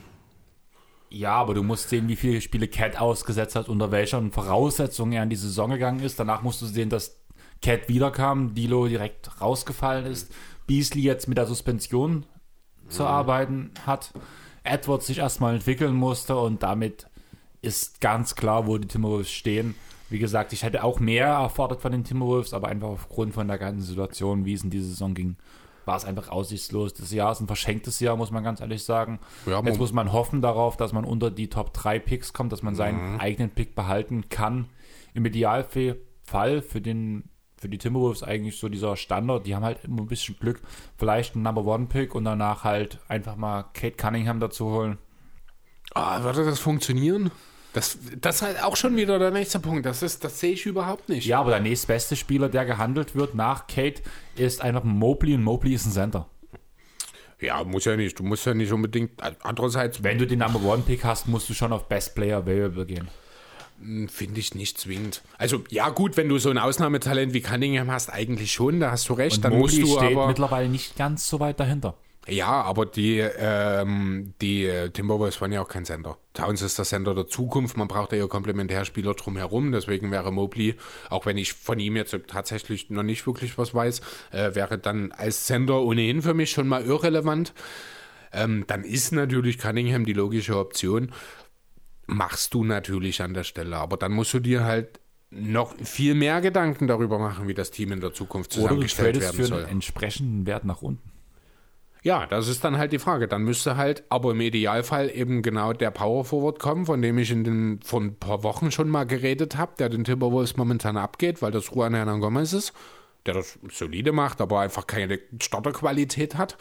Ja, aber du musst sehen, wie viele Spiele Cat ausgesetzt hat, unter welchen Voraussetzungen er in die Saison gegangen ist. Danach musst du sehen, dass Cat wiederkam, D'Lo direkt rausgefallen ist, Beasley jetzt mit der Suspension zu arbeiten hat, Edwards sich erstmal entwickeln musste und damit ist ganz klar, wo die Timberwolves stehen. Wie gesagt, ich hätte auch mehr erwartet von den Timberwolves, aber einfach aufgrund von der ganzen Situation, wie es in diese Saison ging, war es einfach aussichtslos. Das Jahr ist ein verschenktes Jahr, muss man ganz ehrlich sagen. Ja, jetzt muss man hoffen darauf, dass man unter die Top 3 Picks kommt, dass man seinen eigenen Pick behalten kann. Im Idealfall für die Timberwolves eigentlich so dieser Standard, die haben halt immer ein bisschen Glück, vielleicht einen Number-One-Pick und danach halt einfach mal Kate Cunningham dazu holen. Würde das funktionieren? Das ist halt auch schon wieder der nächste Punkt. Das sehe ich überhaupt nicht. Ja, aber der nächstbeste Spieler, der gehandelt wird nach Kate, ist einfach Mobley und Mobley ist ein Center. Ja, muss ja nicht. Du musst ja nicht unbedingt. Andererseits, wenn du den Number-One-Pick hast, musst du schon auf Best Player Available gehen. Finde ich nicht zwingend. Also, ja gut, wenn du so ein Ausnahmetalent wie Cunningham hast, eigentlich schon, da hast du recht. Und dann Mobley musst du steht aber mittlerweile nicht ganz so weit dahinter. Ja, aber die Timberwolves waren ja auch kein Center. Towns ist der Center der Zukunft, man braucht ja Komplementärspieler drumherum, deswegen wäre Mobley, auch wenn ich von ihm jetzt tatsächlich noch nicht wirklich was weiß, wäre dann als Center ohnehin für mich schon mal irrelevant. Dann ist natürlich Cunningham die logische Option. Machst du natürlich an der Stelle, aber dann musst du dir halt noch viel mehr Gedanken darüber machen, wie das Team in der Zukunft zusammengestellt werden soll. Oder du tradest für einen entsprechenden Wert nach unten. Ja, das ist dann halt die Frage. Dann müsste halt, aber im Idealfall eben genau der Power Forward kommen, von dem ich vor ein paar Wochen schon mal geredet habe, der den Timberwolves momentan abgeht, weil das Juan Hernan Gomez ist, der das solide macht, aber einfach keine Starterqualität hat.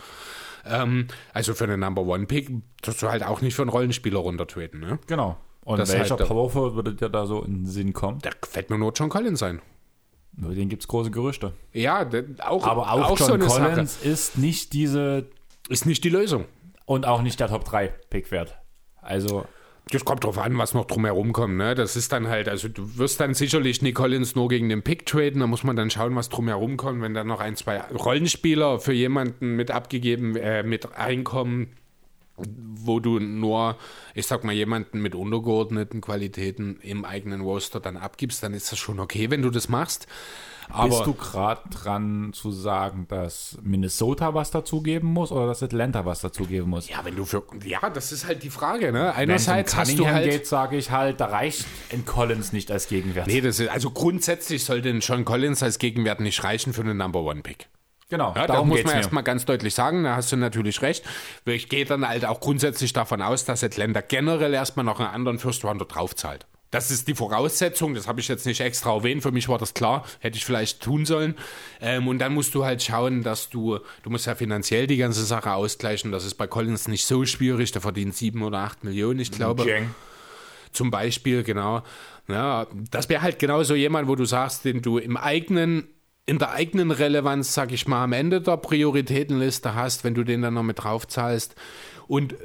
Also für einen Number-One-Pick tust du halt auch nicht für einen Rollenspieler runtertraden, ne? Genau. Und das welcher halt Power Forward würde dir da so in den Sinn kommen? Der fällt mir nur John Collins ein. Über den gibt es große Gerüchte. Ja, Aber auch John so eine Collins Sache. ist nicht Ist nicht die Lösung. und auch nicht der Top-3-Pick wert. Also, Das kommt drauf an, was noch drumherum kommt. Ne? Das ist dann halt, also du wirst dann sicherlich Nick Collins nur gegen den Pick traden, da muss man dann schauen, was drumherum kommt, wenn dann noch 1, 2 Rollenspieler für jemanden mit abgegeben, mit reinkommen, wo du nur, ich sag mal, jemanden mit untergeordneten Qualitäten im eigenen Roster dann abgibst, dann ist das schon okay, wenn du das machst. Aber bist du gerade dran zu sagen, dass Minnesota was dazugeben muss oder dass Atlanta was dazugeben muss? ja, das ist halt die Frage. Ne? Wenn es Einerseits um hast du Cunningham halt... geht, sage ich halt, da reicht ein Collins nicht als Gegenwert. Nee, also grundsätzlich sollte ein John Collins als Gegenwert nicht reichen für einen Number-One-Pick. Genau, Ja, da darum muss geht's man mir. erstmal ganz deutlich sagen, da hast du natürlich recht. Ich gehe dann halt auch grundsätzlich davon aus, dass Atlanta generell erstmal noch einen anderen First-Rounder draufzahlt. Das ist die Voraussetzung, das habe ich jetzt nicht extra erwähnt, für mich war das klar, hätte ich vielleicht tun sollen. Und dann musst du halt schauen, dass du musst ja finanziell die ganze Sache ausgleichen, das ist bei Collins nicht so schwierig, der verdient 7 oder 8 Millionen, ich glaube. Jeng. Zum Beispiel, genau. Ja, das wäre halt genau so jemand, wo du sagst, den du in der eigenen Relevanz, sag ich mal, am Ende der Prioritätenliste hast, wenn du den dann noch mit drauf zahlst. Und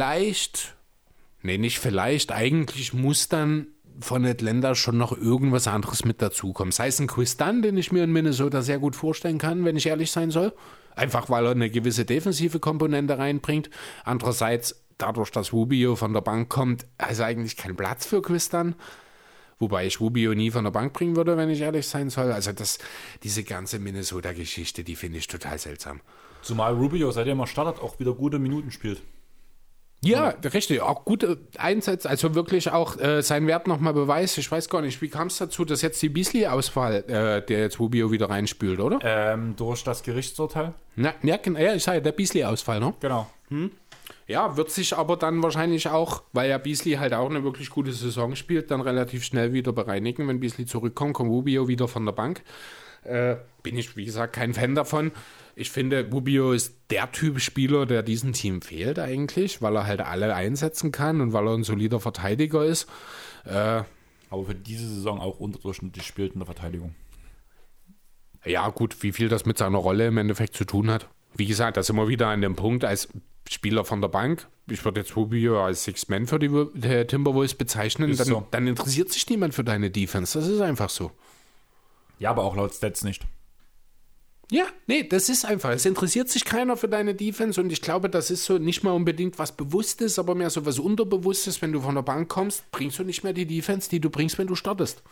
eigentlich muss dann von Atlanta schon noch irgendwas anderes mit dazukommen. Sei es ein Chris Dunn, den ich mir in Minnesota sehr gut vorstellen kann, wenn ich ehrlich sein soll. Einfach, weil er eine gewisse defensive Komponente reinbringt. Andererseits, dadurch, dass Rubio von der Bank kommt, ist eigentlich kein Platz für Chris Dunn. Wobei ich Rubio nie von der Bank bringen würde, wenn ich ehrlich sein soll. Also diese ganze Minnesota-Geschichte, die finde ich total seltsam. Zumal Rubio, seitdem er startet, auch wieder gute Minuten spielt. Ja, richtig. Auch gute Einsätze, also wirklich auch seinen Wert nochmal beweist. Ich weiß gar nicht, wie kam es dazu, dass jetzt die Beasley-Ausfall, der jetzt Rubio wieder reinspült, oder? Durch das Gerichtsurteil. Ja, ich sage, der Beasley-Ausfall, ne? Genau. Ja, wird sich aber dann wahrscheinlich auch, weil ja Beasley halt auch eine wirklich gute Saison spielt, dann relativ schnell wieder bereinigen. Wenn Beasley zurückkommt, kommt Rubio wieder von der Bank. Bin ich, wie gesagt, kein Fan davon. Ich finde, Rubio ist der Typ Spieler, der diesem Team fehlt eigentlich, weil er halt alle einsetzen kann und weil er ein solider Verteidiger ist. Aber für diese Saison auch unterdurchschnittlich spielt in der Verteidigung. Ja, gut, wie viel das mit seiner Rolle im Endeffekt zu tun hat. Wie gesagt, da sind wir wieder an dem Punkt als Spieler von der Bank. Ich würde jetzt Rubio als Six-Man für die Timberwolves bezeichnen. Dann interessiert sich niemand für deine Defense. Das ist einfach so. Ja, aber auch laut Stats nicht. Ja, nee, das ist einfach. Es interessiert sich keiner für deine Defense und ich glaube, das ist so nicht mal unbedingt was Bewusstes, aber mehr so was Unterbewusstes. Wenn du von der Bank kommst, bringst du nicht mehr die Defense, die du bringst, wenn du startest.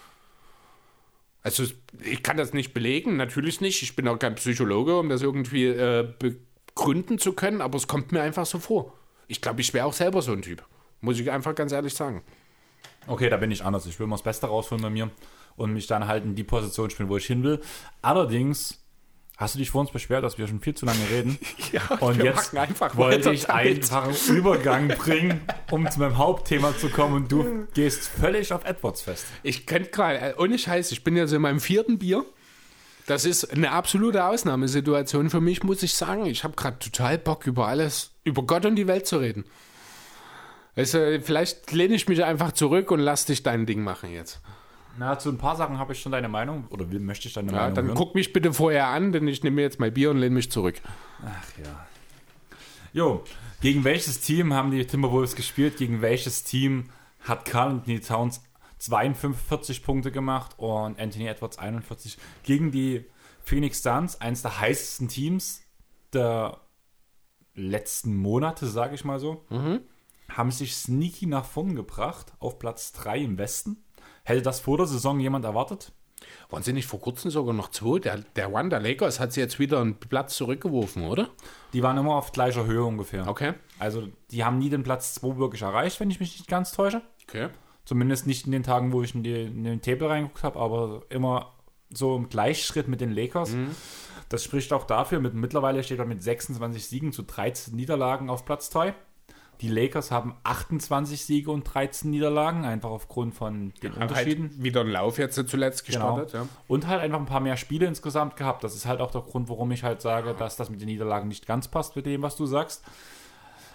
Also ich kann das nicht belegen, natürlich nicht. Ich bin auch kein Psychologe, um das irgendwie begründen zu können, aber es kommt mir einfach so vor. Ich glaube, ich wäre auch selber so ein Typ. Muss ich einfach ganz ehrlich sagen. Okay, da bin ich anders. Ich will mal das Beste rausholen bei mir und mich dann halt in die Position spielen, wo ich hin will. Allerdings hast du dich vor uns beschwert, dass wir schon viel zu lange reden. Ja, und wir jetzt einfach wollte ich einfach einen Übergang bringen, um zu meinem Hauptthema zu kommen und du gehst völlig auf Edwards fest. Ich könnte gerade, ohne Scheiß, ich bin ja so in meinem 4. Bier. Das ist eine absolute Ausnahmesituation für mich, muss ich sagen. Ich habe gerade total Bock, über alles, über Gott und die Welt zu reden. Also, vielleicht lehne ich mich einfach zurück und lass dich dein Ding machen jetzt. Na, zu ein paar Sachen habe ich schon deine Meinung, oder möchte ich deine Ja, Meinung dann hören? guck mich bitte vorher an, denn ich nehme mir jetzt mein Bier und lehne mich zurück. Ach ja. Jo, gegen welches Team haben die Timberwolves gespielt? Gegen welches Team hat Karl Anthony Towns 42 Punkte gemacht und Anthony Edwards 41? Gegen die Phoenix Suns, eines der heißesten Teams der letzten Monate, sage ich mal so, haben sich sneaky nach vorn gebracht auf Platz 3 im Westen. Hätte das vor der Saison jemand erwartet? Waren sie nicht vor kurzem sogar noch 2? Der One, der Lakers, hat sie jetzt wieder einen Platz zurückgeworfen, oder? Die waren immer auf gleicher Höhe ungefähr. Okay. Also die haben nie den Platz 2 wirklich erreicht, wenn ich mich nicht ganz täusche. Okay. Zumindest nicht in den Tagen, wo ich in den Table reingeguckt habe, aber immer so im Gleichschritt mit den Lakers. Das spricht auch dafür, mittlerweile steht er mit 26 Siegen zu 13 Niederlagen auf Platz 2. Die Lakers haben 28 Siege und 13 Niederlagen, einfach aufgrund von den Unterschieden. Halt wieder einen Lauf jetzt zuletzt gestartet. Genau. Ja. Und halt einfach ein paar mehr Spiele insgesamt gehabt. Das ist halt auch der Grund, warum ich halt sage, dass das mit den Niederlagen nicht ganz passt mit dem, was du sagst.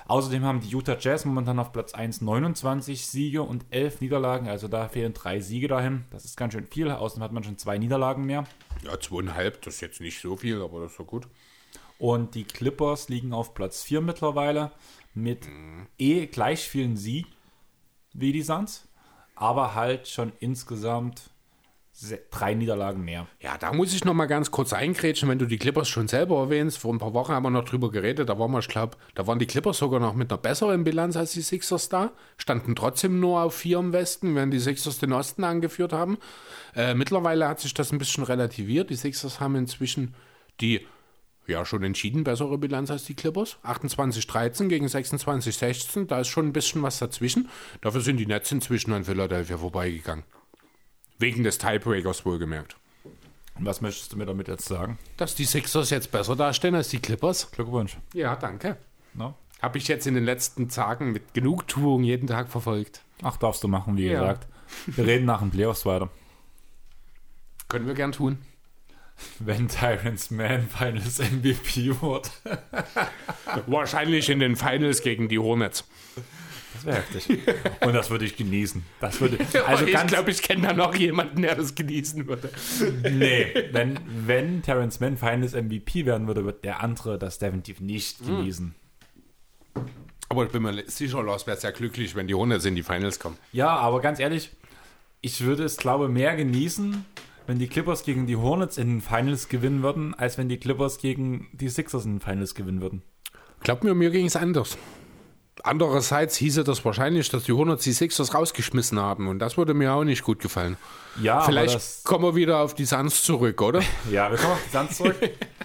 Außerdem haben die Utah Jazz momentan auf Platz 1 29 Siege und 11 Niederlagen. Also da fehlen 3 Siege dahin. Das ist ganz schön viel. Außerdem hat man schon 2 Niederlagen mehr. Ja, 2,5, das ist jetzt nicht so viel, aber das ist doch gut. Und die Clippers liegen auf Platz 4 mittlerweile mit gleich vielen Siegen wie die Suns. Aber halt schon insgesamt 3 Niederlagen mehr. Ja, da muss ich noch mal ganz kurz eingrätschen, wenn du die Clippers schon selber erwähnst. Vor ein paar Wochen haben wir noch drüber geredet, da waren die Clippers sogar noch mit einer besseren Bilanz als die Sixers da, standen trotzdem nur auf 4 im Westen, während die Sixers den Osten angeführt haben. Mittlerweile hat sich das ein bisschen relativiert. Die Sixers haben inzwischen die schon entschieden bessere Bilanz als die Clippers. 28-13 gegen 26-16, da ist schon ein bisschen was dazwischen. Dafür sind die Nets inzwischen an Philadelphia vorbeigegangen. Wegen des Tiebreakers wohlgemerkt. Und was möchtest du mir damit jetzt sagen? Dass die Sixers jetzt besser dastehen als die Clippers. Glückwunsch. Ja, danke. No? Habe ich jetzt in den letzten Tagen mit Genugtuung jeden Tag verfolgt. Ach, darfst du machen, wie gesagt. Wir reden nach den Playoffs weiter. Können wir gern tun. Wenn Terrence Mann Finals MVP wird. Wahrscheinlich in den Finals gegen die Hornets. Das wäre heftig. Und das würde ich genießen. Also ich glaube, ich kenne da noch jemanden, der das genießen würde. Nee, wenn Terrence Mann Finals MVP werden würde, wird der andere das definitiv nicht genießen. Aber ich bin mir sicher, Lars wäre sehr glücklich, wenn die Hornets in die Finals kommen. Ja, aber ganz ehrlich, ich würde es, glaube ich, mehr genießen, wenn die Clippers gegen die Hornets in den Finals gewinnen würden, als wenn die Clippers gegen die Sixers in den Finals gewinnen würden. Glaub mir ging es anders. Andererseits hieße das wahrscheinlich, dass die Hornets die Sixers rausgeschmissen haben und das würde mir auch nicht gut gefallen. Ja, vielleicht kommen wir wieder auf die Suns zurück, oder? Ja, wir kommen auf die Suns zurück.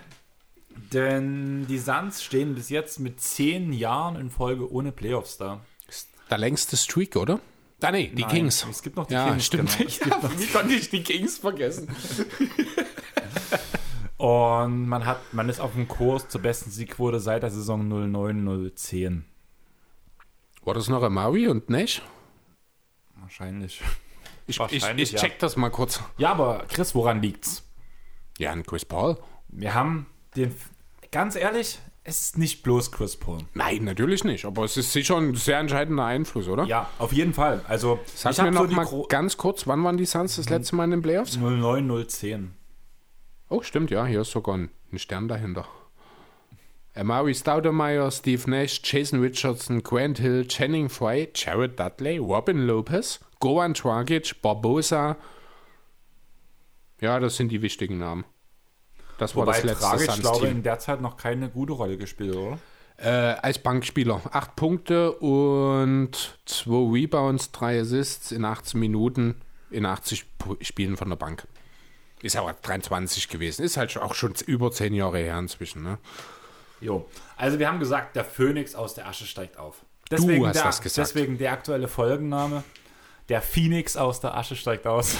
Denn die Suns stehen bis jetzt mit 10 Jahren in Folge ohne Playoffs da. Der längste Streak, oder? Die Nein, Kings. Es gibt noch die Ja, Kings. stimmt. Genau. Wie konnte ich die Kings vergessen? Und man ist auf dem Kurs zur besten Siegquote seit der Saison 09-010. War das noch Amari und Nash? Wahrscheinlich. Ich check das mal kurz. Ja, aber Chris, woran liegt's? Ja, ein Chris Paul. Wir haben ganz ehrlich, es ist nicht bloß Chris Paul. Nein, natürlich nicht, aber es ist sicher ein sehr entscheidender Einfluss, oder? Ja, auf jeden Fall. Also, sag mir noch mal ganz kurz, wann waren die Suns das letzte Mal in den Playoffs? 09-010. Oh, stimmt, ja, hier ist sogar ein Stern dahinter. Amari Stoudemire, Steve Nash, Jason Richardson, Grant Hill, Channing Frye, Jared Dudley, Robin Lopez, Goran Dragic, Barbosa. Ja, das sind die wichtigen Namen. Das war das letzte Dragic, Suns-Team. glaube ich, in der Zeit noch keine gute Rolle gespielt, oder? Als Bankspieler. 8 Punkte und 2 Rebounds, 3 Assists in 18 Minuten in 80 Spielen von der Bank. Ist aber 23 gewesen. Ist halt auch schon über 10 Jahre her inzwischen, ne? Jo, also wir haben gesagt, der Phönix aus der Asche steigt auf. Du hast das gesagt. Deswegen der aktuelle Folgenname. Der Phoenix aus der Asche steigt aus.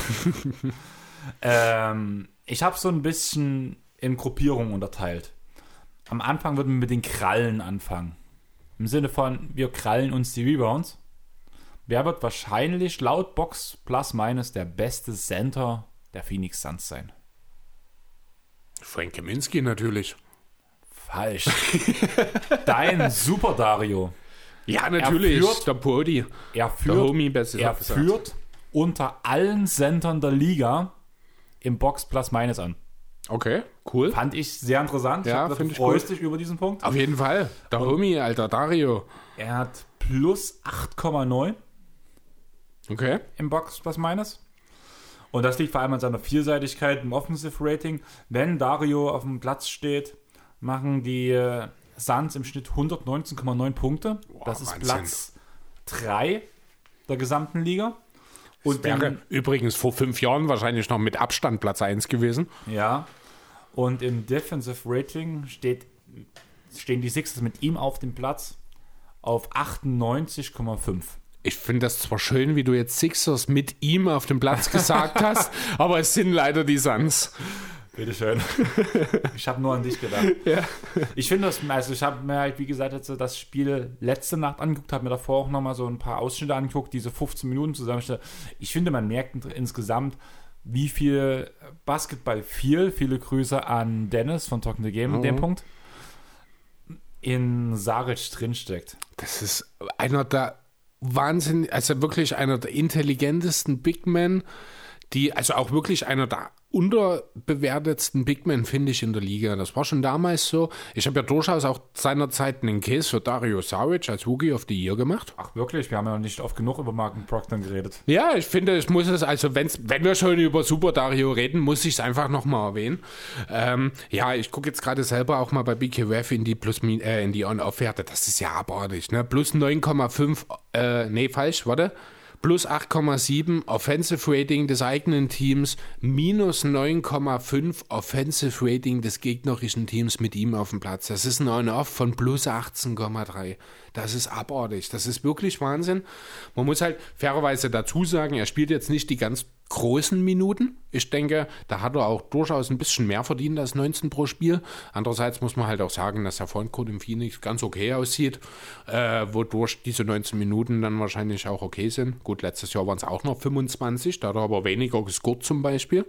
Ich habe so ein bisschen in Gruppierungen unterteilt. Am Anfang würden wir mit den Krallen anfangen. Im Sinne von, wir krallen uns die Rebounds. Wer wird wahrscheinlich laut Box Plus Minus der beste Center der Phoenix Suns sein? Frank Kaminsky natürlich. Falsch. Dein Super Dario. Ja, natürlich. Der Podi. Er führt unter allen Centern der Liga im Box Plus Minus an. Okay, cool. Fand ich sehr interessant. Ja, du freust dich über diesen Punkt. Auf jeden Fall. Der Homie, Alter, Dario. Er hat plus 8,9 okay. im Box Plus Minus. Und das liegt vor allem an seiner Vielseitigkeit im Offensive Rating. Wenn Dario auf dem Platz steht, machen die Suns im Schnitt 119,9 Punkte. Wow, das ist Wahnsinn. Platz 3 der gesamten Liga. Und wäre übrigens vor 5 Jahren wahrscheinlich noch mit Abstand Platz 1 gewesen. Ja. Und im Defensive Rating stehen die Sixers mit ihm auf dem Platz auf 98,5. Ich finde das zwar schön, wie du jetzt Sixers mit ihm auf dem Platz gesagt hast, aber es sind leider die Suns. Bitteschön. Ich habe nur an dich gedacht. Ja. Ich finde das, also ich habe mir, wie gesagt, jetzt das Spiel letzte Nacht angeguckt, habe mir davor auch nochmal so ein paar Ausschnitte angeguckt, diese 15 Minuten zusammenstellen. Ich finde, man merkt insgesamt, wie viel Basketball viele Grüße an Dennis von Talking the Game in dem Punkt, in Saric drinsteckt. Das ist einer der also wirklich einer der intelligentesten Big Men, also auch wirklich einer der unterbewertetsten Big Men, finde ich, in der Liga. Das war schon damals so. Ich habe ja durchaus auch seinerzeit einen Case für Dario Saric als Rookie of the Year gemacht. Ach wirklich? Wir haben ja noch nicht oft genug über Marken Procton geredet. Ja, ich finde, ich muss es, also wenn wir schon über Super Dario reden, muss ich es einfach nochmal erwähnen. Ich gucke jetzt gerade selber auch mal bei BKWF in die On-Off-Werte. Das ist ja abartig, ne? Plus 9,5, plus 8,7 Offensive Rating des eigenen Teams, minus 9,5 Offensive Rating des gegnerischen Teams mit ihm auf dem Platz. Das ist ein On-Off von plus 18,3. Das ist abartig. Das ist wirklich Wahnsinn. Man muss halt fairerweise dazu sagen, er spielt jetzt nicht die ganz großen Minuten. Ich denke, da hat er auch durchaus ein bisschen mehr verdient als 19 pro Spiel. Andererseits muss man halt auch sagen, dass der Frontcourt im Phoenix ganz okay aussieht, wodurch diese 19 Minuten dann wahrscheinlich auch okay sind. Gut, letztes Jahr waren es auch noch 25, da hat er aber weniger gescored zum Beispiel.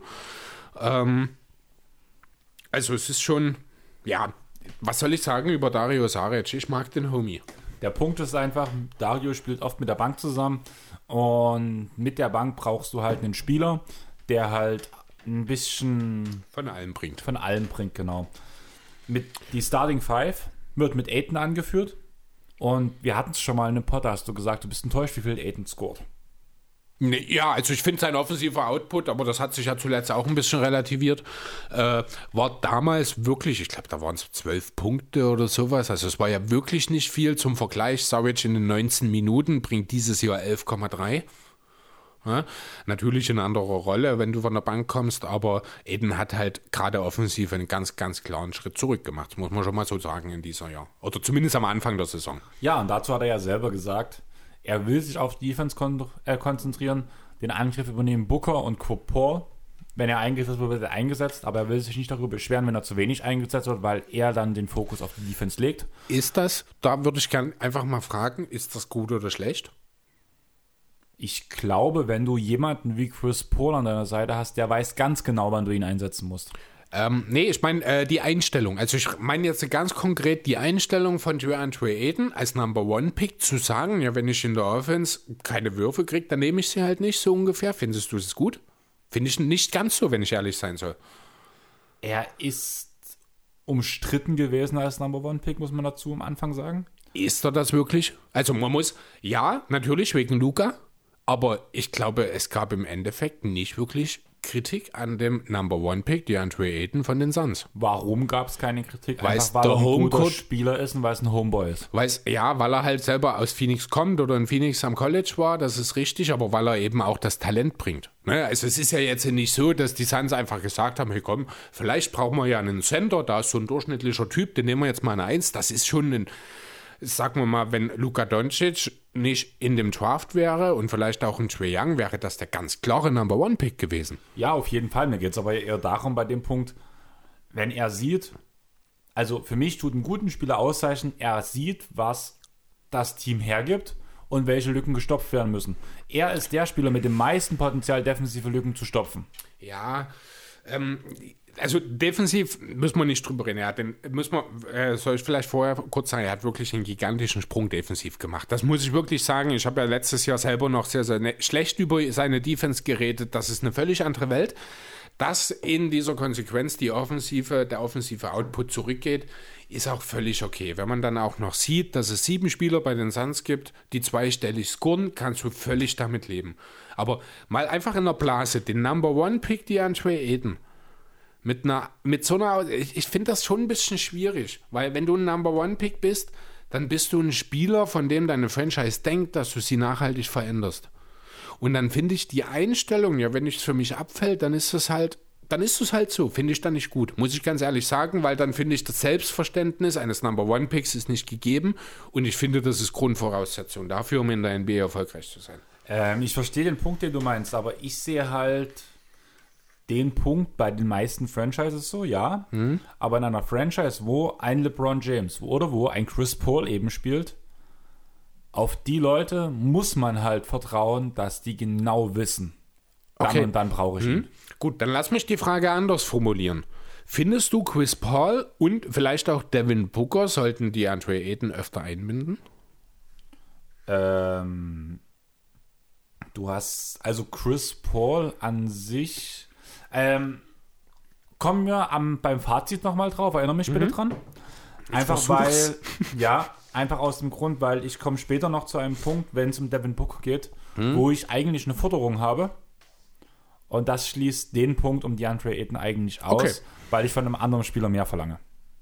Also es ist schon, ja, was soll ich sagen über Dario Saric? Ich mag den Homie. Der Punkt ist einfach, Dario spielt oft mit der Bank zusammen und mit der Bank brauchst du halt einen Spieler, der halt ein bisschen von allem bringt. Von allem bringt, genau. Die Starting Five wird mit Ayton angeführt und wir hatten es schon mal in einem Pod, da hast du gesagt, du bist enttäuscht, wie viel Ayton scored. Nee, ja, also ich finde sein offensiver Output, aber das hat sich ja zuletzt auch ein bisschen relativiert, war damals wirklich, ich glaube, da waren es 12 Punkte oder sowas, also es war ja wirklich nicht viel. Zum Vergleich, Saric in den 19 Minuten bringt dieses Jahr 11,3. Ja, natürlich eine andere Rolle, wenn du von der Bank kommst, aber Ayton hat halt gerade offensiv einen ganz, ganz klaren Schritt zurück gemacht, muss man schon mal so sagen in dieser Jahr. Oder zumindest am Anfang der Saison. Ja, und dazu hat er ja selber gesagt, er will sich auf Defense konzentrieren, den Angriff übernehmen Booker und Paul. Wenn er eingesetzt wird, wird er eingesetzt, aber er will sich nicht darüber beschweren, wenn er zu wenig eingesetzt wird, weil er dann den Fokus auf die Defense legt. Da würde ich gerne einfach mal fragen, ist das gut oder schlecht? Ich glaube, wenn du jemanden wie Chris Paul an deiner Seite hast, der weiß ganz genau, wann du ihn einsetzen musst. Nee, ich meine die Einstellung. Also ich meine jetzt ganz konkret die Einstellung von DeAndre Ayton als Number-One-Pick zu sagen, ja, wenn ich in der Offense keine Würfe kriege, dann nehme ich sie halt nicht, so ungefähr. Findest du es gut? Finde ich nicht ganz so, wenn ich ehrlich sein soll. Er ist umstritten gewesen als Number-One-Pick, muss man dazu am Anfang sagen. Ist er das wirklich? Also man muss, ja, natürlich wegen Luka, aber ich glaube, es gab im Endeffekt nicht wirklich Kritik an dem Number-One-Pick, DeAndre Ayton von den Suns. Warum gab es keine Kritik? Weil er ein guter Spieler ist und weil es ein Homeboy ist. Weil er halt selber aus Phoenix kommt oder in Phoenix am College war, das ist richtig, aber weil er eben auch das Talent bringt. Also es ist ja jetzt nicht so, dass die Suns einfach gesagt haben, hey komm, vielleicht brauchen wir ja einen Center, da ist so ein durchschnittlicher Typ, den nehmen wir jetzt mal eine 1. Das ist schon ein, sagen wir mal, wenn Luka Doncic nicht in dem Draft wäre und vielleicht auch ein Trae Young, wäre das der ganz klare Number-One-Pick gewesen. Ja, auf jeden Fall. Mir geht es aber eher darum, bei dem Punkt, wenn er sieht, also für mich tut einen guten Spieler auszeichnen, er sieht, was das Team hergibt und welche Lücken gestopft werden müssen. Er ist der Spieler mit dem meisten Potenzial, defensive Lücken zu stopfen. Ja, also defensiv müssen wir nicht drüber reden. Soll ich vielleicht vorher kurz sagen, er hat wirklich einen gigantischen Sprung defensiv gemacht. Das muss ich wirklich sagen. Ich habe ja letztes Jahr selber noch sehr, sehr schlecht über seine Defense geredet. Das ist eine völlig andere Welt. Dass in dieser Konsequenz der offensive Output zurückgeht, ist auch völlig okay. Wenn man dann auch noch sieht, dass es 7 Spieler bei den Suns gibt, die zweistellig scoren, kannst du völlig damit leben. Aber mal einfach in der Blase, den Number-One-Pick, DeAndre Ayton, ich finde das schon ein bisschen schwierig, weil wenn du ein Number-One-Pick bist, dann bist du ein Spieler, von dem deine Franchise denkt, dass du sie nachhaltig veränderst. Und dann finde ich die Einstellung, ja, wenn es für mich abfällt, dann ist es halt so, finde ich dann nicht gut, muss ich ganz ehrlich sagen, weil dann finde ich, das Selbstverständnis eines Number-One-Picks ist nicht gegeben und ich finde, das ist Grundvoraussetzung dafür, um in der NBA erfolgreich zu sein. Ich verstehe den Punkt, den du meinst, aber ich sehe halt den Punkt bei den meisten Franchises so, ja. Aber in einer Franchise, wo ein LeBron James oder wo ein Chris Paul eben spielt, auf die Leute muss man halt vertrauen, dass die genau wissen. Dann und dann brauche ich ihn. Gut, dann lass mich die Frage anders formulieren. Findest du, Chris Paul und vielleicht auch Devin Booker sollten DeAndre Ayton öfter einbinden? Du hast, also Chris Paul an sich, kommen wir beim Fazit nochmal drauf, erinnere mich bitte dran. Einfach weil, einfach aus dem Grund, weil ich komme später noch zu einem Punkt, wenn es um Devin Booker geht, wo ich eigentlich eine Forderung habe. Und das schließt den Punkt um DeAndre Ayton eigentlich aus, weil ich von einem anderen Spieler mehr verlange.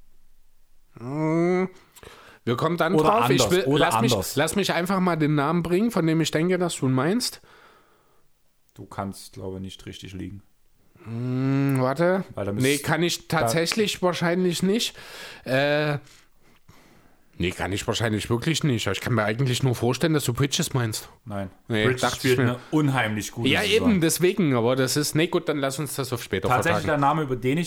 Wir kommen dann Oder drauf. anders, Lass mich einfach mal den Namen bringen, von dem ich denke, dass du ihn meinst. Du kannst, glaube ich, nicht richtig liegen. Warte. Kann ich tatsächlich wahrscheinlich nicht. Kann ich wahrscheinlich wirklich nicht. Ich kann mir eigentlich nur vorstellen, dass du Bridges meinst. Nein. Bridges spielt eine unheimlich gute Saison. Eben, deswegen. Aber das ist, gut, dann lass uns das auf später tatsächlich vertagen. Der Name,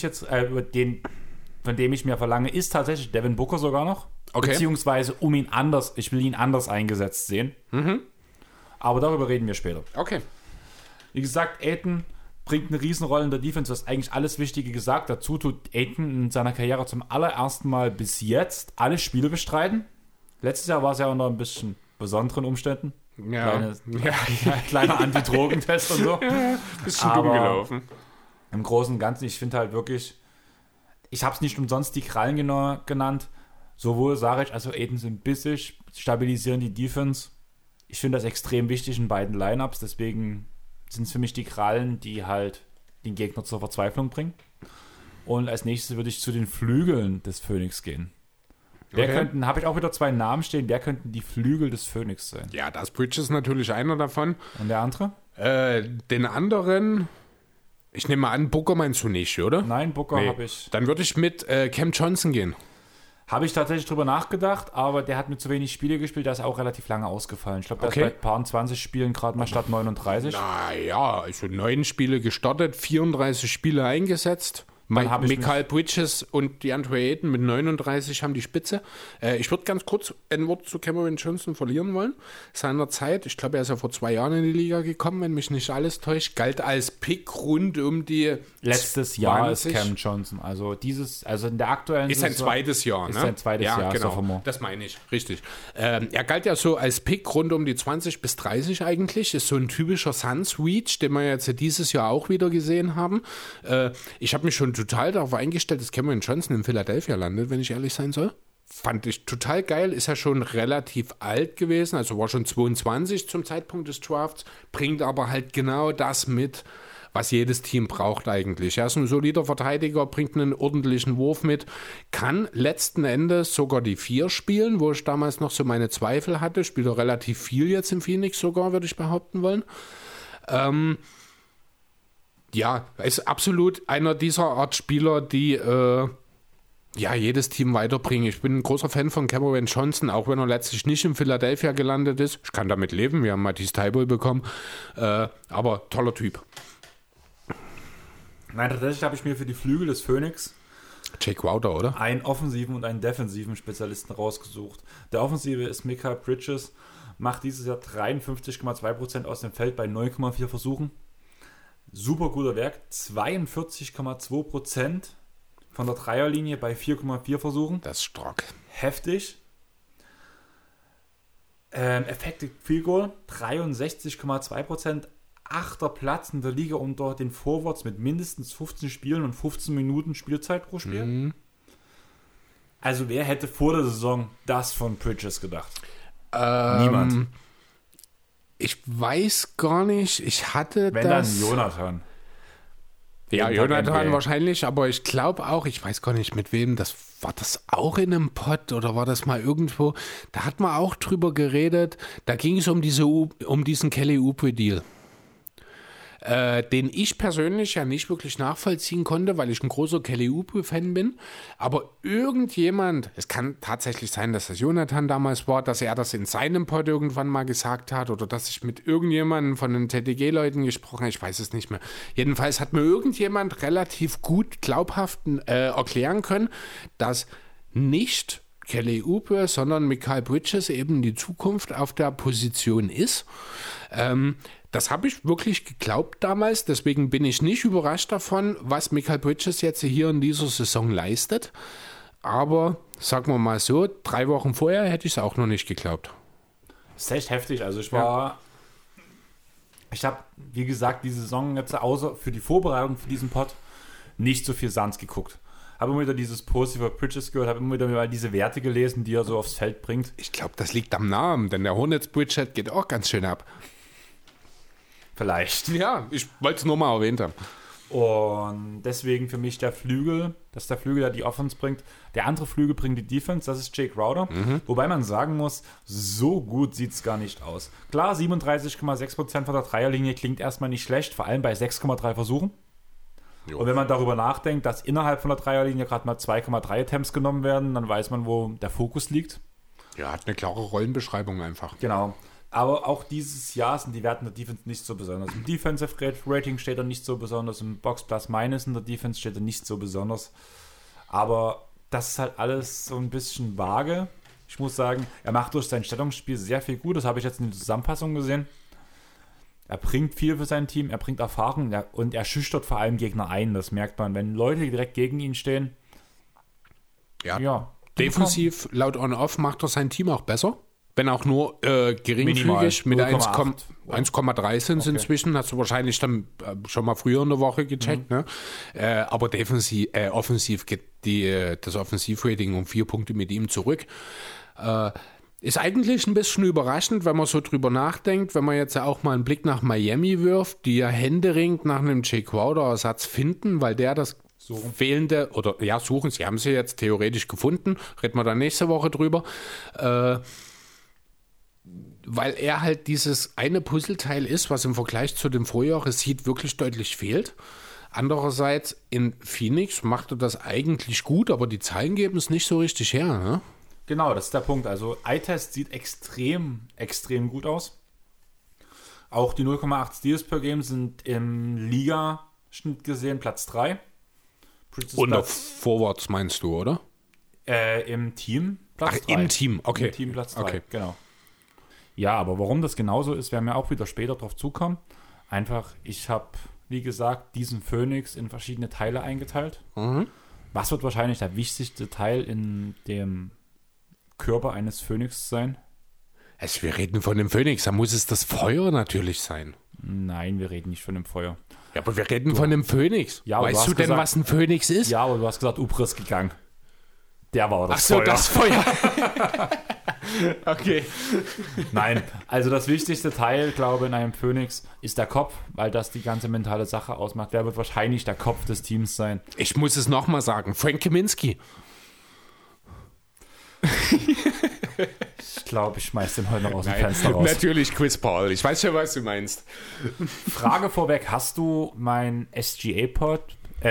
von dem ich mir verlange, ist tatsächlich Devin Booker sogar noch. Okay. Beziehungsweise ich will ihn anders eingesetzt sehen. Aber darüber reden wir später. Okay. Wie gesagt, Ayton bringt eine Riesenrolle in der Defense. Du hast eigentlich alles Wichtige gesagt. Dazu tut Ayton in seiner Karriere zum allerersten Mal bis jetzt alle Spiele bestreiten. Letztes Jahr war es ja unter ein bisschen besonderen Umständen. Ja. Kleiner Anti-Drogentest und so. Bisschen dumm gelaufen. Im Großen und Ganzen, ich finde halt wirklich, ich habe es nicht umsonst die Krallen genannt. Sowohl Saric als auch Ayton sind bissig, stabilisieren die Defense. Ich finde das extrem wichtig in beiden Lineups, deswegen sind es für mich die Krallen, die halt den Gegner zur Verzweiflung bringen. Und als nächstes würde ich zu den Flügeln des Phönix gehen. Habe ich auch wieder zwei Namen stehen, wer könnten die Flügel des Phönix sein? Ja, das Bridges ist natürlich einer davon. Und der andere? Den anderen, ich nehme an, Booker meinst du nicht, oder? Nein, Booker habe ich. Dann würde ich mit Cam Johnson gehen. Habe ich tatsächlich drüber nachgedacht, aber der hat mir zu wenig Spiele gespielt, der ist auch relativ lange ausgefallen. Ich glaube, der ist bei ein paar 20 Spielen gerade mal statt 39. Naja, also 9 Spiele gestartet, 34 Spiele eingesetzt. Mikal Bridges und DeAndre Ayton mit 39 haben die Spitze. Ich würde ganz kurz ein Wort zu Cameron Johnson verlieren wollen. Seinerzeit, ich glaube, er ist ja vor 2 Jahren in die Liga gekommen, wenn mich nicht alles täuscht, galt als Pick rund um die Letztes 20. Jahr ist Cam Johnson. Also in der aktuellen Ist sein zweites Jahr, ne? Ist sein zweites Jahr, genau. Das meine ich, richtig. Er galt ja so als Pick rund um die 20 bis 30 eigentlich. Ist so ein typischer Suns-Reach, den wir jetzt dieses Jahr auch wieder gesehen haben. Ich habe mich schon total darauf eingestellt, dass Cameron Johnson in Philadelphia landet, wenn ich ehrlich sein soll. Fand ich total geil, ist ja schon relativ alt gewesen, also war schon 22 zum Zeitpunkt des Drafts, bringt aber halt genau das mit, was jedes Team braucht eigentlich. Er ist ein solider Verteidiger, bringt einen ordentlichen Wurf mit, kann letzten Endes sogar die 4 spielen, wo ich damals noch so meine Zweifel hatte, spielt er relativ viel jetzt im Phoenix sogar, würde ich behaupten wollen. Ja, ist absolut einer dieser Art Spieler, die jedes Team weiterbringen. Ich bin ein großer Fan von Cameron Johnson, auch wenn er letztlich nicht in Philadelphia gelandet ist. Ich kann damit leben, wir haben Matisse Thybulle bekommen, aber toller Typ. Nein, tatsächlich habe ich mir für die Flügel des Phoenix Jake Crowder, oder? einen offensiven und einen defensiven Spezialisten rausgesucht. Der Offensive ist Mikal Bridges, macht dieses Jahr 53,2% aus dem Feld bei 9,4 Versuchen. Super guter Werk, 42,2% von der Dreierlinie bei 4,4 Versuchen. Das ist stark. Heftig. Effective Field Goal, 63,2%. 8. Platz in der Liga unter den Forwards mit mindestens 15 Spielen und 15 Minuten Spielzeit pro Spiel. Also wer hätte vor der Saison das von Bridges gedacht? Niemand. Ich weiß gar nicht, ich hatte Wenn das... dann Jonathan. Ja, Jonathan wahrscheinlich, aber ich glaube auch, ich weiß gar nicht mit wem, war das auch in einem Pod oder war das mal irgendwo, da hat man auch drüber geredet, da ging es um diesen Kelly Oubre-Deal. Den ich persönlich ja nicht wirklich nachvollziehen konnte, weil ich ein großer Kelly Oubre-Fan bin. Aber irgendjemand, es kann tatsächlich sein, dass das Jonathan damals war, dass er das in seinem Pod irgendwann mal gesagt hat oder dass ich mit irgendjemandem von den TTG-Leuten gesprochen habe, ich weiß es nicht mehr. Jedenfalls hat mir irgendjemand relativ gut glaubhaft erklären können, dass nicht Kelly Oubre, sondern Mikal Bridges eben die Zukunft auf der Position ist. Das habe ich wirklich geglaubt damals, deswegen bin ich nicht überrascht davon, was Mikal Bridges jetzt hier in dieser Saison leistet. Aber sagen wir mal so, 3 Wochen vorher hätte ich es auch noch nicht geglaubt. Das ist echt heftig. Also ich habe, wie gesagt, die Saison jetzt außer für die Vorbereitung für diesen Pod nicht so viel Suns geguckt. Habe immer wieder dieses Post über Bridges gehört, habe immer wieder mal diese Werte gelesen, die er so aufs Feld bringt. Ich glaube, das liegt am Namen, denn der Hornets-Bridget geht auch ganz schön ab. Vielleicht. Ja, ich wollte es nur mal erwähnt haben. Und deswegen für mich der Flügel, dass der Flügel, der die Offense bringt. Der andere Flügel bringt die Defense, das ist Jake Crowder. Wobei man sagen muss, so gut sieht es gar nicht aus. Klar, 37,6% von der Dreierlinie klingt erstmal nicht schlecht, vor allem bei 6,3 Versuchen. Jo. Und wenn man darüber nachdenkt, dass innerhalb von der Dreierlinie gerade mal 2,3 Attempts genommen werden, dann weiß man, wo der Fokus liegt. Ja, hat eine klare Rollenbeschreibung einfach. Genau. Aber auch dieses Jahr sind die Werte in der Defense nicht so besonders. Im Defensive Rating steht er nicht so besonders. Im Box Plus Minus in der Defense steht er nicht so besonders. Aber das ist halt alles so ein bisschen vage. Ich muss sagen, er macht durch sein Stellungsspiel sehr viel gut. Das habe ich jetzt in der Zusammenfassung gesehen. Er bringt viel für sein Team, er bringt Erfahrung und er schüchtert vor allem Gegner ein. Das merkt man, wenn Leute direkt gegen ihn stehen. Ja. Defensiv, laut On-Off, macht er sein Team auch besser. Wenn auch nur geringfügig mit 1,3 sind es inzwischen. Hast du wahrscheinlich dann schon mal früher in der Woche gecheckt. Ne? Aber offensiv geht das Offensivrating um 4 Punkte mit ihm zurück. Ist eigentlich ein bisschen überraschend, wenn man so drüber nachdenkt, wenn man jetzt auch mal einen Blick nach Miami wirft, die ja händeringend nach einem Jay Crowder-Ersatz finden, weil der das fehlende, suchen, sie haben sie jetzt theoretisch gefunden, reden wir dann nächste Woche drüber, weil er halt dieses eine Puzzleteil ist, was im Vergleich zu dem Vorjahr sieht, wirklich deutlich fehlt. Andererseits in Phoenix macht er das eigentlich gut, aber die Zahlen geben es nicht so richtig her. Ne? Genau, das ist der Punkt. Also Eye-Test sieht extrem, extrem gut aus. Auch die 0,8 Steals per Game sind im Liga-Schnitt gesehen Platz 3. Und auf Forwards meinst du, oder? Im Team Platz 3. Im Team, okay. Im Team Platz 3, okay. Genau. Ja, aber warum das genauso ist, werden wir auch wieder später drauf zukommen. Einfach, ich habe, wie gesagt, diesen Phoenix in verschiedene Teile eingeteilt. Was wird wahrscheinlich der wichtigste Teil in dem Körper eines Phönix sein? Also wir reden von dem Phönix, da muss es das Feuer natürlich sein. Nein, wir reden nicht von dem Feuer. Ja, aber wir reden von dem Phönix. Ja, weißt du denn, gesagt, was ein Phönix ist? Ja, aber du hast gesagt, Ubris gegangen. Der war das Feuer. Ach so, das Feuer. Okay. Nein, also das wichtigste Teil, glaube ich, in einem Phönix ist der Kopf, weil das die ganze mentale Sache ausmacht. Wer wird wahrscheinlich der Kopf des Teams sein? Ich muss es nochmal sagen, Frank Kaminsky. Ich glaube, ich schmeiß den heute noch aus dem Fenster raus. Natürlich Chris Paul, ich weiß schon, was du meinst. Frage vorweg, hast du mein SGA-Pod,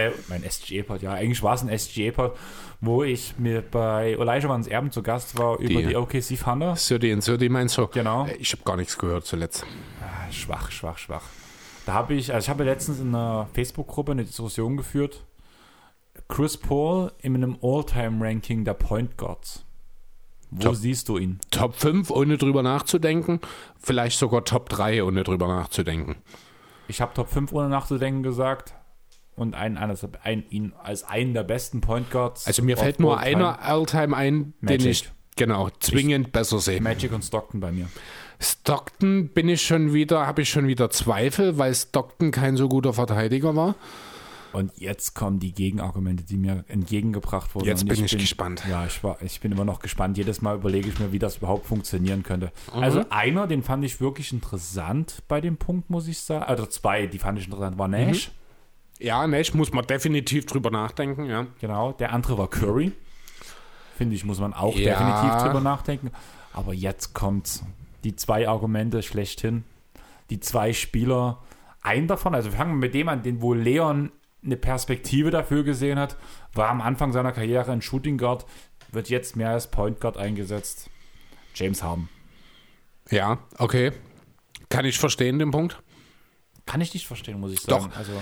ja, eigentlich war es ein SGA-Pod, wo ich mir bei Olajuwons Erben zu Gast war über die OKC Thunder. Södi meinst du? Genau. Ich habe gar nichts gehört zuletzt. Schwach. Da habe ich habe letztens in einer Facebook-Gruppe eine Diskussion geführt. Chris Paul in einem All-Time-Ranking der Point Guards. Wo siehst du ihn? Top 5, ohne drüber nachzudenken. Vielleicht sogar Top 3, ohne drüber nachzudenken. Ich habe Top 5, ohne nachzudenken gesagt. Und ihn als einen der besten Point Guards. Also mir fällt nur einer All-Time ein, den ich zwingend besser sehe. Magic und Stockton bei mir. Stockton habe ich schon wieder Zweifel, weil Stockton kein so guter Verteidiger war. Und jetzt kommen die Gegenargumente, die mir entgegengebracht wurden. Jetzt bin ich gespannt. Ja, ich bin immer noch gespannt. Jedes Mal überlege ich mir, wie das überhaupt funktionieren könnte. Also einer, den fand ich wirklich interessant bei dem Punkt, muss ich sagen. Also zwei, die fand ich interessant, war Nash. Ja, Nash muss man definitiv drüber nachdenken, ja. Genau, der andere war Curry. Finde ich, muss man auch definitiv drüber nachdenken. Aber jetzt kommt die zwei Argumente schlechthin. Die zwei Spieler. Einen davon, also fangen wir mit dem an, wo Leon eine Perspektive dafür gesehen hat, war am Anfang seiner Karriere ein Shooting Guard, wird jetzt mehr als Point Guard eingesetzt. James Harden. Ja, okay. Kann ich verstehen, den Punkt? Kann ich nicht verstehen, muss ich sagen. Doch. Also,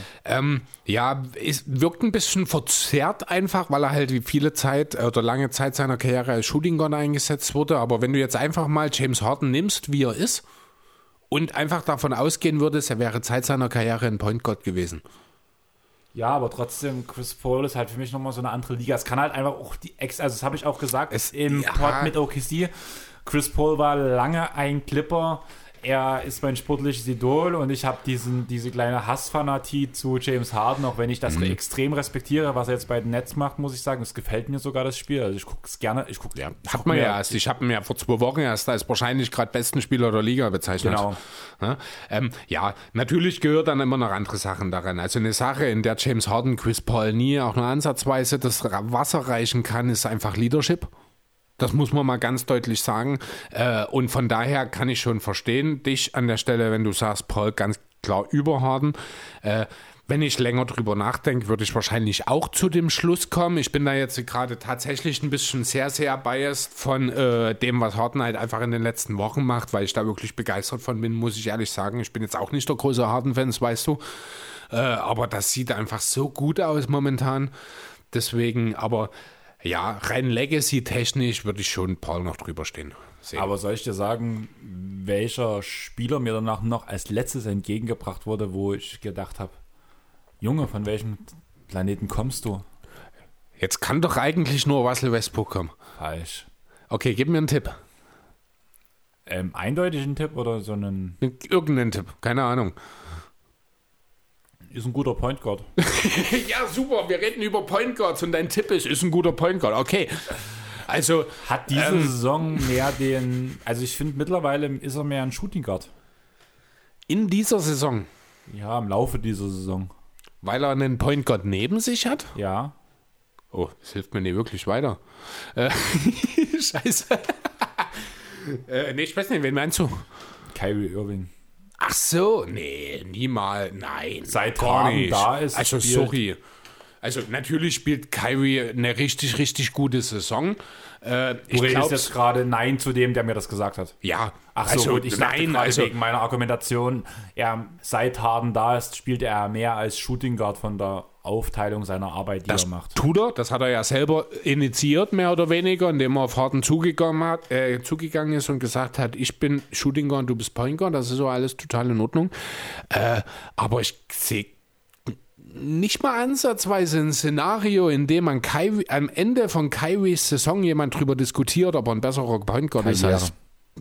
es wirkt ein bisschen verzerrt einfach, weil er halt wie viele Zeit oder lange Zeit seiner Karriere als Shooting Guard eingesetzt wurde. Aber wenn du jetzt einfach mal James Harden nimmst, wie er ist, und einfach davon ausgehen würdest, er wäre Zeit seiner Karriere ein Point Guard gewesen. ja, aber trotzdem, Chris Paul ist halt für mich nochmal so eine andere Liga. Es kann halt einfach auch also das habe ich auch gesagt, im Pod mit OKC, Chris Paul war lange ein Clipper. Er ist mein sportliches Idol und ich habe diese kleine Hassfanatie zu James Harden, auch wenn ich das extrem respektiere, was er jetzt bei den Nets macht, muss ich sagen. Es gefällt mir sogar das Spiel. Also ich gucke es gerne. Ich habe ihn ja vor 2 Wochen erst als wahrscheinlich gerade besten Spieler der Liga bezeichnet. Genau. Ja, natürlich gehört dann immer noch andere Sachen daran. Also eine Sache, in der James Harden Chris Paul nie auch nur ansatzweise das Wasser reichen kann, ist einfach Leadership. Das muss man mal ganz deutlich sagen. Und von daher kann ich schon verstehen, dich an der Stelle, wenn du sagst, Paul, ganz klar über Harden. Wenn ich länger drüber nachdenke, würde ich wahrscheinlich auch zu dem Schluss kommen. Ich bin da jetzt gerade tatsächlich ein bisschen sehr, sehr biased von dem, was Harden halt einfach in den letzten Wochen macht, weil ich da wirklich begeistert von bin, muss ich ehrlich sagen. Ich bin jetzt auch nicht der große Harden-Fan, das weißt du. Aber das sieht einfach so gut aus momentan. Deswegen, aber... Ja, rein Legacy-technisch würde ich schon Paul noch drüber sehen. Aber soll ich dir sagen, welcher Spieler mir danach noch als letztes entgegengebracht wurde, wo ich gedacht habe, Junge, von welchem Planeten kommst du? Jetzt kann doch eigentlich nur Russell Westbrook kommen. Falsch. Okay, gib mir einen Tipp. Eindeutig einen Tipp oder so einen... Irgendeinen Tipp, keine Ahnung. Ist ein guter Point Guard. Ja, super, wir reden über Point Guards und dein Tipp ist ein guter Point Guard. Okay, also... Hat diese Saison mehr also ich finde mittlerweile ist er mehr ein Shooting Guard. In dieser Saison? Ja, im Laufe dieser Saison. Weil er einen Point Guard neben sich hat? Ja. Oh, das hilft mir nicht wirklich weiter. Scheiße. Nee, ich weiß nicht, wen meinst du? Kyrie Irving. Ach so, nee, niemals, nein. Seit Harden da ist. Also sorry. Also natürlich spielt Kyrie eine richtig, richtig gute Saison. Du redest jetzt gerade Nein zu dem, der mir das gesagt hat. Ja. Ach so, also, gut, ich dachte gerade wegen meiner Argumentation, seit Harden da ist, spielt er mehr als Shooting Guard von der Aufteilung seiner Arbeit, die er macht. Tut er, das hat er ja selber initiiert, mehr oder weniger, indem er auf Harden zugegangen ist und gesagt hat, ich bin Shooting Guard, du bist Point Guard, das ist so alles total in Ordnung. Aber ich sehe nicht mal ansatzweise ein Szenario, in dem am Ende von Kyries Saison jemand drüber diskutiert, ob er ein besserer Point Guard ist als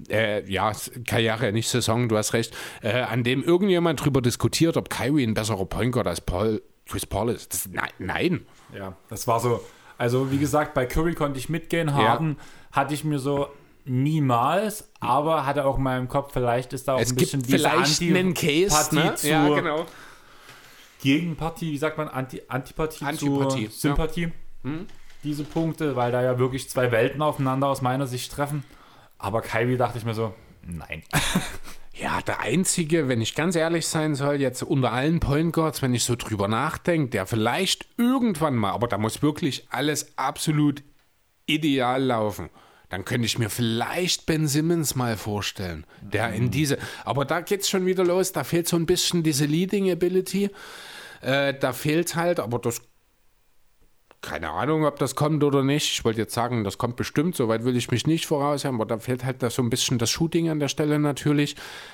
Karriere, nicht Saison, du hast recht, an dem irgendjemand drüber diskutiert, ob Kyrie ein besserer Point Guard als Chris Paul ist. Nein. Ja, das war so, also wie gesagt, bei Curry konnte ich mitgehen, Harden hatte ich mir so niemals, aber hatte auch in meinem Kopf, vielleicht ist da auch ein bisschen diese Antipathie ne? Zu ja, genau. Gegenpartie, wie sagt man, Antipathie zu Sympathie. Ja. Diese Punkte, weil da ja wirklich 2 Welten aufeinander aus meiner Sicht treffen. Aber Kyrie dachte ich mir so, nein. Ja, der einzige, wenn ich ganz ehrlich sein soll, jetzt unter allen Point Guards, wenn ich so drüber nachdenke, der vielleicht irgendwann mal, aber da muss wirklich alles absolut ideal laufen. Dann könnte ich mir vielleicht Ben Simmons mal vorstellen, der in aber da geht's schon wieder los, da fehlt so ein bisschen diese Leading Ability, da fehlt halt, aber das, keine Ahnung, ob das kommt oder nicht, ich wollte jetzt sagen, das kommt bestimmt, soweit will ich mich nicht voraussagen, aber da fehlt halt so ein bisschen das Shooting an der Stelle natürlich,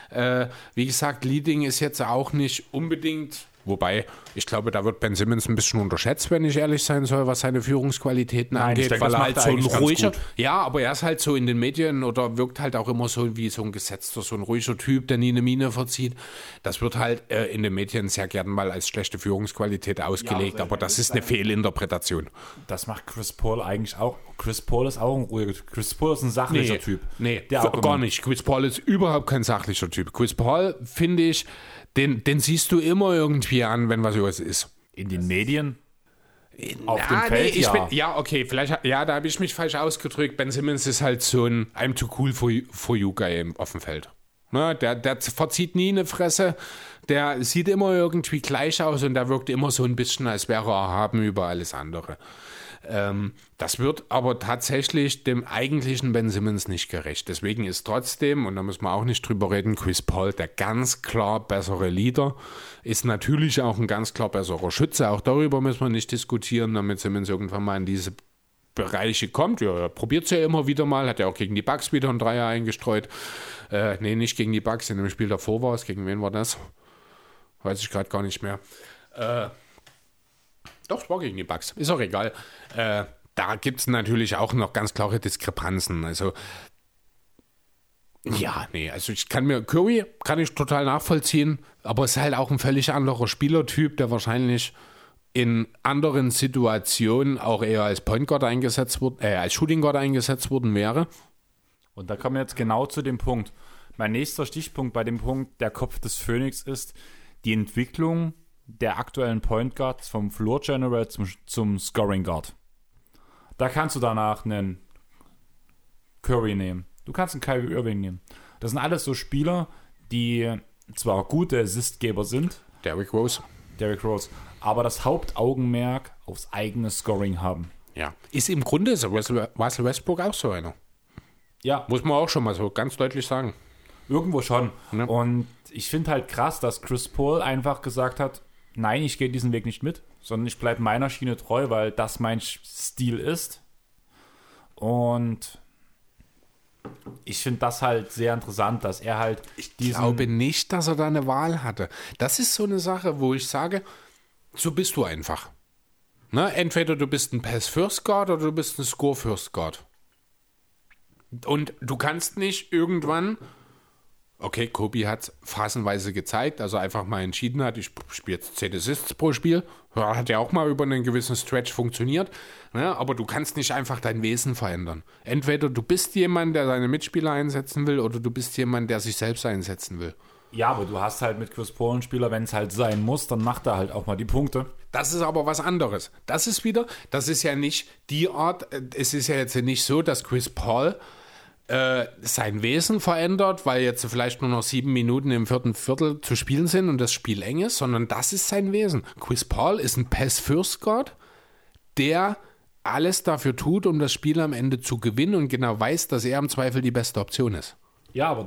wie gesagt, Leading ist jetzt auch nicht unbedingt... Wobei, ich glaube, da wird Ben Simmons ein bisschen unterschätzt, wenn ich ehrlich sein soll, was seine Führungsqualitäten angeht, denke, weil er halt so ein ruhiger, ja, aber er ist halt so in den Medien oder wirkt halt auch immer so wie so ein gesetzter, so ein ruhiger Typ, der nie eine Miene verzieht. Das wird halt in den Medien sehr gerne mal als schlechte Führungsqualität ausgelegt, aber das ist eine Fehlinterpretation. Das macht Chris Paul eigentlich auch. Chris Paul ist auch ein ruhiger Typ. Chris Paul ist ein sachlicher Typ. Nee, gar nicht. Chris Paul ist überhaupt kein sachlicher Typ. Chris Paul, finde ich, den siehst du immer irgendwie an, wenn was ist. In den Medien? Auf dem Feld, da habe ich mich falsch ausgedrückt. Ben Simmons ist halt so ein I'm too cool for you Guy auf dem Feld. Ne, der verzieht nie eine Fresse, der sieht immer irgendwie gleich aus und der wirkt immer so ein bisschen, als wäre er erhaben über alles andere. Das wird aber tatsächlich dem eigentlichen Ben Simmons nicht gerecht. Deswegen ist trotzdem, und da müssen wir auch nicht drüber reden, Chris Paul der ganz klar bessere Leader, ist natürlich auch ein ganz klar besserer Schütze. Auch darüber müssen wir nicht diskutieren, damit Simmons irgendwann mal in diese Bereiche kommt. Ja, er probiert es ja immer wieder mal, hat ja auch gegen die Bucks wieder einen Dreier eingestreut. Nicht gegen die Bucks, in dem Spiel davor war es. Gegen wen war das? Weiß ich gerade gar nicht mehr. Doch, es war gegen die Bucks. Ist auch egal. Da gibt es natürlich auch noch ganz klare Diskrepanzen. Also Ja, nee, also Curry kann ich total nachvollziehen, aber es ist halt auch ein völlig anderer Spielertyp, der wahrscheinlich in anderen Situationen auch eher als Point Guard eingesetzt wurde, als Shooting Guard eingesetzt worden wäre. Und da kommen wir jetzt genau zu dem Punkt. Mein nächster Stichpunkt bei dem Punkt, der Kopf des Phönix, ist die Entwicklung der aktuellen Point Guards vom Floor General zum Scoring Guard. Da kannst du danach einen Curry nehmen. Du kannst einen Kyrie Irving nehmen. Das sind alles so Spieler, die zwar gute Assistgeber sind. Derrick Rose. Aber das Hauptaugenmerk aufs eigene Scoring haben. Ja. Ist im Grunde so Russell Westbrook auch so einer. Ja. Muss man auch schon mal so ganz deutlich sagen. Irgendwo schon. Ja. Und ich finde halt krass, dass Chris Paul einfach gesagt hat, nein, ich gehe diesen Weg nicht mit, sondern ich bleibe meiner Schiene treu, weil das mein Stil ist. Und ich finde das halt sehr interessant, dass er halt Ich glaube nicht, dass er da eine Wahl hatte. Das ist so eine Sache, wo ich sage, so bist du einfach. Ne? Entweder du bist ein Pass-First Guard oder du bist ein Score-First Guard. Und du kannst nicht irgendwann, okay, Kobe hat es phasenweise gezeigt, also einfach mal entschieden hat, ich spiele jetzt 10 Assists pro Spiel, hat ja auch mal über einen gewissen Stretch funktioniert, ne? Aber du kannst nicht einfach dein Wesen verändern. Entweder du bist jemand, der seine Mitspieler einsetzen will, oder du bist jemand, der sich selbst einsetzen will. Ja, aber du hast halt mit Chris Paul einen Spieler, wenn es halt sein muss, dann macht er halt auch mal die Punkte. Das ist aber was anderes. Das ist ja nicht die Art, es ist ja jetzt nicht so, dass Chris Paul sein Wesen verändert, weil jetzt vielleicht nur noch 7 Minuten im 4. Viertel zu spielen sind und das Spiel eng ist, sondern das ist sein Wesen. Chris Paul ist ein Pass-First-Guard, der alles dafür tut, um das Spiel am Ende zu gewinnen und genau weiß, dass er im Zweifel die beste Option ist. Ja, aber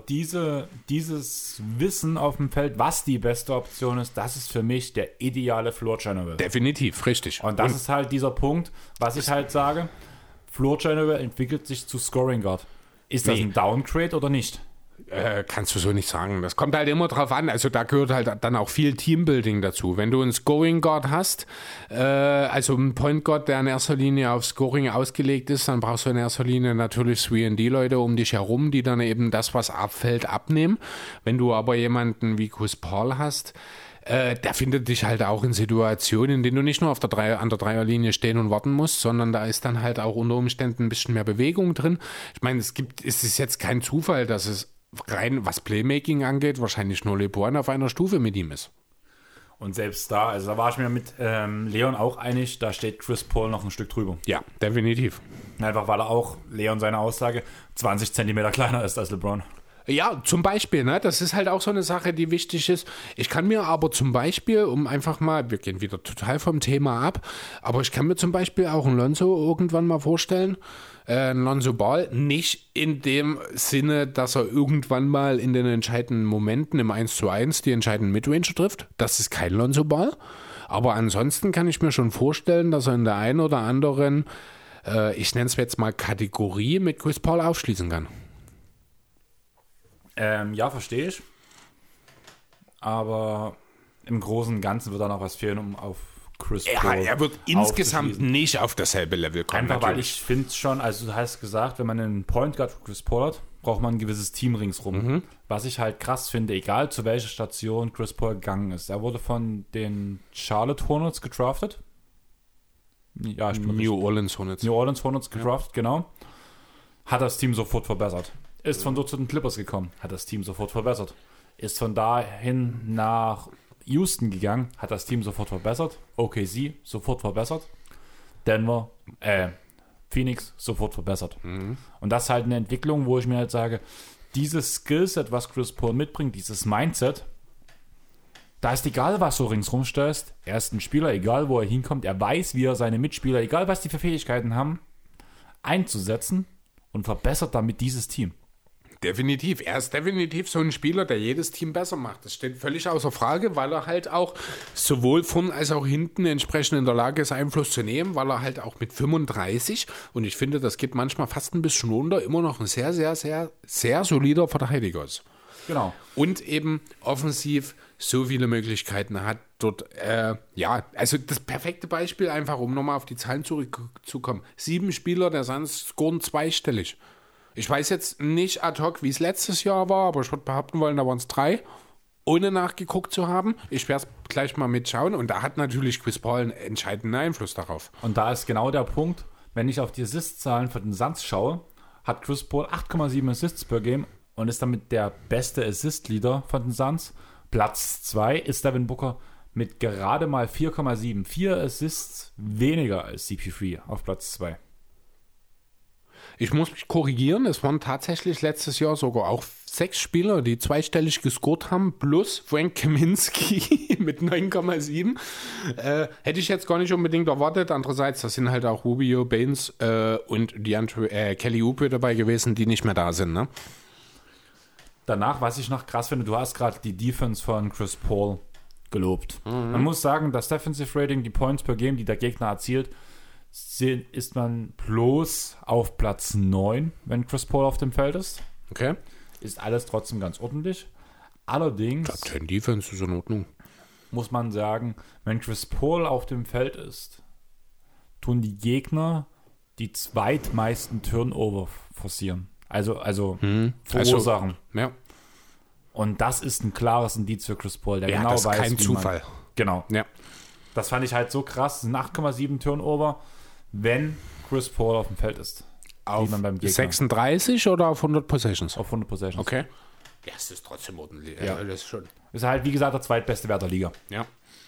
dieses Wissen auf dem Feld, was die beste Option ist, das ist für mich der ideale Floor General. Definitiv, richtig. Und das ist halt dieser Punkt, was ich halt sage, Floor General entwickelt sich zu Scoring Guard. Ist das ein Downgrade oder nicht? Kannst du so nicht sagen. Das kommt halt immer drauf an. Also da gehört halt dann auch viel Teambuilding dazu. Wenn du einen Scoring Guard hast, also einen Point Guard, der in erster Linie auf Scoring ausgelegt ist, dann brauchst du in erster Linie natürlich 3&D-Leute um dich herum, die dann eben das, was abfällt, abnehmen. Wenn du aber jemanden wie Chris Paul hast, der findet dich halt auch in Situationen, in denen du nicht nur an der Dreierlinie stehen und warten musst, sondern da ist dann halt auch unter Umständen ein bisschen mehr Bewegung drin. Ich meine, es ist jetzt kein Zufall, dass es rein, was Playmaking angeht, wahrscheinlich nur LeBron auf einer Stufe mit ihm ist. Und selbst da, also da war ich mir mit Leon auch einig, da steht Chris Paul noch ein Stück drüber. Ja, definitiv. Einfach weil er auch, Leon seine Aussage, 20 Zentimeter kleiner ist als LeBron. Ja, zum Beispiel, ne? Das ist halt auch so eine Sache, die wichtig ist. Ich kann mir aber zum Beispiel, wir gehen wieder total vom Thema ab, aber ich kann mir zum Beispiel auch einen Lonzo irgendwann mal vorstellen, einen Lonzo Ball, nicht in dem Sinne, dass er irgendwann mal in den entscheidenden Momenten im 1:1 die entscheidenden Midrange trifft. Das ist kein Lonzo Ball. Aber ansonsten kann ich mir schon vorstellen, dass er in der einen oder anderen, ich nenne es jetzt mal Kategorie, mit Chris Paul aufschließen kann. Ja, verstehe ich. Aber im Großen und Ganzen wird da noch was fehlen, um auf Chris Paul er wird insgesamt nicht auf dasselbe Level kommen. Einfach weil ich finde es schon, also du hast gesagt, wenn man einen Point Guard für Chris Paul hat, braucht man ein gewisses Team ringsrum. Was ich halt krass finde, egal zu welcher Station Chris Paul gegangen ist. Er wurde von den Charlotte Hornets gedraftet. Ja, ich bin New Orleans Hornets gedraftet, genau. Hat das Team sofort verbessert. Ist von dort zu den Clippers gekommen, hat das Team sofort verbessert. Ist von dahin nach Houston gegangen, hat das Team sofort verbessert. OKC sofort verbessert. Denver, Phoenix sofort verbessert. Und das ist halt eine Entwicklung, wo ich mir halt sage, dieses Skillset, was Chris Paul mitbringt, dieses Mindset, da ist egal, was so ringsrum stößt. Er ist ein Spieler, egal wo er hinkommt. Er weiß, wie er seine Mitspieler, egal was die für Fähigkeiten haben, einzusetzen und verbessert damit dieses Team. Definitiv. Er ist definitiv so ein Spieler, der jedes Team besser macht. Das steht völlig außer Frage, weil er halt auch sowohl vorn als auch hinten entsprechend in der Lage ist, Einfluss zu nehmen, weil er halt auch mit 35, und ich finde, das geht manchmal fast ein bisschen runter, immer noch ein sehr, sehr, sehr, sehr solider Verteidiger ist. Genau. Und eben offensiv so viele Möglichkeiten hat dort, also das perfekte Beispiel einfach, um nochmal auf die Zahlen zurückzukommen. 7 Spieler der Suns scoren zweistellig. Ich weiß jetzt nicht ad hoc, wie es letztes Jahr war, aber ich würde behaupten wollen, da waren es 3, ohne nachgeguckt zu haben. Ich werde es gleich mal mitschauen und da hat natürlich Chris Paul einen entscheidenden Einfluss darauf. Und da ist genau der Punkt, wenn ich auf die Assist-Zahlen von den Suns schaue, hat Chris Paul 8,7 Assists per Game und ist damit der beste Assist-Leader von den Suns. Platz 2 ist Devin Booker mit gerade mal 4,7. 4 Assists weniger als CP3 auf Platz 2. Ich muss mich korrigieren, es waren tatsächlich letztes Jahr sogar auch 6 Spieler, die zweistellig gescored haben, plus Frank Kaminsky mit 9,7. Hätte ich jetzt gar nicht unbedingt erwartet. Andererseits, da sind halt auch Rubio, Baines und Kelly Oubre dabei gewesen, die nicht mehr da sind. Ne? Danach, was ich noch krass finde, du hast gerade die Defense von Chris Paul gelobt. Man muss sagen, das Defensive Rating, die Points per Game, die der Gegner erzielt, ist man bloß auf Platz 9, wenn Chris Paul auf dem Feld ist. Okay. Ist alles trotzdem ganz ordentlich. Allerdings Top 10 Defense ist in Ordnung. Muss man sagen, wenn Chris Paul auf dem Feld ist, tun die Gegner die zweitmeisten Turnover forcieren. Also verursachen. Ja. Und das ist ein klares Indiz für Chris Paul, der Ja, genau das ist weiß, kein wie Zufall. Genau. Ja. Das fand ich halt so krass. Das sind 8,7 Turnover, wenn Chris Paul auf dem Feld ist. Auf man beim Gegner. 36 oder auf 100 Possessions? Auf 100 Possessions. Okay. Ja, es ist trotzdem ordentlich. Ja. Das ist schon. Ist halt, wie gesagt, der zweitbeste Wert der Liga. Ja.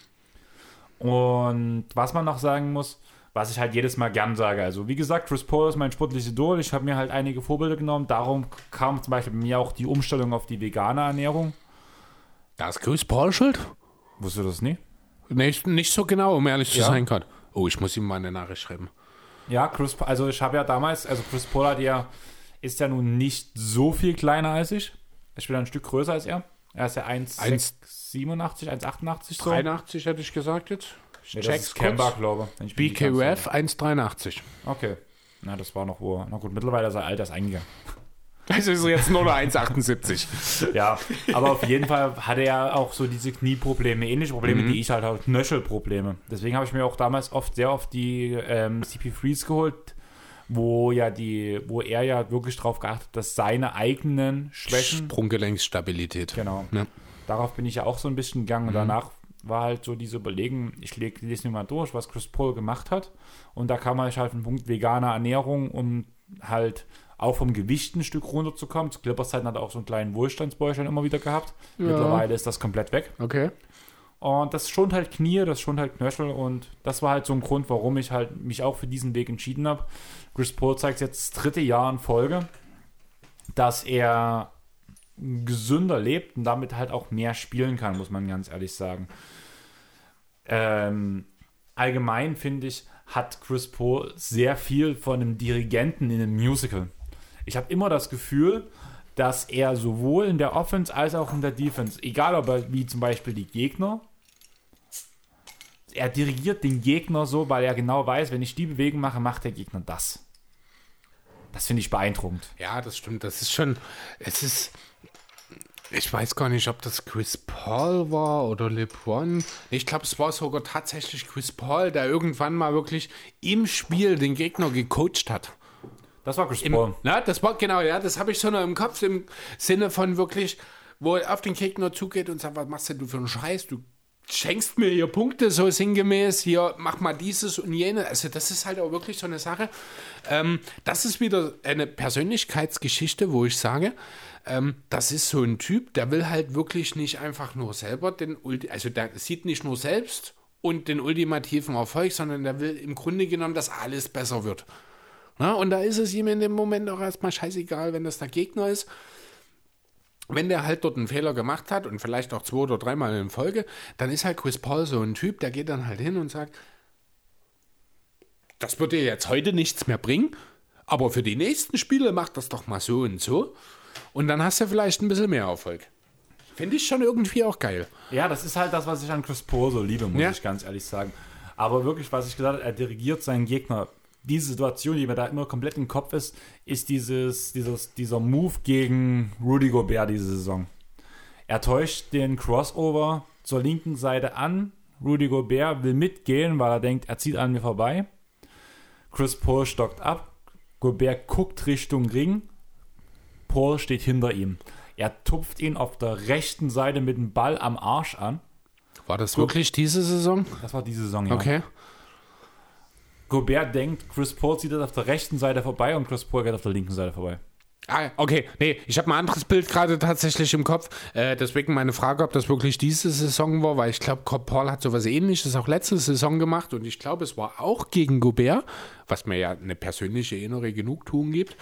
Und was man noch sagen muss, was ich halt jedes Mal gern sage, also wie gesagt, Chris Paul ist mein sportliches Idol. Ich habe mir halt einige Vorbilder genommen. Darum kam zum Beispiel bei mir auch die Umstellung auf die vegane Ernährung. Da ist Chris Paul schuld? Wusstest du das nie? Nicht so genau, um ehrlich zu Ja. sein gerade. Oh, ich muss ihm mal eine Nachricht schreiben. Ja, Chris Paul ist ja nun nicht so viel kleiner als ich. Ich bin ein Stück größer als er. Er ist ja 1,87, 1,88 so. 83 hätte ich gesagt jetzt. Ich Nee, das check's ist Kemba, kurz. glaube ich. Wenn ich mich nicht ganz BKUF 1,83. sicher. Okay. Na, das war noch Uhr. Na gut, mittlerweile ist er alt, er ist eingegangen. Das ist jetzt nur noch 1,78. Ja, aber auf jeden Fall hatte er auch so diese Knieprobleme, ähnliche Probleme, die ich halt habe, Knöchelprobleme. Deswegen habe ich mir auch damals sehr oft die CP3s geholt, wo er ja wirklich drauf geachtet hat, dass seine eigenen Schwächen... Sprunggelenksstabilität. Genau. Ja. Darauf bin ich ja auch so ein bisschen gegangen. Und danach war halt so diese Überlegung, ich lese mir mal durch, was Chris Paul gemacht hat. Und da kam halt auf den Punkt vegane Ernährung, um halt auch vom Gewicht ein Stück runterzukommen. Zu Clippers-Zeiten hat er auch so einen kleinen Wohlstandsbäuchlein immer wieder gehabt. Ja. Mittlerweile ist das komplett weg. Okay. Und das schont halt Knie, das schont halt Knöchel. Und das war halt so ein Grund, warum ich halt mich auch für diesen Weg entschieden habe. Chris Paul zeigt jetzt das 3. Jahr in Folge, dass er gesünder lebt und damit halt auch mehr spielen kann, muss man ganz ehrlich sagen. Allgemein, finde ich, hat Chris Paul sehr viel von einem Dirigenten in einem Musical. Ich habe immer das Gefühl, dass er sowohl in der Offense als auch in der Defense, egal ob er wie zum Beispiel die Gegner, er dirigiert den Gegner so, weil er genau weiß, wenn ich die Bewegung mache, macht der Gegner das. Das finde ich beeindruckend. Ja, das stimmt. Das ist schon, ich weiß gar nicht, ob das Chris Paul war oder LeBron. Ich glaube, es war sogar tatsächlich Chris Paul, der irgendwann mal wirklich im Spiel den Gegner gecoacht hat. Das war Chris Paul. Na, das war genau, ja, das habe ich so noch im Kopf, im Sinne von wirklich, wo er auf den Gegner zugeht und sagt, was machst denn du für einen Scheiß? Du schenkst mir hier Punkte, so sinngemäß, hier, mach mal dieses und jenes. Also das ist halt auch wirklich so eine Sache. Das ist wieder eine Persönlichkeitsgeschichte, wo ich sage, das ist so ein Typ, der will halt wirklich nicht einfach nur selber also der sieht nicht nur selbst und den ultimativen Erfolg, sondern der will im Grunde genommen, dass alles besser wird. Na, und da ist es ihm in dem Moment auch erstmal scheißegal, wenn das der Gegner ist. Wenn der halt dort einen Fehler gemacht hat und vielleicht auch 2 oder 3 Mal in Folge, dann ist halt Chris Paul so ein Typ, der geht dann halt hin und sagt, das wird dir jetzt heute nichts mehr bringen, aber für die nächsten Spiele macht das doch mal so und so und dann hast du vielleicht ein bisschen mehr Erfolg. Finde ich schon irgendwie auch geil. Ja, das ist halt das, was ich an Chris Paul so liebe, muss ich ganz ehrlich sagen. Aber wirklich, was ich gesagt habe, er dirigiert seinen Gegner. Diese Situation, die mir da immer komplett im Kopf ist dieser Move gegen Rudy Gobert diese Saison. Er täuscht den Crossover zur linken Seite an. Rudy Gobert will mitgehen, weil er denkt, er zieht an mir vorbei. Chris Paul stockt ab. Gobert guckt Richtung Ring. Paul steht hinter ihm. Er tupft ihn auf der rechten Seite mit dem Ball am Arsch an. War das wirklich diese Saison? Das war diese Saison, ja. Okay. Gobert denkt, Chris Paul zieht das auf der rechten Seite vorbei und Chris Paul geht auf der linken Seite vorbei. Ah, okay. Nee, ich habe ein anderes Bild gerade tatsächlich im Kopf. Deswegen meine Frage, ob das wirklich diese Saison war, weil ich glaube, Paul hat sowas Ähnliches auch letzte Saison gemacht und ich glaube, es war auch gegen Gobert, was mir ja eine persönliche innere Genugtuung gibt.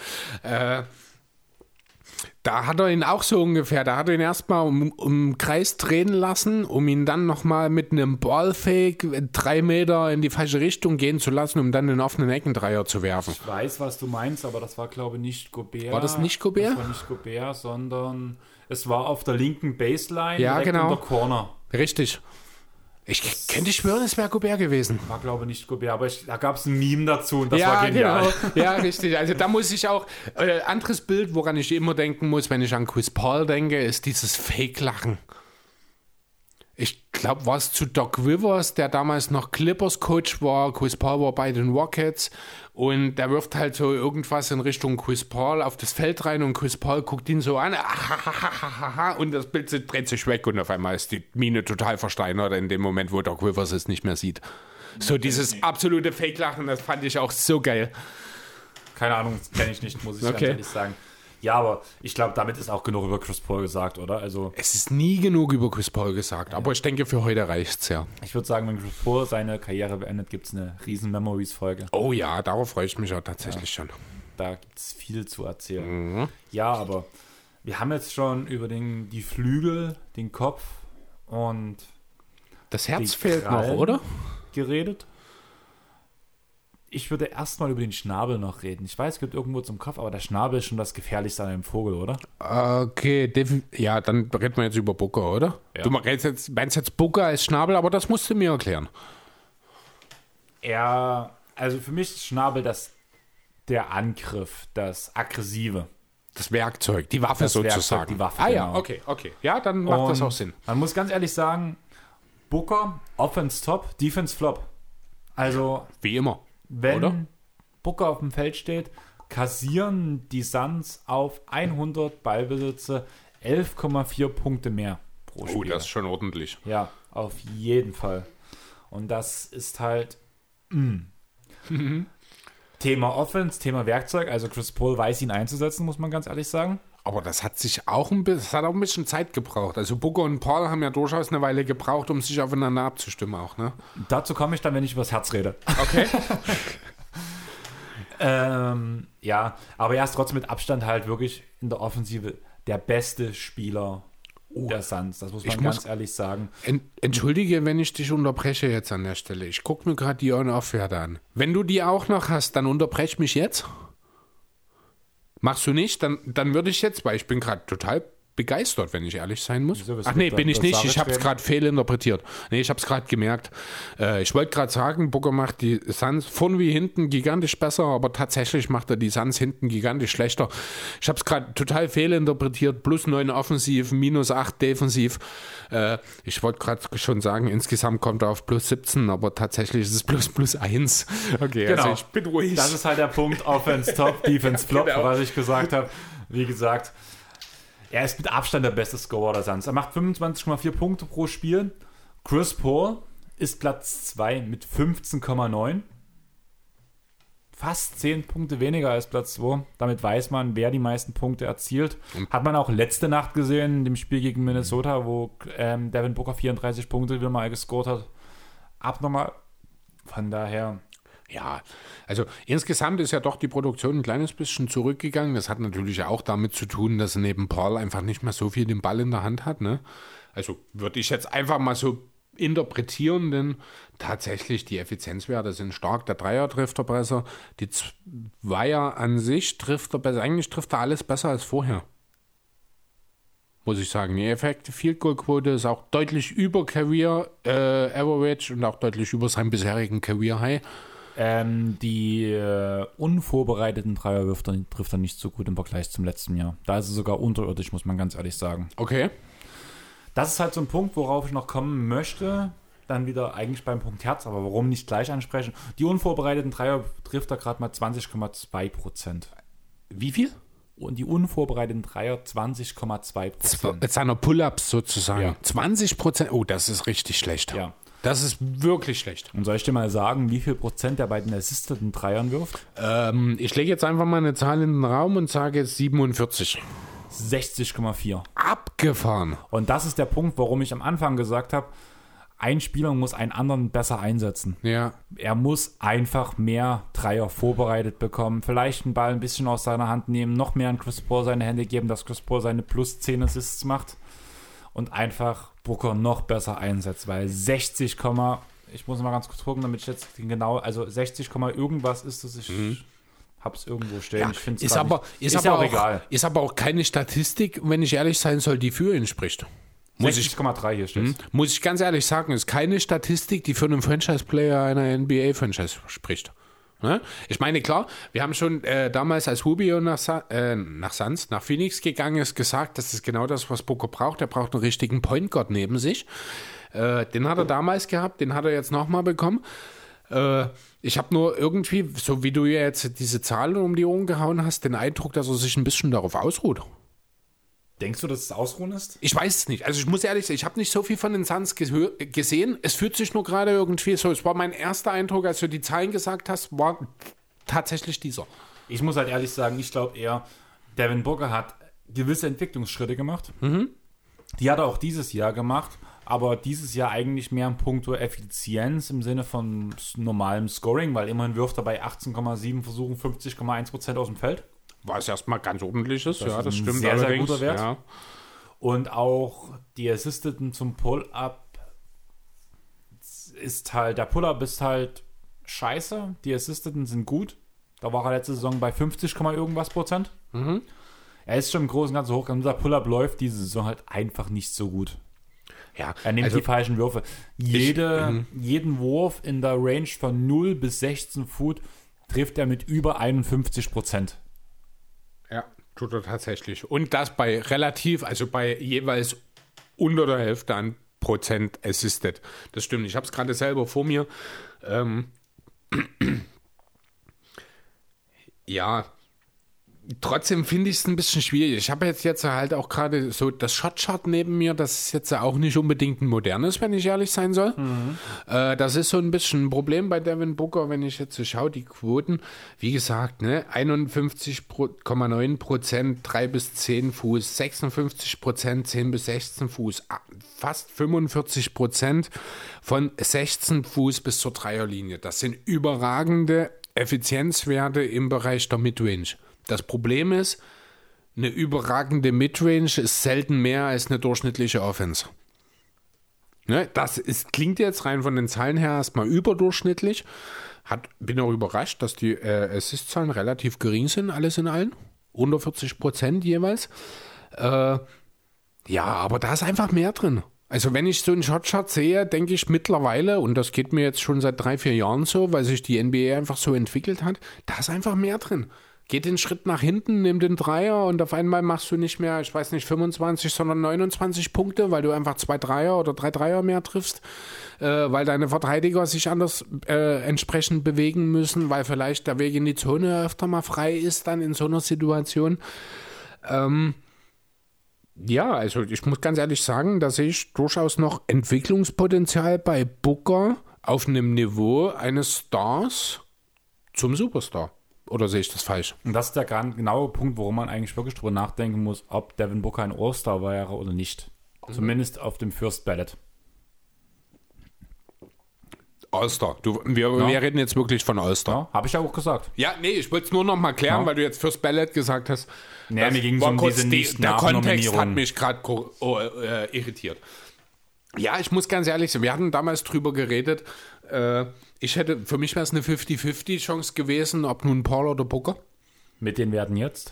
Da hat er ihn auch so ungefähr, da hat er ihn erstmal um Kreis drehen lassen, um ihn dann nochmal mit einem Ballfake 3 Meter in die falsche Richtung gehen zu lassen, um dann den offenen Eckendreier zu werfen. Ich weiß, was du meinst, aber das war, glaube ich, nicht Gobert. War das nicht Gobert? Das war nicht Gobert, sondern es war auf der linken Baseline, ja, direkt genau. in der Corner. Richtig. Ich könnte schwören, es wäre Gobert gewesen. War, glaube ich, nicht Gobert, aber da gab es ein Meme dazu und das war genial. Genau. Ja, richtig. Also da muss ich auch, anderes Bild, woran ich immer denken muss, wenn ich an Chris Paul denke, ist dieses Fake-Lachen. Ich glaube, war es zu Doc Rivers, der damals noch Clippers-Coach war. Chris Paul war bei den Rockets und der wirft halt so irgendwas in Richtung Chris Paul auf das Feld rein und Chris Paul guckt ihn so an und das Bild dreht sich weg und auf einmal ist die Miene total versteinert in dem Moment, wo Doc Rivers es nicht mehr sieht. So dieses absolute Fake-Lachen, das fand ich auch so geil. Keine Ahnung, das kenne ich nicht, muss ich ganz ehrlich sagen. Ja, aber ich glaube, damit ist auch genug über Chris Paul gesagt, oder? Also es ist nie genug über Chris Paul gesagt, aber ich denke, für heute reicht es ja. Ich würde sagen, wenn Chris Paul seine Karriere beendet, gibt es eine riesen Memories-Folge. Oh ja, darauf freue ich mich auch tatsächlich schon. Da gibt es viel zu erzählen. Ja, aber wir haben jetzt schon über die Flügel, den Kopf und das Herz fehlt noch, oder? Geredet. Ich würde erstmal über den Schnabel noch reden. Ich weiß, es gibt irgendwo zum Kopf, aber der Schnabel ist schon das Gefährlichste an einem Vogel, oder? Okay, ja, dann reden wir jetzt über Booker, oder? Ja. Du meinst jetzt Booker als Schnabel, aber das musst du mir erklären. Also für mich ist Schnabel der Angriff, das Aggressive. Das Werkzeug, die Waffe Das sozusagen. Werkzeug, die Waffe, ja, genau. okay. Ja, dann macht das auch Sinn. Man muss ganz ehrlich sagen, Booker, Offense top, Defense flop. Also Wie immer. wenn oder? Booker auf dem Feld steht, kassieren die Suns auf 100 Ballbesitze 11,4 Punkte mehr pro Spiel. Oh, das ist schon ordentlich. Ja, auf jeden Fall. Und das ist halt Thema Offense, Thema Werkzeug. Also Chris Paul weiß ihn einzusetzen, muss man ganz ehrlich sagen. Aber das hat auch ein bisschen Zeit gebraucht. Also Booker und Paul haben ja durchaus eine Weile gebraucht, um sich aufeinander abzustimmen auch, ne? Dazu komme ich dann, wenn ich übers Herz rede. Okay. Ja, aber er ist trotzdem mit Abstand halt wirklich in der Offensive der beste Spieler der Suns. Das muss man ganz ehrlich sagen. Entschuldige, wenn ich dich unterbreche jetzt an der Stelle. Ich gucke mir gerade die On-Off-Werte an. Wenn du die auch noch hast, dann unterbrech mich jetzt. Machst du nicht, dann würde ich jetzt, weil ich bin gerade total begeistert, wenn ich ehrlich sein muss. Ach nee, bin ich nicht. Ich habe es gerade fehlinterpretiert. Nee, ich habe es gerade gemerkt. Ich wollte gerade sagen, Booker macht die Suns vorn wie hinten gigantisch besser, aber tatsächlich macht er die Suns hinten gigantisch schlechter. Ich habe es gerade total fehlinterpretiert. +9 offensiv, -8 defensiv. Ich wollte gerade schon sagen, insgesamt kommt er auf +17, aber tatsächlich ist es +1. Okay, genau. Also ich bin ruhig. Das ist halt der Punkt, Offense top, Defense flop, Genau. was ich gesagt habe. Wie gesagt, er ist mit Abstand der beste Scorer der Suns. Er macht 25,4 Punkte pro Spiel. Chris Paul ist Platz 2 mit 15,9. Fast 10 Punkte weniger als Platz 2. Damit weiß man, wer die meisten Punkte erzielt. Hat man auch letzte Nacht gesehen, in dem Spiel gegen Minnesota, wo Devin Booker 34 Punkte wieder mal gescored hat. Abnormal. Von daher... Ja, also insgesamt ist ja doch die Produktion ein kleines bisschen zurückgegangen. Das hat natürlich auch damit zu tun, dass neben Paul einfach nicht mehr so viel den Ball in der Hand hat. Ne? Also würde ich jetzt einfach mal so interpretieren, denn tatsächlich die Effizienzwerte sind stark. Der Dreier trifft er besser, die Zweier an sich trifft er besser. Eigentlich trifft er alles besser als vorher. Muss ich sagen. Die Effektive Field Goal Quote ist auch deutlich über Career Average und auch deutlich über seinem bisherigen Career High. Die unvorbereiteten Dreier trifft er nicht so gut im Vergleich zum letzten Jahr. Da ist er sogar unterirdisch, muss man ganz ehrlich sagen. Okay. Das ist halt so ein Punkt, worauf ich noch kommen möchte. Dann wieder eigentlich beim Punkt Herz, aber warum nicht gleich ansprechen? Die unvorbereiteten Dreier trifft er gerade mal 20,2%. Wie viel? und die unvorbereiteten Dreier 20,2%. Seiner Pull-Ups sozusagen. Ja. 20%. Oh, das ist richtig schlecht. Ja. Das ist wirklich schlecht. Und soll ich dir mal sagen, wie viel Prozent der bei den assisteten Dreiern wirft? Ich lege jetzt einfach mal eine Zahl in den Raum und sage 47. 60,4. Abgefahren. Und das ist der Punkt, warum ich am Anfang gesagt habe, ein Spieler muss einen anderen besser einsetzen. Ja. Er muss einfach mehr Dreier vorbereitet bekommen, vielleicht einen Ball ein bisschen aus seiner Hand nehmen, noch mehr an Chris Paul seine Hände geben, dass Chris Paul seine plus 10 Assists macht und einfach Booker noch besser einsetzt, weil 60, ich muss mal ganz kurz gucken, damit ich jetzt genau, also 60, irgendwas ist das, ich hab's irgendwo stehen. Ja, Ich find's ist aber auch egal. Ist aber auch keine Statistik, wenn ich ehrlich sein soll, die für ihn spricht. 60,3 hier steht. Muss ich ganz ehrlich sagen, ist keine Statistik, die für einen Franchise-Player einer NBA-Franchise spricht. Ne? Ich meine, klar, wir haben schon damals, als Rubio nach Phoenix gegangen ist, gesagt, das ist genau das, was Booker braucht. Er braucht einen richtigen Point Guard neben sich. Den hat er damals gehabt, den hat er jetzt nochmal bekommen. Ich habe nur irgendwie, so wie du jetzt diese Zahlen um die Ohren gehauen hast, den Eindruck, dass er sich ein bisschen darauf ausruht. Denkst du, dass es Ausruhen ist? Ich weiß es nicht. Also ich muss ehrlich sagen, ich habe nicht so viel von den Suns gesehen. Es fühlt sich nur gerade irgendwie so. Es war mein erster Eindruck, als du die Zahlen gesagt hast, war tatsächlich dieser. Ich muss halt ehrlich sagen, ich glaube eher, Devin Booker hat gewisse Entwicklungsschritte gemacht. Die hat er auch dieses Jahr gemacht, aber dieses Jahr eigentlich mehr in puncto Effizienz im Sinne von normalem Scoring, weil immerhin wirft er bei 18,7 Versuchen 50,1% aus dem Feld. Was erstmal ganz ordentliches, Das ja, ist das ein stimmt. sehr, sehr allerdings, guter Wert. Ja. Und auch die Assisteten zum Pull-Up ist halt, der Pull-Up ist halt scheiße, die Assisteten sind gut. Da war er letzte Saison bei 50, irgendwas Prozent. Er ist schon im Großen und Ganzen hoch. Und unser Pull-Up läuft diese Saison halt einfach nicht so gut. Ja, Er nimmt die falschen Würfe. Jeden Wurf in der Range von 0 bis 16 Foot trifft er mit über 51%. Ja, tut er tatsächlich. Und das bei relativ, also bei jeweils unter der Hälfte an Prozent assisted. Das stimmt. Ich habe es gerade selber vor mir. Ja, trotzdem finde ich es ein bisschen schwierig. Ich habe jetzt halt auch gerade so das Shotchart neben mir, das ist jetzt auch nicht unbedingt ein modernes, wenn ich ehrlich sein soll. Das ist so ein bisschen ein Problem bei Devin Booker, wenn ich jetzt so schaue, die Quoten. Wie gesagt, ne, 51,9%, 3 bis 10 Fuß, 56%, 10 bis 16 Fuß, fast 45% von 16 Fuß bis zur Dreierlinie. Das sind überragende Effizienzwerte im Bereich der Midrange. Das Problem ist, eine überragende Midrange ist selten mehr als eine durchschnittliche Offense. Ne, klingt jetzt rein von den Zahlen her erstmal überdurchschnittlich. Bin auch überrascht, dass die Assist-Zahlen relativ gering sind, alles in allen. Unter 40% jeweils. Ja, aber da ist einfach mehr drin. Also wenn ich so einen Shotchart sehe, denke ich mittlerweile, und das geht mir jetzt schon seit 3-4 Jahren so, weil sich die NBA einfach so entwickelt hat, da ist einfach mehr drin. Geht den Schritt nach hinten, nimm den Dreier und auf einmal machst du nicht mehr, ich weiß nicht, 25, sondern 29 Punkte, weil du einfach 2 Dreier oder 3 Dreier mehr triffst, weil deine Verteidiger sich anders entsprechend bewegen müssen, weil vielleicht der Weg in die Zone öfter mal frei ist dann in so einer Situation. Ja, also ich muss ganz ehrlich sagen, da sehe ich durchaus noch Entwicklungspotenzial bei Booker auf einem Niveau eines Stars zum Superstar. Oder sehe ich das falsch? Und das ist der genaue Punkt, worum man eigentlich wirklich drüber nachdenken muss, ob Devin Booker ein All-Star wäre oder nicht. Zumindest auf dem First Ballot. All-Star. Wir reden jetzt wirklich von All-Star. Ja, habe ich ja auch gesagt. Ja, nee, ich wollte es nur noch mal klären, weil du jetzt First Ballot gesagt hast. Nee, mir ging es um diese Der Kontext hat mich gerade irritiert. Ja, ich muss ganz ehrlich sein, wir hatten damals drüber geredet, für mich wäre es eine 50-50 Chance gewesen, ob nun Paul oder Booker. Mit den Werten jetzt?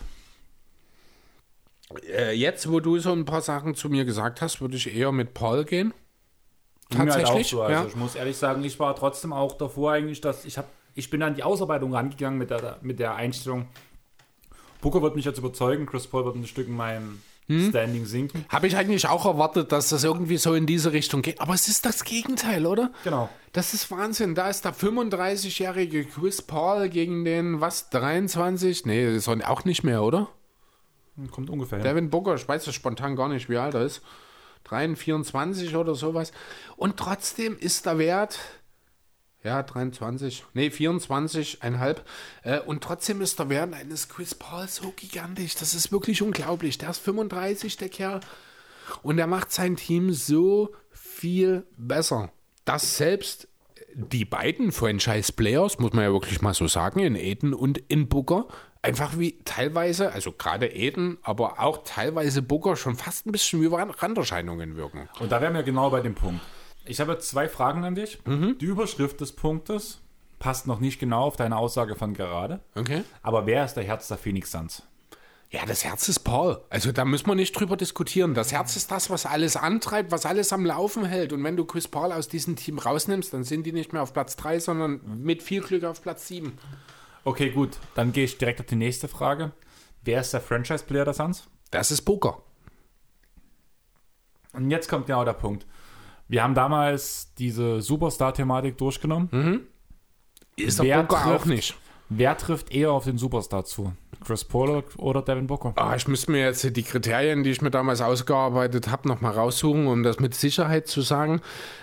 Jetzt, wo du so ein paar Sachen zu mir gesagt hast, würde ich eher mit Paul gehen. Tatsächlich. Halt auch so. Also ich muss ehrlich sagen, ich war trotzdem auch davor eigentlich, dass ich bin an die Ausarbeitung rangegangen mit der Einstellung, Booker wird mich jetzt überzeugen, Chris Paul wird ein Stück in meinem Standing sinken. Habe ich eigentlich auch erwartet, dass das irgendwie so in diese Richtung geht. Aber es ist das Gegenteil, oder? Genau. Das ist Wahnsinn. Da ist der 35-jährige Chris Paul gegen den, 23? Nee, das ist auch nicht mehr, oder? Kommt ungefähr hin. Devin Booker, ich weiß es spontan gar nicht, wie alt er ist. 24 oder sowas. Und trotzdem ist der Wert, 24,5. Und trotzdem ist der Wert eines Chris Paul so gigantisch. Das ist wirklich unglaublich. Der ist 35, der Kerl. Und er macht sein Team so viel besser, dass selbst die beiden Franchise-Players, muss man ja wirklich mal so sagen, in Ayton und in Booker, einfach wie teilweise, also gerade Ayton, aber auch teilweise Booker schon fast ein bisschen wie Randerscheinungen wirken. Und da wären wir genau bei dem Punkt. Ich habe 2 Fragen an dich. Die Überschrift des Punktes passt noch nicht genau auf deine Aussage von gerade. Okay. Aber wer ist der Herz der Phoenix Suns? Ja, das Herz ist Paul. Also da müssen wir nicht drüber diskutieren. Das Herz ist das, was alles antreibt, was alles am Laufen hält. Und wenn du Chris Paul aus diesem Team rausnimmst, dann sind die nicht mehr auf Platz 3, sondern mit viel Glück auf Platz 7. Okay, gut. Dann gehe ich direkt auf die nächste Frage. Wer ist der Franchise-Player der Suns? Das ist Booker. Und jetzt kommt genau der Punkt. Wir haben damals diese Superstar-Thematik durchgenommen. Ist der Booker auch nicht. Wer trifft eher auf den Superstar zu? Chris Paul oder Devin Booker? Ich müsste mir jetzt die Kriterien, die ich mir damals ausgearbeitet habe, nochmal raussuchen, um das mit Sicherheit zu sagen.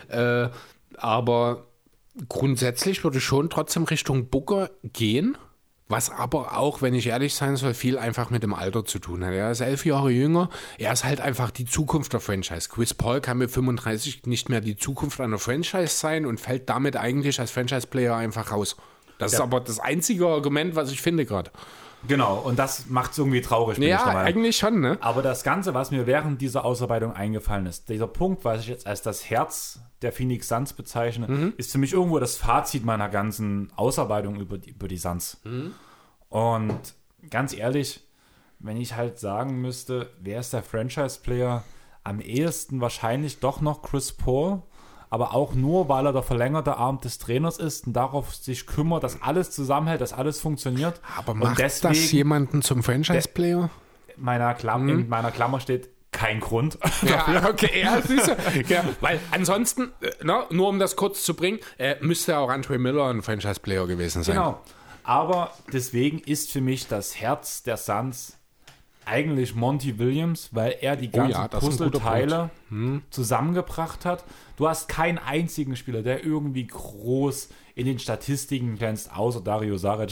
Aber grundsätzlich würde ich schon trotzdem Richtung Booker gehen. Was aber auch, wenn ich ehrlich sein soll, viel einfach mit dem Alter zu tun hat. Er ist 11 Jahre jünger. Er ist halt einfach die Zukunft der Franchise. Chris Paul kann mit 35 nicht mehr die Zukunft einer Franchise sein und fällt damit eigentlich als Franchise-Player einfach raus. Das ist aber das einzige Argument, was ich finde gerade. Genau, und das macht es irgendwie traurig. Ja, eigentlich schon, ne? Aber das Ganze, was mir während dieser Ausarbeitung eingefallen ist, dieser Punkt, was ich jetzt als das Herz der Phoenix Suns bezeichne, ist für mich irgendwo das Fazit meiner ganzen Ausarbeitung über die Suns. Und ganz ehrlich, wenn ich halt sagen müsste, wer ist der Franchise-Player, am ehesten wahrscheinlich doch noch Chris Paul, aber auch nur, weil er der verlängerte Arm des Trainers ist und darauf sich kümmert, dass alles zusammenhält, dass alles funktioniert. Aber macht das jemanden zum Franchise-Player? In meiner Klammer steht kein Grund. Ja, okay, ja, siehst du. Ja, weil ansonsten, nur um das kurz zu bringen, müsste auch Andre Miller ein Franchise-Player gewesen sein. Genau. Aber deswegen ist für mich das Herz der Suns eigentlich Monty Williams, weil er die ganzen Puzzleteile zusammengebracht hat. Du hast keinen einzigen Spieler, der irgendwie groß in den Statistiken glänzt, außer Dario Saric.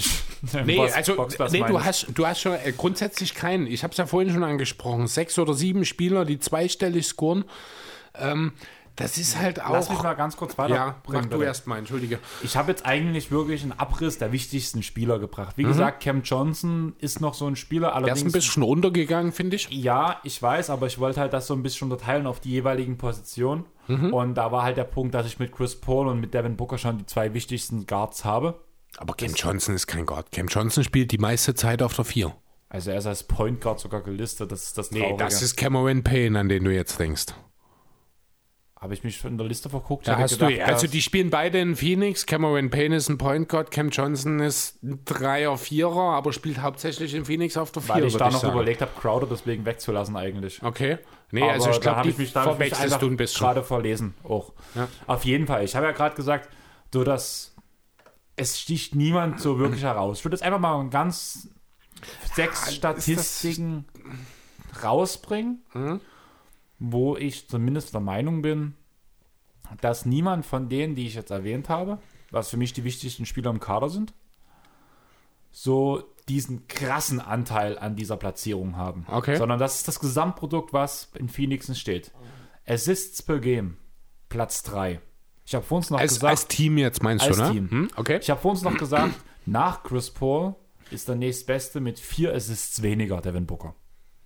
Du hast schon grundsätzlich keinen. Ich habe es ja vorhin schon angesprochen. 6 oder 7 Spieler, die zweistellig scoren. Das ist halt auch... Lass mich mal ganz kurz weiterbringen. Ja, mach du erst mal, entschuldige. Ich habe jetzt eigentlich wirklich einen Abriss der wichtigsten Spieler gebracht. Wie gesagt, Cam Johnson ist noch so ein Spieler. Der ist ein bisschen runtergegangen, finde ich. Ja, ich weiß, aber ich wollte halt das so ein bisschen unterteilen auf die jeweiligen Positionen. Und da war halt der Punkt, dass ich mit Chris Paul und mit Devin Booker schon die 2 wichtigsten Guards habe. Aber Cam Johnson ist kein Guard. Cam Johnson spielt die meiste Zeit auf der 4. Also er ist als Point Guard sogar gelistet. Das ist das Traurige. Nee, das ist Cameron Payne, an den du jetzt denkst. Habe ich mich in der Liste verguckt? Da hast gedacht, also die spielen beide in Phoenix. Cameron Payne ist ein Point Guard, Cam Johnson ist ein 3er, 4er, aber spielt hauptsächlich in Phoenix auf der 4. Weil ich da noch überlegt habe, Crowder deswegen wegzulassen eigentlich. Okay. Nee, aber also ich glaube, die verwechselst du ein bisschen. Gerade verlesen auch. Ja. Auf jeden Fall. Ich habe ja gerade gesagt, so dass es sticht niemand so wirklich heraus. Ich würde jetzt einfach mal ganz 6 Statistiken rausbringen, wo ich zumindest der Meinung bin, dass niemand von denen, die ich jetzt erwähnt habe, was für mich die wichtigsten Spieler im Kader sind, so diesen krassen Anteil an dieser Platzierung haben. Okay. Sondern das ist das Gesamtprodukt, was in Phoenix steht. Assists per Game, Platz 3. Ich habe vorhin noch gesagt... Als Team jetzt meinst du, ne? Als Team. Okay. Ich habe vorhin noch gesagt, nach Chris Paul ist der nächstbeste mit 4 Assists weniger, Devin Booker.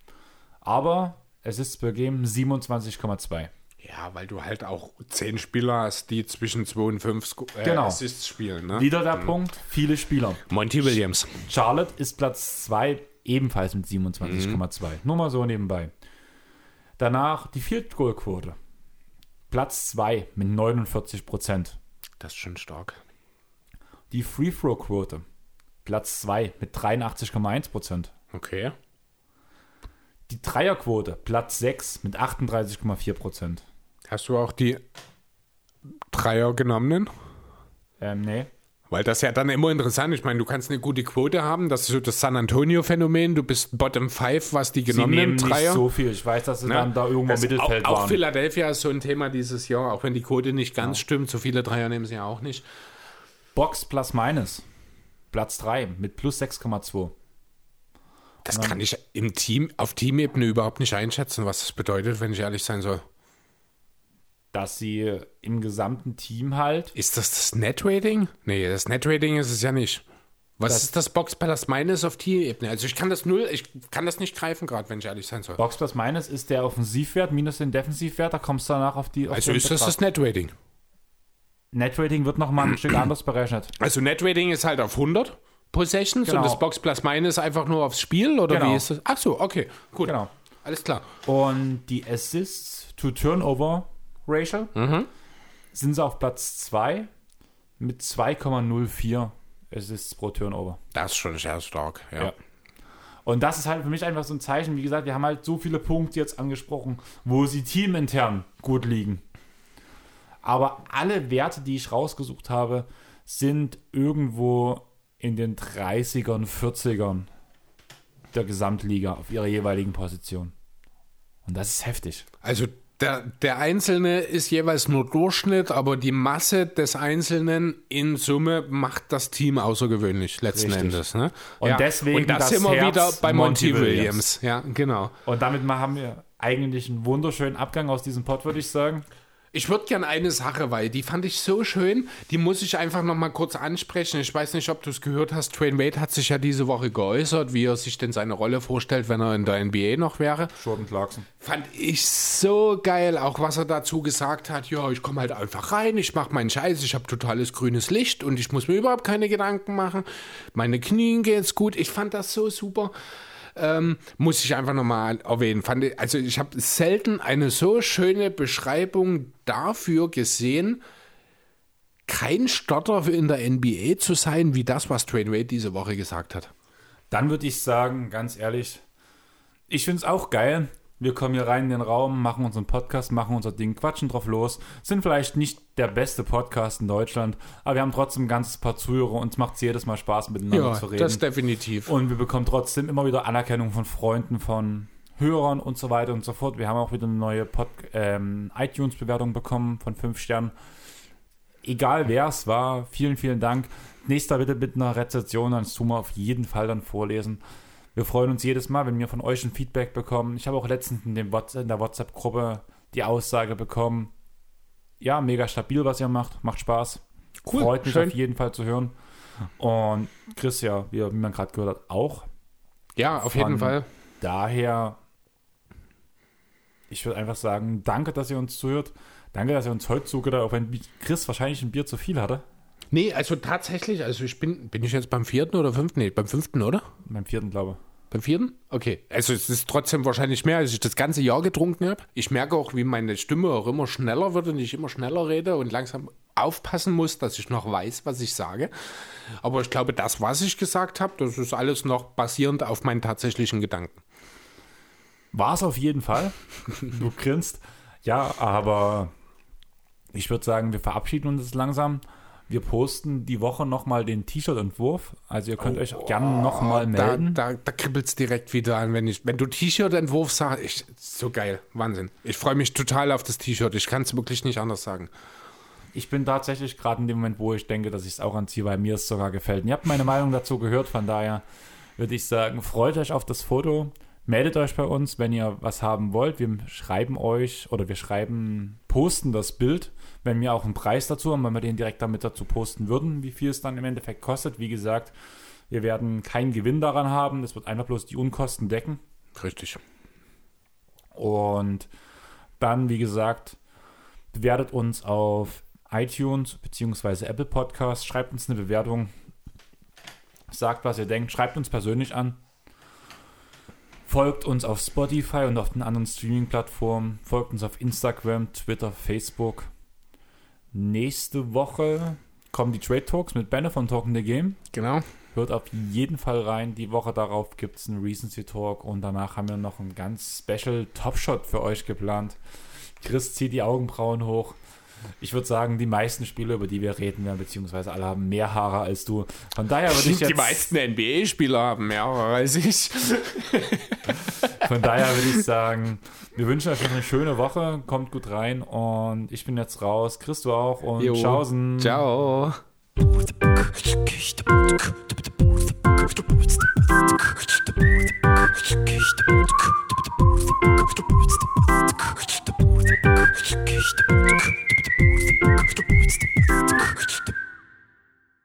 Aber Assists per Game 27,2. Ja, weil du halt auch 10 Spieler hast, die zwischen 2 und 5 Assists spielen. Ne? Wieder der Punkt, viele Spieler. Monty Williams. Charlotte ist Platz 2, ebenfalls mit 27,2. Nur mal so nebenbei. Danach die Field Goal Quote. Platz 2 mit 49%. Das ist schon stark. Die Free Throw Quote. Platz 2 mit 83,1%. Okay. Die Dreierquote, Platz 6 mit 38,4%. Hast du auch die Dreier genommenen? Nee. Weil das ja dann immer interessant ist. Ich meine, du kannst eine gute Quote haben, das ist so das San Antonio-Phänomen, du bist Bottom 5, was die genommenen Dreier. Nicht so viel, ich weiß, dass sie dann da irgendwo im Mittelfeld waren. Auch Philadelphia ist so ein Thema dieses Jahr, auch wenn die Quote nicht ganz stimmt, so viele Dreier nehmen sie ja auch nicht. Box plus minus, Platz 3 mit plus 6,2. Das kann ich im Team, auf Teamebene überhaupt nicht einschätzen, was das bedeutet, wenn ich ehrlich sein soll. Dass sie im gesamten Team halt... Ist das Net-Rating? Nee, das Net-Rating ist es ja nicht. Was ist das Box plus minus auf Teamebene? Also ich kann das nicht greifen gerade, wenn ich ehrlich sein soll. Box plus minus ist der Offensivwert minus den Defensivwert, da kommst du danach auf die... Also ist das Net-Rating? Net-Rating wird nochmal ein Stück anders berechnet. Also Net-Rating ist halt auf 100 Possessions genau. Und das Box plus minus einfach nur aufs Spiel, oder genau. wie ist das? Ach so, okay, gut. Genau. Alles klar. Und die Assists to Turnover Ratio sind sie auf Platz 2 mit 2,04 Assists pro Turnover. Das ist schon sehr stark, ja. Und das ist halt für mich einfach so ein Zeichen, wie gesagt, wir haben halt so viele Punkte jetzt angesprochen, wo sie teamintern gut liegen. Aber alle Werte, die ich rausgesucht habe, sind irgendwo in den 30ern, 40ern der Gesamtliga auf ihrer jeweiligen Position. Und das ist heftig. Also der Einzelne ist jeweils nur Durchschnitt, aber die Masse des Einzelnen in Summe macht das Team außergewöhnlich, letzten Endes. Ne? Und deswegen und das sind wir wieder bei Monty Williams. Ja, genau. Und damit haben wir eigentlich einen wunderschönen Abgang aus diesem Pod, würde ich sagen. Ich würde gerne eine Sache, weil die fand ich so schön, die muss ich einfach noch mal kurz ansprechen. Ich weiß nicht, ob du es gehört hast, Dwayne Wade hat sich ja diese Woche geäußert, wie er sich denn seine Rolle vorstellt, wenn er in der NBA noch wäre. Jordan Clarkson. Fand ich so geil, auch was er dazu gesagt hat. Ja, ich komme halt einfach rein, ich mache meinen Scheiß, ich habe totales grünes Licht und ich muss mir überhaupt keine Gedanken machen. Meine Knien geht's gut. Ich fand das so super. Muss ich einfach nochmal erwähnen. Also ich habe selten eine so schöne Beschreibung dafür gesehen, kein Stotter in der NBA zu sein, wie das, was Dwayne Wade diese Woche gesagt hat. Dann würde ich sagen, ganz ehrlich, ich finde es auch geil. Wir kommen hier rein in den Raum, machen unseren Podcast, machen unser Ding, quatschen drauf los. Sind vielleicht nicht der beste Podcast in Deutschland, aber wir haben trotzdem ein ganzes paar Zuhörer und es macht jedes Mal Spaß, miteinander zu reden. Ja, das definitiv. Und wir bekommen trotzdem immer wieder Anerkennung von Freunden, von Hörern und so weiter und so fort. Wir haben auch wieder eine neue iTunes-Bewertung bekommen von 5 Sternen. Egal wer es war, vielen, vielen Dank. Nächster bitte mit einer Rezension, dann tun wir auf jeden Fall dann vorlesen. Wir freuen uns jedes Mal, wenn wir von euch ein Feedback bekommen. Ich habe auch letztens in der WhatsApp-Gruppe die Aussage bekommen, ja, mega stabil, was ihr macht. Macht Spaß. Cool, freut mich schön. Auf jeden Fall zu hören. Und Chris, ja, wie man gerade gehört hat, auch. Ja, auf jeden Fall. Daher, ich würde einfach sagen, danke, dass ihr uns zuhört. Danke, dass ihr uns heute zugehört, auch wenn Chris wahrscheinlich ein Bier zu viel hatte. Nee, also tatsächlich, also bin ich jetzt beim 4. oder 5.? Nee, beim 5., oder? Beim 4., glaube ich. Beim 4.? Okay. Also es ist trotzdem wahrscheinlich mehr, als ich das ganze Jahr getrunken habe. Ich merke auch, wie meine Stimme auch immer schneller wird und ich immer schneller rede und langsam aufpassen muss, dass ich noch weiß, was ich sage. Aber ich glaube, das, was ich gesagt habe, das ist alles noch basierend auf meinen tatsächlichen Gedanken. War es auf jeden Fall. Du grinst. Ja, aber ich würde sagen, wir verabschieden uns langsam. Wir posten die Woche nochmal den T-Shirt-Entwurf. Also ihr könnt euch auch gerne nochmal melden. Da kribbelt es direkt wieder an. Wenn du T-Shirt-Entwurf sagst, so geil, Wahnsinn. Ich freue mich total auf das T-Shirt. Ich kann es wirklich nicht anders sagen. Ich bin tatsächlich gerade in dem Moment, wo ich denke, dass ich es auch anziehe, weil mir es sogar gefällt. Und ihr habt meine Meinung dazu gehört, von daher würde ich sagen, freut euch auf das Foto. Meldet euch bei uns, wenn ihr was haben wollt. Wir schreiben euch oder posten das Bild, wenn wir auch einen Preis dazu haben, wenn wir den direkt damit dazu posten würden, wie viel es dann im Endeffekt kostet. Wie gesagt, wir werden keinen Gewinn daran haben. Es wird einfach bloß die Unkosten decken. Richtig. Und dann, wie gesagt, bewertet uns auf iTunes bzw. Apple Podcasts. Schreibt uns eine Bewertung. Sagt, was ihr denkt. Schreibt uns persönlich an. Folgt uns auf Spotify und auf den anderen Streaming-Plattformen. Folgt uns auf Instagram, Twitter, Facebook. Nächste Woche kommen die Trade Talks mit Benne von Talking the Game. Genau. Hört auf jeden Fall rein. Die Woche darauf gibt es einen Recency Talk und danach haben wir noch einen ganz special Top-Shot für euch geplant. Chris zieht die Augenbrauen hoch. Ich würde sagen, die meisten Spieler, über die wir reden werden, beziehungsweise alle haben mehr Haare als du. Von daher würde ich jetzt... Die meisten NBA-Spieler haben mehr Haare als ich. Von daher würde ich sagen, wir wünschen euch noch eine schöne Woche. Kommt gut rein und ich bin jetzt raus. Chris, du auch und tschaußen. Ciao. Ciao.